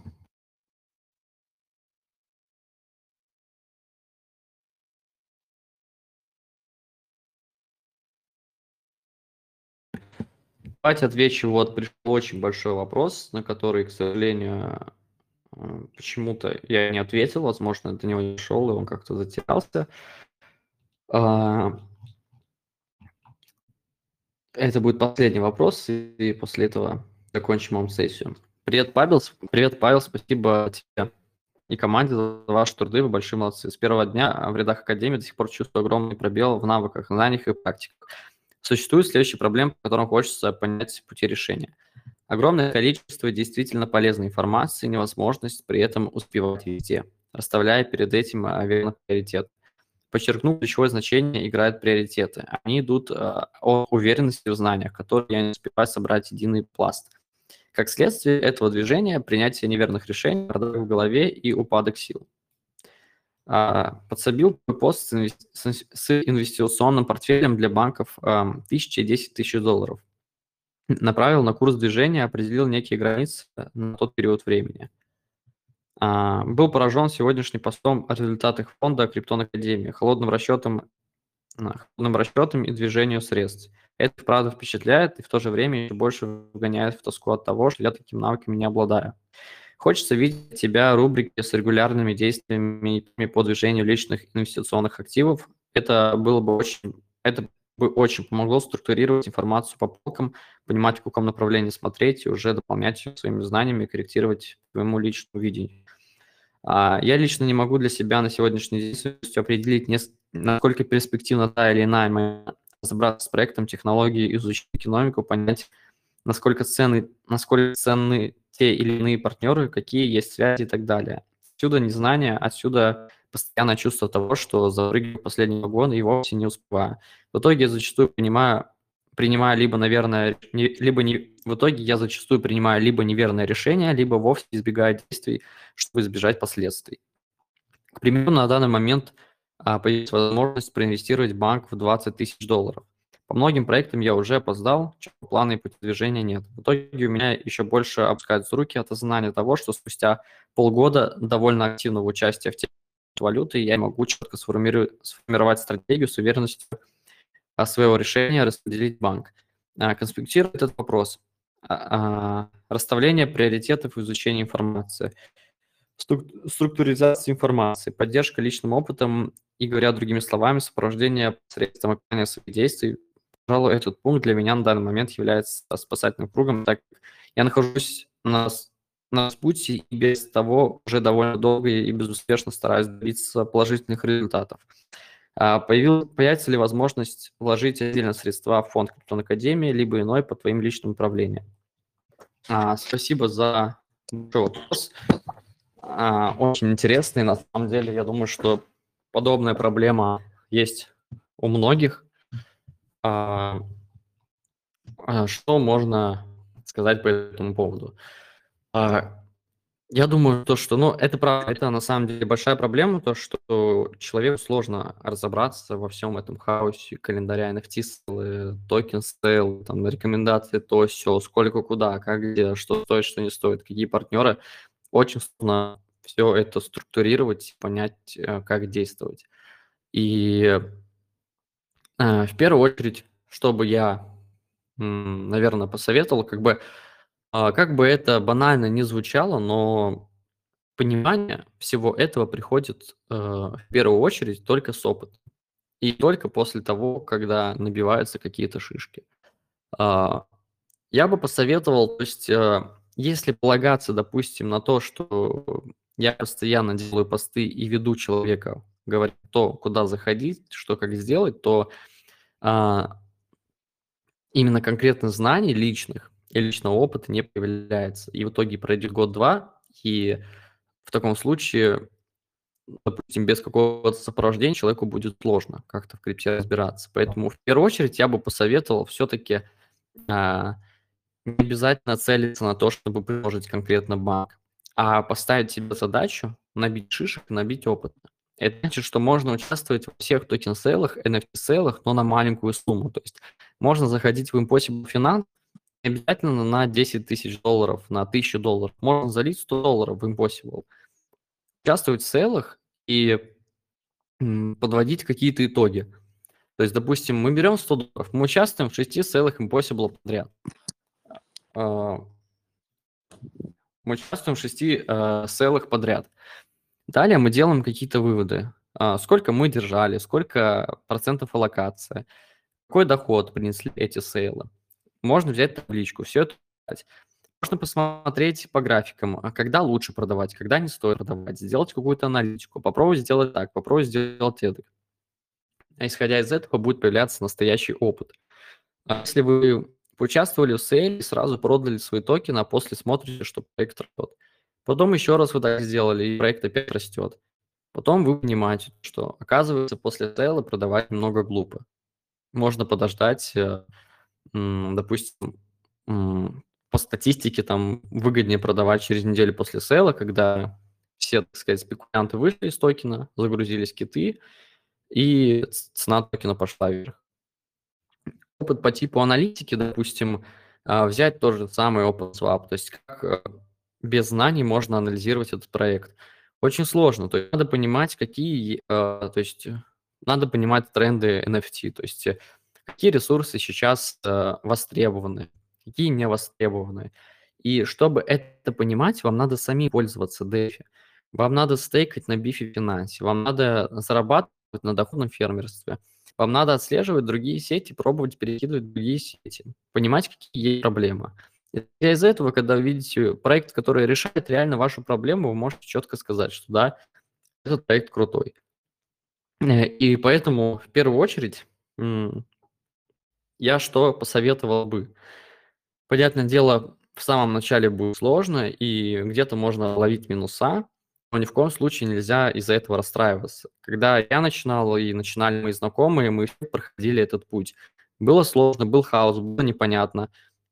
Давайте отвечу. Вот пришел очень большой вопрос, на который, к сожалению, почему-то я не ответил. Возможно, до него не шел, и он как-то затерялся. Это будет последний вопрос, и после этого закончим сессию. Привет, Павел, спасибо тебе и команде за ваши труды, вы большие молодцы. С первого дня в рядах Академии до сих пор чувствую огромный пробел в навыках, знаниях и практиках. Существуют следующие проблемы, по которым хочется понять пути решения. Огромное количество действительно полезной информации, невозможность при этом успевать везде, расставляя перед этим верный приоритет. Подчеркну, ключевое значение играют приоритеты. Они идут от уверенности в знаниях, которые я не успеваю собрать единый пласт. Как следствие этого движения, принятие неверных решений, бардак в голове и упадок сил. Подсобил пост с инвестиционным портфелем для банков 1000 и 10 тысяч долларов. Направил на курс движения, определил некие границы на тот период времени. Был поражен сегодняшним постом о результатах фонда Криптон Академии, холодным расчетом и движению средств. Это, правда, впечатляет и в то же время еще больше вгоняет в тоску от того, что я такими навыками не обладаю. Хочется видеть тебя рубрики с регулярными действиями по движению личных инвестиционных активов. Это бы очень помогло структурировать информацию по полкам, понимать, в каком направлении смотреть, и уже дополнять ее своими знаниями, корректировать твоему личному видению. Я лично не могу для себя на сегодняшний день определить, насколько перспективна та или иная моя разобраться с проектом, технологией, изучить экономику, понять, насколько ценны те или иные партнеры, какие есть связи и так далее. Отсюда незнание, отсюда постоянное чувство того, что запрыгиваю в последний вагон и вовсе не успеваю. В итоге я зачастую принимаю либо неверное решение, либо вовсе избегаю действий, чтобы избежать последствий. К примеру, на данный момент появилась возможность проинвестировать в банк в 20 тысяч долларов. По многим проектам я уже опоздал, плана и пути движения нет. В итоге у меня еще больше опускаются руки от осознания того, что спустя полгода довольно активного участия в теме валюты я могу четко сформировать стратегию с уверенностью своего решения распределить банк. Конспектирую этот вопрос. Расставление приоритетов в изучении информации. Структуризация информации, поддержка личным опытом и, говоря другими словами, сопровождение посредством описания своих действий. Пожалуй, этот пункт для меня на данный момент является спасательным кругом, так как я нахожусь на пути и без того уже довольно долго и безуспешно стараюсь добиться положительных результатов. Появится ли возможность вложить отдельно средства в фонд Криптон Академии, либо иной по твоим личным направлениям? Спасибо за большой вопрос. Очень интересный. На самом деле, я думаю, что подобная проблема есть у многих. Что можно сказать по этому поводу? Я думаю, что это на самом деле большая проблема, то, что человеку сложно разобраться во всем этом хаосе календаря NFT, токен сейл, там, рекомендации, то, все, сколько, куда, как, где, что стоит, что не стоит, какие партнеры. Очень сложно все это структурировать, понять, как действовать. И в первую очередь, что бы я, наверное, посоветовал, как бы это банально не звучало, но понимание всего этого приходит в первую очередь только с опытом. И только после того, когда набиваются какие-то шишки. Я бы посоветовал, то есть, если полагаться, допустим, на то, что я постоянно делаю посты и веду человека, говорю то, куда заходить, что как сделать, то именно конкретно знаний личных и личного опыта не появляется. И в итоге пройдет год-два, и в таком случае, допустим, без какого-то сопровождения человеку будет сложно как-то в крипте разбираться. Поэтому в первую очередь я бы посоветовал все-таки не обязательно целиться на то, чтобы приложить конкретно банк, а поставить себе задачу набить шишек, набить опыт. Это значит, что можно участвовать во всех токен-сейлах, NFT-сейлах, но на маленькую сумму. То есть можно заходить в Impossible Finance не обязательно на 10 тысяч долларов, на 1000 долларов. Можно залить 100 долларов в Impossible. Участвовать в сейлах и подводить какие-то итоги. То есть, допустим, мы берем 100 долларов, мы участвуем в 6 сейлах Impossible подряд. Мы участвуем в 6 сейлах подряд. Далее мы делаем какие-то выводы. Сколько мы держали, сколько процентов аллокация, какой доход принесли эти сейлы. Можно взять табличку, все это указать. Можно посмотреть по графикам, когда лучше продавать, когда не стоит продавать, сделать какую-то аналитику, попробовать сделать так, попробовать сделать это. А исходя из этого будет появляться настоящий опыт. А если вы поучаствовали в сейле, сразу продали свои токены, а после смотрите, что проект растет. Потом еще раз вы так сделали, и проект опять растет. Потом вы понимаете, что, оказывается, после сейла продавать много глупо. Можно подождать, допустим, по статистике там выгоднее продавать через неделю после сейла, когда все, так сказать, спекулянты вышли из токена, загрузились киты, и цена токена пошла вверх. Опыт по типу аналитики, допустим, взять тот же самый OpenSwap, то есть как без знаний можно анализировать этот проект. Очень сложно, то есть надо понимать, надо понимать тренды NFT, то есть какие ресурсы сейчас востребованы, какие не востребованы. И чтобы это понимать, вам надо сами пользоваться DeFi. Вам надо стейкать на Bifi Finance, вам надо зарабатывать на доходном фермерстве, вам надо отслеживать другие сети, пробовать перекидывать в другие сети, понимать, какие есть проблемы. Из этого, когда вы видите проект, который решает реально вашу проблему, вы можете четко сказать, что да, этот проект крутой. И поэтому в первую очередь я что посоветовал бы? Понятное дело, в самом начале будет сложно, и где-то можно ловить минуса, но ни в коем случае нельзя из-за этого расстраиваться. Когда я начинал и начинали мои знакомые, мы все проходили этот путь. Было сложно, был хаос, было непонятно,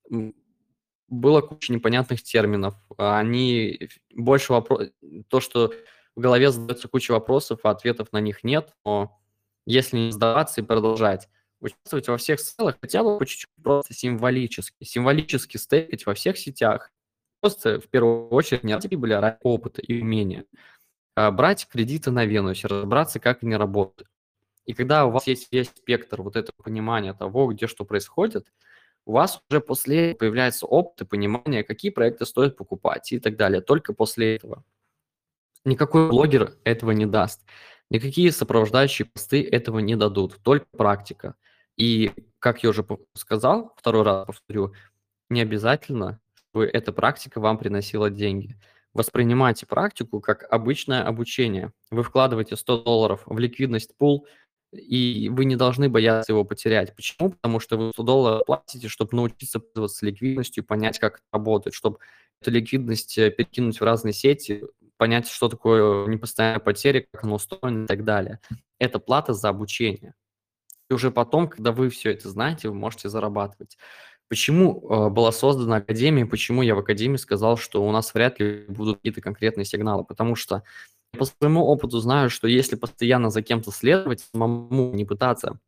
было куча непонятных терминов. Они больше вопросов, то, что в голове задается куча вопросов, а ответов на них нет, но если не сдаваться и продолжать, участвовать во всех сейлах хотя бы по чуть-чуть, просто символически стейкать во всех сетях. Просто в первую очередь не ради прибыли, а ради опыта и умения. Брать кредиты на Венусе, разобраться, как они работают. И когда у вас есть весь спектр вот этого понимания того, где что происходит, у вас уже после этого появляется опыт и понимание, какие проекты стоит покупать и так далее. Только после этого. Никакой блогер этого не даст. Никакие сопровождающие посты этого не дадут. Только практика. И, как я уже сказал, второй раз повторю, не обязательно, чтобы эта практика вам приносила деньги. Воспринимайте практику как обычное обучение. Вы вкладываете $100 в ликвидность пул, и вы не должны бояться его потерять. Почему? Потому что вы $100 платите, чтобы научиться пользоваться ликвидностью, понять, как это работает, чтобы эту ликвидность перекинуть в разные сети, понять, что такое непостоянная потеря, как оно устроено и так далее. Это плата за обучение. И уже потом, когда вы все это знаете, вы можете зарабатывать. Почему была создана Академия, почему я в Академии сказал, что у нас вряд ли будут какие-то конкретные сигналы? Потому что я по своему опыту знаю, что если постоянно за кем-то следовать, самому не пытаться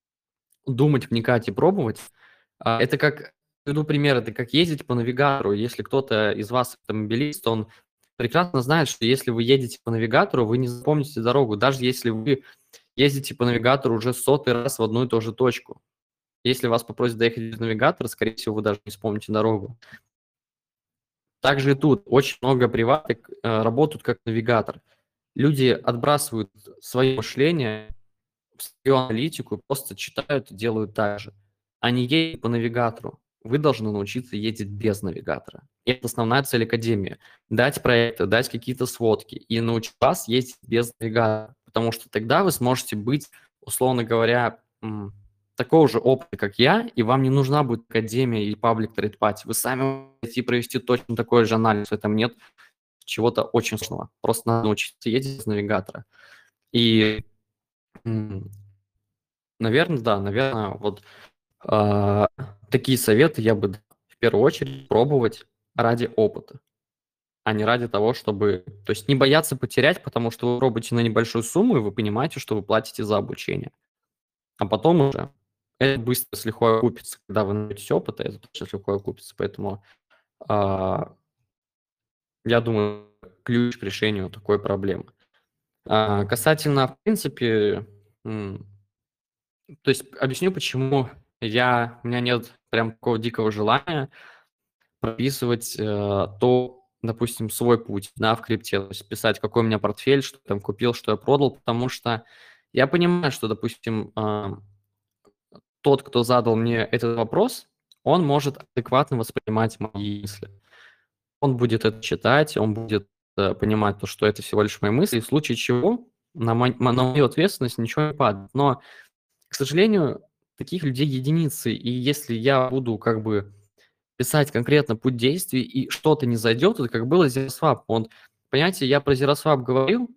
думать, вникать и пробовать, это как, приведу пример, это как ездить по навигатору. Если кто-то из вас автомобилист, он прекрасно знает, что если вы едете по навигатору, вы не запомните дорогу, даже если вы ездите по навигатору уже 100-й раз в одну и ту же точку. Если вас попросят доехать без навигатора, скорее всего, вы даже не вспомните дорогу. Также и тут очень много приваток работают как навигатор. Люди отбрасывают свое мышление, свою аналитику, и просто читают и делают так же. Они едут по навигатору. Вы должны научиться ездить без навигатора. И это основная цель Академии. Дать проекты, дать какие-то сводки и научить вас ездить без навигатора. Потому что тогда вы сможете быть, условно говоря, такого же опыта, как я, и вам не нужна будет Академия или паблик TradePatty. Вы сами можете провести точно такой же анализ. В этом нет чего-то очень сложного. Просто надо научиться ездить без навигатора. И, наверное, вот такие советы я бы в первую очередь пробовать ради опыта, а не ради того, чтобы... То есть не бояться потерять, потому что вы пробуете на небольшую сумму, и вы понимаете, что вы платите за обучение. А потом уже это быстро с лихвой окупится. Когда вы наберетесь опыта, это тоже с лихвой окупится. Поэтому я думаю, ключ к решению такой проблемы. Касательно, в принципе... То есть объясню, почему у меня нет прям такого дикого желания прописывать допустим, свой путь, в крипте, то есть писать, какой у меня портфель, что я там купил, что я продал, потому что я понимаю, что, допустим, тот, кто задал мне этот вопрос, он может адекватно воспринимать мои мысли. Он будет это читать, он будет понимать то, что это всего лишь мои мысли, и в случае чего на мою ответственность ничего не падает. Но, к сожалению, таких людей единицы, и если я буду как бы писать конкретно путь действий, и что-то не зайдет, это как было с ZeroSwap. Понимаете, я про ZeroSwap говорил,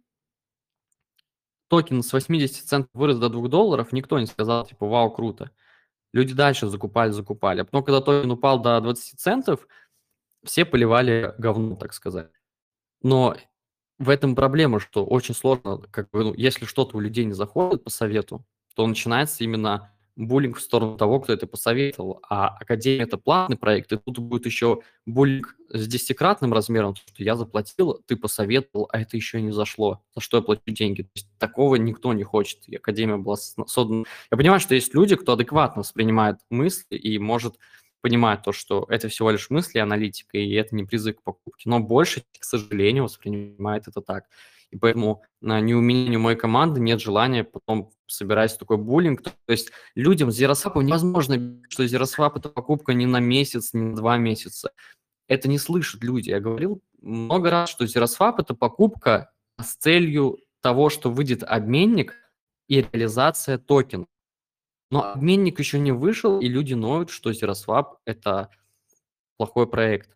токен с 80 центов вырос до $2, никто не сказал, типа, вау, круто. Люди дальше закупали. А потом, когда токен упал до 20 центов, все поливали говно, так сказать. Но в этом проблема, что очень сложно, как бы, если что-то у людей не заходит по совету, то начинается именно буллинг в сторону того, кто это посоветовал. А Академия – это платный проект, и тут будет еще буллинг с 10-кратным размером, что я заплатил, ты посоветовал, а это еще не зашло. За что я плачу деньги? То есть такого никто не хочет. И Академия была создана. Я понимаю, что есть люди, кто адекватно воспринимает мысли и может понимать то, что это всего лишь мысли, аналитика, и это не призыв к покупке. Но больше, к сожалению, воспринимает это так. И поэтому ни у меня, ни у моей команды нет желания потом собирать такой буллинг. То есть людям с ZeroSwap невозможно, что ZeroSwap – это покупка не на месяц, не на 2 месяца. Это не слышат люди. Я говорил много раз, что ZeroSwap – это покупка с целью того, что выйдет обменник и реализация токена. Но обменник еще не вышел, и люди ноют, что ZeroSwap – это плохой проект.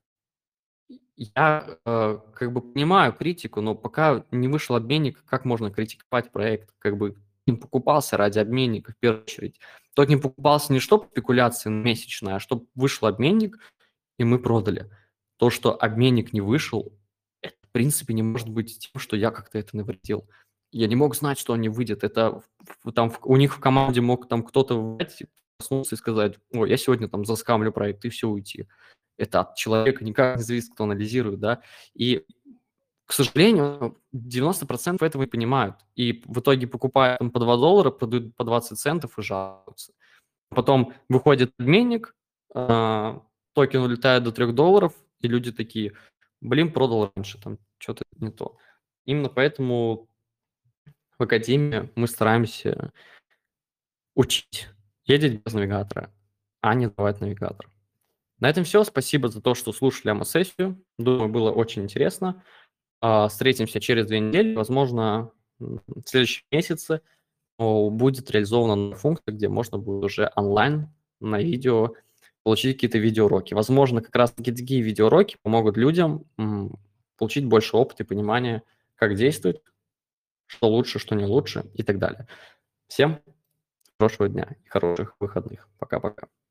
Я как бы понимаю критику, но пока не вышел обменник, как можно критиковать проект? Как бы не покупался ради обменника в первую очередь. Токен покупался не чтобы спекуляция месячная, а чтобы вышел обменник, и мы продали. То, что обменник не вышел, это, в принципе, не может быть тем, что я как-то это навредил. Я не мог знать, что они выйдут. Это там у них в команде мог там кто-то проснуться и сказать: ой, я сегодня там заскамлю проект, и все, уйти. Это от человека никак не зависит, кто анализирует, да. И, к сожалению, 90% этого и понимают. И в итоге покупают там по $2, продают по 20 центов и жалуются. Потом выходит обменник, токен улетает до $3, и люди такие: блин, продал раньше, там что-то не то. Именно поэтому в Академии мы стараемся учить ездить без навигатора, а не давать навигатор. На этом все. Спасибо за то, что слушали АМА-сессию. Думаю, было очень интересно. Встретимся через 2 недели. Возможно, в следующем месяце будет реализована функция, где можно будет уже онлайн на видео получить какие-то видеоуроки. Возможно, как раз-таки такие видеоуроки помогут людям получить больше опыта и понимания, как действовать, что лучше, что не лучше и так далее. Всем хорошего дня и хороших выходных. Пока-пока.